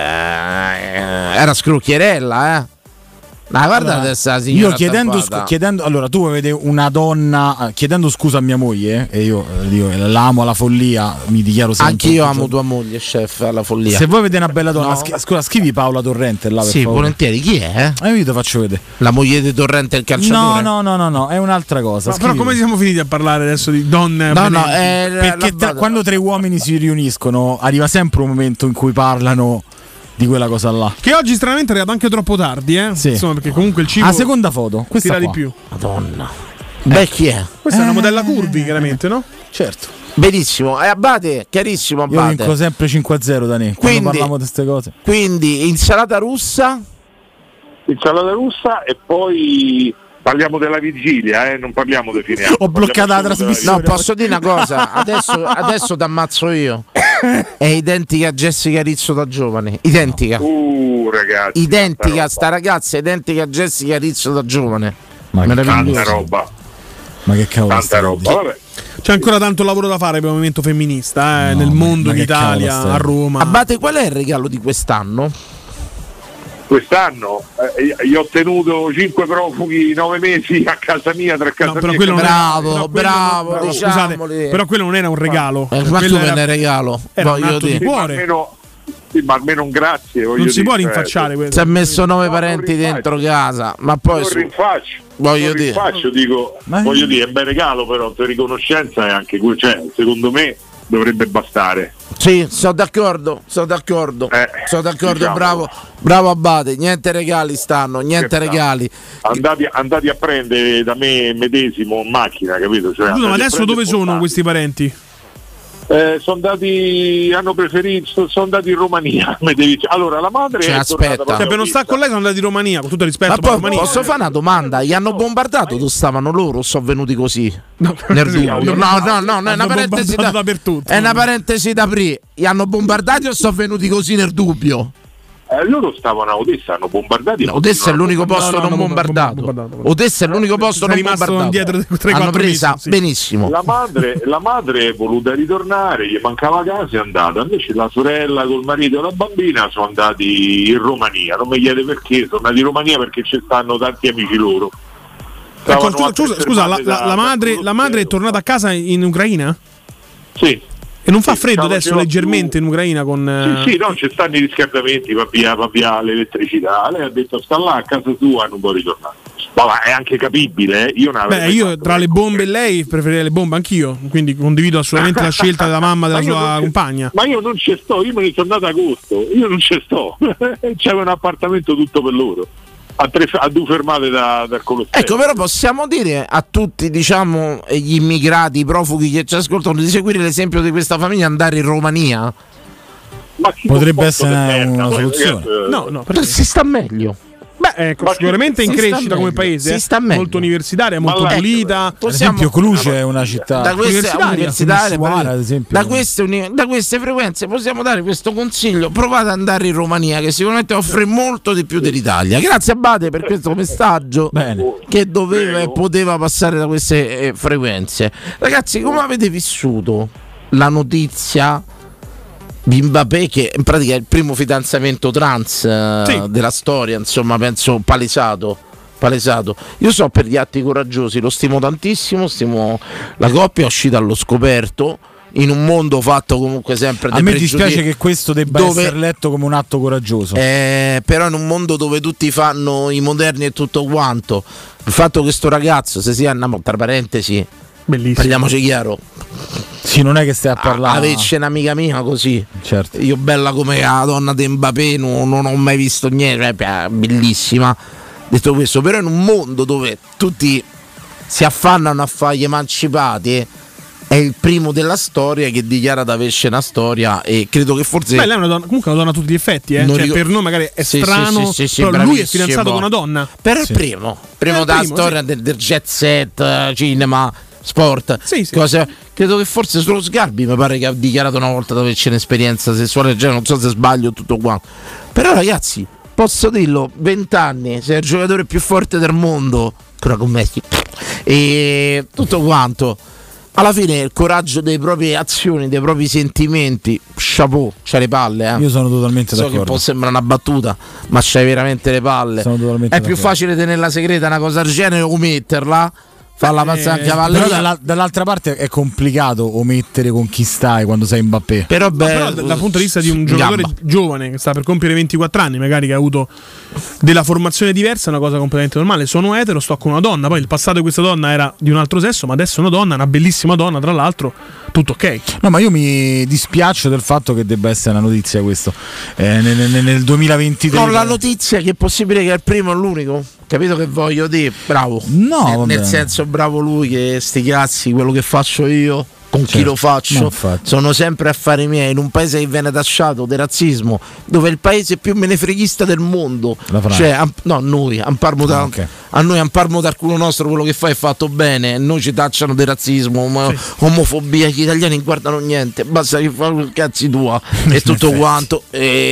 era scrocchierella, guarda adesso la signora. Io chiedendo, allora tu vuoi vedere una donna chiedendo scusa a mia moglie, e io l'amo alla follia, mi dichiaro sempre. Anche io amo tua moglie, chef, alla follia. Se vuoi vedere una bella donna, scrivi Paola Torrente là, per sì, favore. volentieri. Chi è? Io te faccio vedere. La moglie di Torrente, il calciatore? No, è un'altra cosa. Però come siamo finiti a parlare adesso di donne? Perché quando tre uomini si riuniscono arriva sempre un momento in cui parlano di quella cosa là. Che oggi stranamente è arrivato anche troppo tardi, Sì. Insomma, perché comunque il cibo. La seconda foto, questa tira di più. Madonna. Beh, chi è? Questa è una modella Curvi, chiaramente, no? Certo. Benissimo. Abate, chiarissimo, Abate. Io vinco sempre 5-0 da ne. Quando parliamo di queste cose. Quindi insalata russa e poi parliamo della vigilia, non parliamo di fine anno. Ho bloccato la trasmissione. No, posso dire una cosa, adesso ti ammazzo io. È identica a Jessica Rizzo da giovane, identica. Ragazzi, identica, sta ragazza è identica a Jessica Rizzo da giovane. Tanta roba. Ma che cavolo. Tanta roba, vabbè. C'è ancora tanto lavoro da fare per il movimento femminista, nel mondo, in Italia, a Roma. Abate, qual è il regalo di quest'anno? Quest'anno io ho tenuto 5 profughi 9 mesi a casa mia, tra casa mia. Bravo, scusate, però quello non era un regalo. Ma tu me ne regalo? Era un atto di cuore. Ma almeno un grazie. Non si può rinfacciare quello. Si è messo 9 parenti dentro casa, ma poi voglio dire, voglio dire, è un bel regalo, però di riconoscenza è anche secondo me dovrebbe bastare. Sì, sono d'accordo. Diciamo. Bravo Abate, niente regali niente regali. Andati a prendere da me medesimo in macchina, capito? Ma adesso dove sono questi parenti? hanno preferito, sono andati in Romania. Allora la madre aspetta, per non stare con lei sono andati in Romania, con tutto il rispetto. Ma poi Romania. posso fare una domanda? Gli hanno bombardato dove stavano loro o sono venuti così? Nel dubbio. No, è una parentesi è una parentesi da aprire. Gli hanno bombardati o sono venuti così nel dubbio? Loro stavano a Odessa, hanno bombardati. Odessa è l'unico posto non bombardato. Odessa è l'unico posto non bombardato. Hanno presa benissimo. La madre è voluta ritornare, gli mancava casa, è andata. Invece la sorella col marito e la bambina sono andati in Romania. Non mi chiede perché, sono andati in Romania perché ci stanno tanti amici loro. Scusa, la madre è tornata a casa in Ucraina? Sì. E non fa freddo adesso leggermente in Ucraina con... Sì, no, ci stanno i riscaldamenti, va via l'elettricità. Lei ha detto sta là a casa sua, non può ritornare. Ma è anche capibile, io tra le bombe e lei preferirei le bombe anch'io, quindi condivido assolutamente la scelta della mamma della sua compagna. Ma io non ci sto, io me ne sono andato ad agosto, io non ci sto. C'è un appartamento tutto per loro. A 2 fermate dal Colosseo. Ecco, però possiamo dire a tutti, diciamo, gli immigrati, i profughi che ci ascoltano, di seguire l'esempio di questa famiglia e andare in Romania? Potrebbe essere una soluzione. No, perché si sta meglio. Beh, sicuramente in crescita come paese, molto universitaria, molto pulita. Per esempio Cluj è una città da queste universitarie, ad esempio. Da queste frequenze possiamo dare questo consiglio: provate ad andare in Romania, che sicuramente offre molto di più dell'Italia. Grazie Abate per questo messaggio. Bene. Che doveva e poteva passare da queste frequenze. Ragazzi, come avete vissuto la notizia di Mbappé, che in pratica è il primo fidanzamento trans della storia, insomma, penso palesato. Io so per gli atti coraggiosi, lo stimo tantissimo, stimo la coppia, è uscita allo scoperto in un mondo fatto comunque sempre a me dispiace che questo debba essere letto come un atto coraggioso, però in un mondo dove tutti fanno i moderni e tutto quanto, il fatto che sto ragazzo se sia tra parentesi, bellissimo, parliamoci chiaro, sì, non è che stai a parlare. Avessi un'amica mia così, certo. Io bella come la donna di Mbappé non ho mai visto niente, bellissima. Detto questo, però in un mondo dove tutti si affannano a fare gli emancipati, è il primo della storia che dichiara di averci una storia, e credo che forse... Beh, lei è una donna, comunque è una donna a tutti gli effetti, per noi magari è strano, però lui è fidanzato con una donna. Però è il primo della storia del jet set, cinema, sport, cose. Credo che forse solo Sgarbi mi pare che ha dichiarato una volta di averci un'esperienza sessuale del genere, non so se sbaglio tutto qua. Però ragazzi, posso dirlo, 20 anni, sei il giocatore più forte del mondo, ancora con Messi, e tutto quanto. Alla fine il coraggio delle proprie azioni, dei propri sentimenti, chapeau, c'hai le palle. Io sono totalmente d'accordo. So che può sembrare una battuta, ma c'hai veramente le palle. È più facile tenerla segreta una cosa del genere o metterla, farla passare a cavalleria. Però dall'altra parte è complicato omettere con chi stai quando sei Mbappé. Però dal punto di vista di un giocatore giovane che sta per compiere 24 anni, magari che ha avuto della formazione diversa, è una cosa completamente normale. Sono etero, sto con una donna, poi il passato di questa donna era di un altro sesso, ma adesso è una donna, una bellissima donna, tra l'altro, tutto ok. No, ma io mi dispiaccio del fatto che debba essere una notizia questo nel 2023. Con la notizia che è possibile che è il primo e l'unico. Capito che voglio dire? Bravo. No, nel senso, bravo lui, che sti cazzi, quello che faccio io con chi lo faccio, sono sempre affari miei, in un paese che viene tacciato di razzismo, dove è il paese più menefreghista del mondo, cioè a noi han parmo dal culo nostro, quello che fa è fatto bene, noi ci tacciano di razzismo, omofobia, gli italiani non guardano niente, basta che fa il cazzi tua e tutto quanto,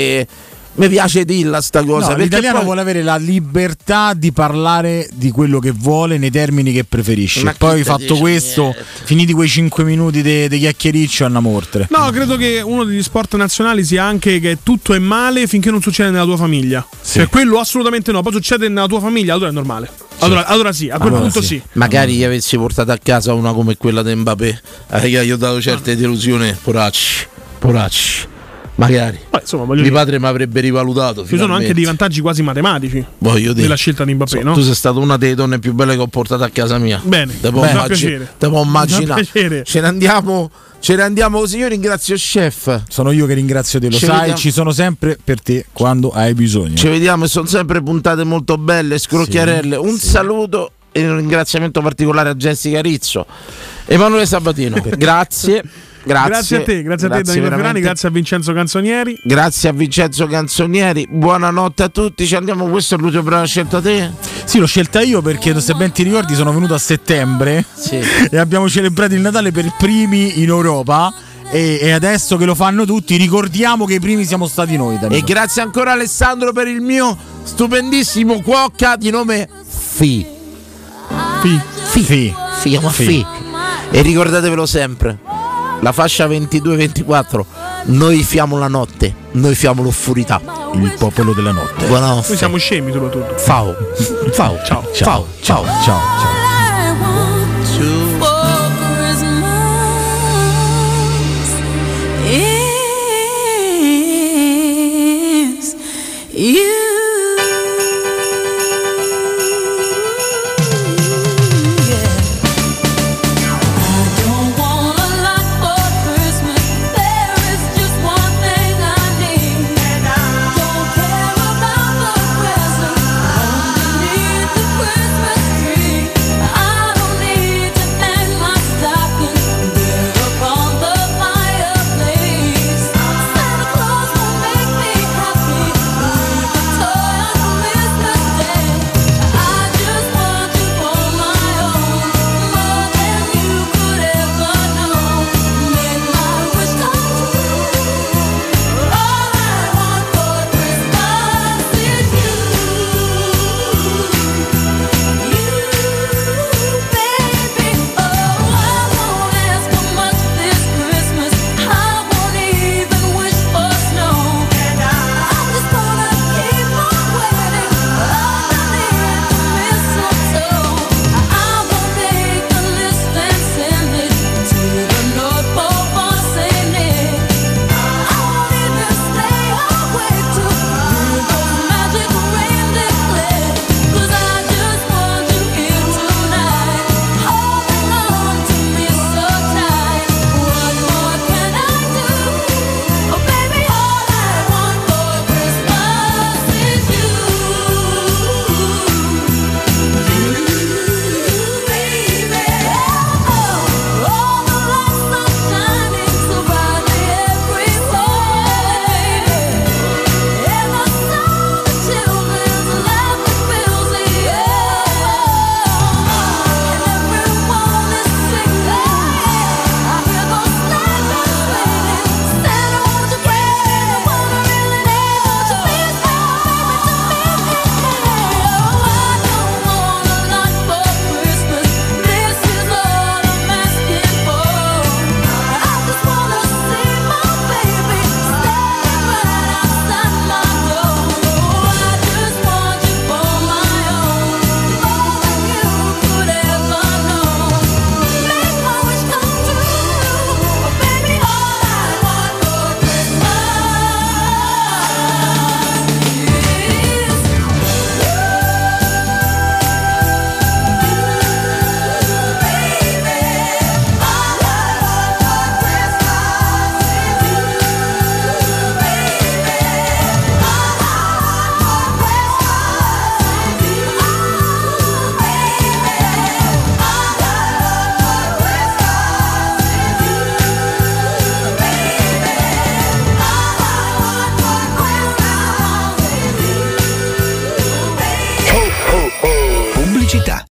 mi piace dirla sta cosa, perché l'italiano vuole avere la libertà di parlare di quello che vuole nei termini che preferisce. Ma poi fatto questo, finiti quei 5 minuti di chiacchiericcio, hanno morte. No, credo che uno degli sport nazionali sia anche che tutto è male finché non succede nella tua famiglia. Cioè quello assolutamente no, poi succede nella tua famiglia, allora è normale. Allora sì, a quel punto sì. Magari gli avessi portato a casa una come quella di Mbappé, gli ho dato certe delusioni, poracci. Magari mio padre mi avrebbe rivalutato. Ci sono anche dei vantaggi quasi matematici della scelta di Mbappé, no? Tu sei stata una delle donne più belle che ho portato a casa mia. Bene, te può immaginare. Ce ne andiamo così. Io ringrazio il chef. Sono io che ringrazio te, lo sai, ci sono sempre per te quando hai bisogno. Ci vediamo, e sono sempre puntate molto belle, scrocchiarelle. Un saluto e un ringraziamento particolare a Jessica Rizzo, Emanuele Sabatino, grazie. Grazie a te Danilo Fiorani, grazie a Vincenzo Canzonieri. Grazie a Vincenzo Canzonieri, buonanotte a tutti. Ci andiamo, questo è l'ultimo brano scelto te? Sì, l'ho scelta io perché se ben ti ricordi sono venuto a settembre e abbiamo celebrato il Natale per primi in Europa. E adesso che lo fanno tutti, ricordiamo che i primi siamo stati noi, Danilo. E grazie ancora Alessandro per il mio stupendissimo cuocca di nome Fi. E ricordatevelo sempre, la fascia 22-24, noi fiamo la notte, noi fiamo l'oscurità, il popolo della notte. Buonanotte. Noi siamo scemi soprattutto. Ciao.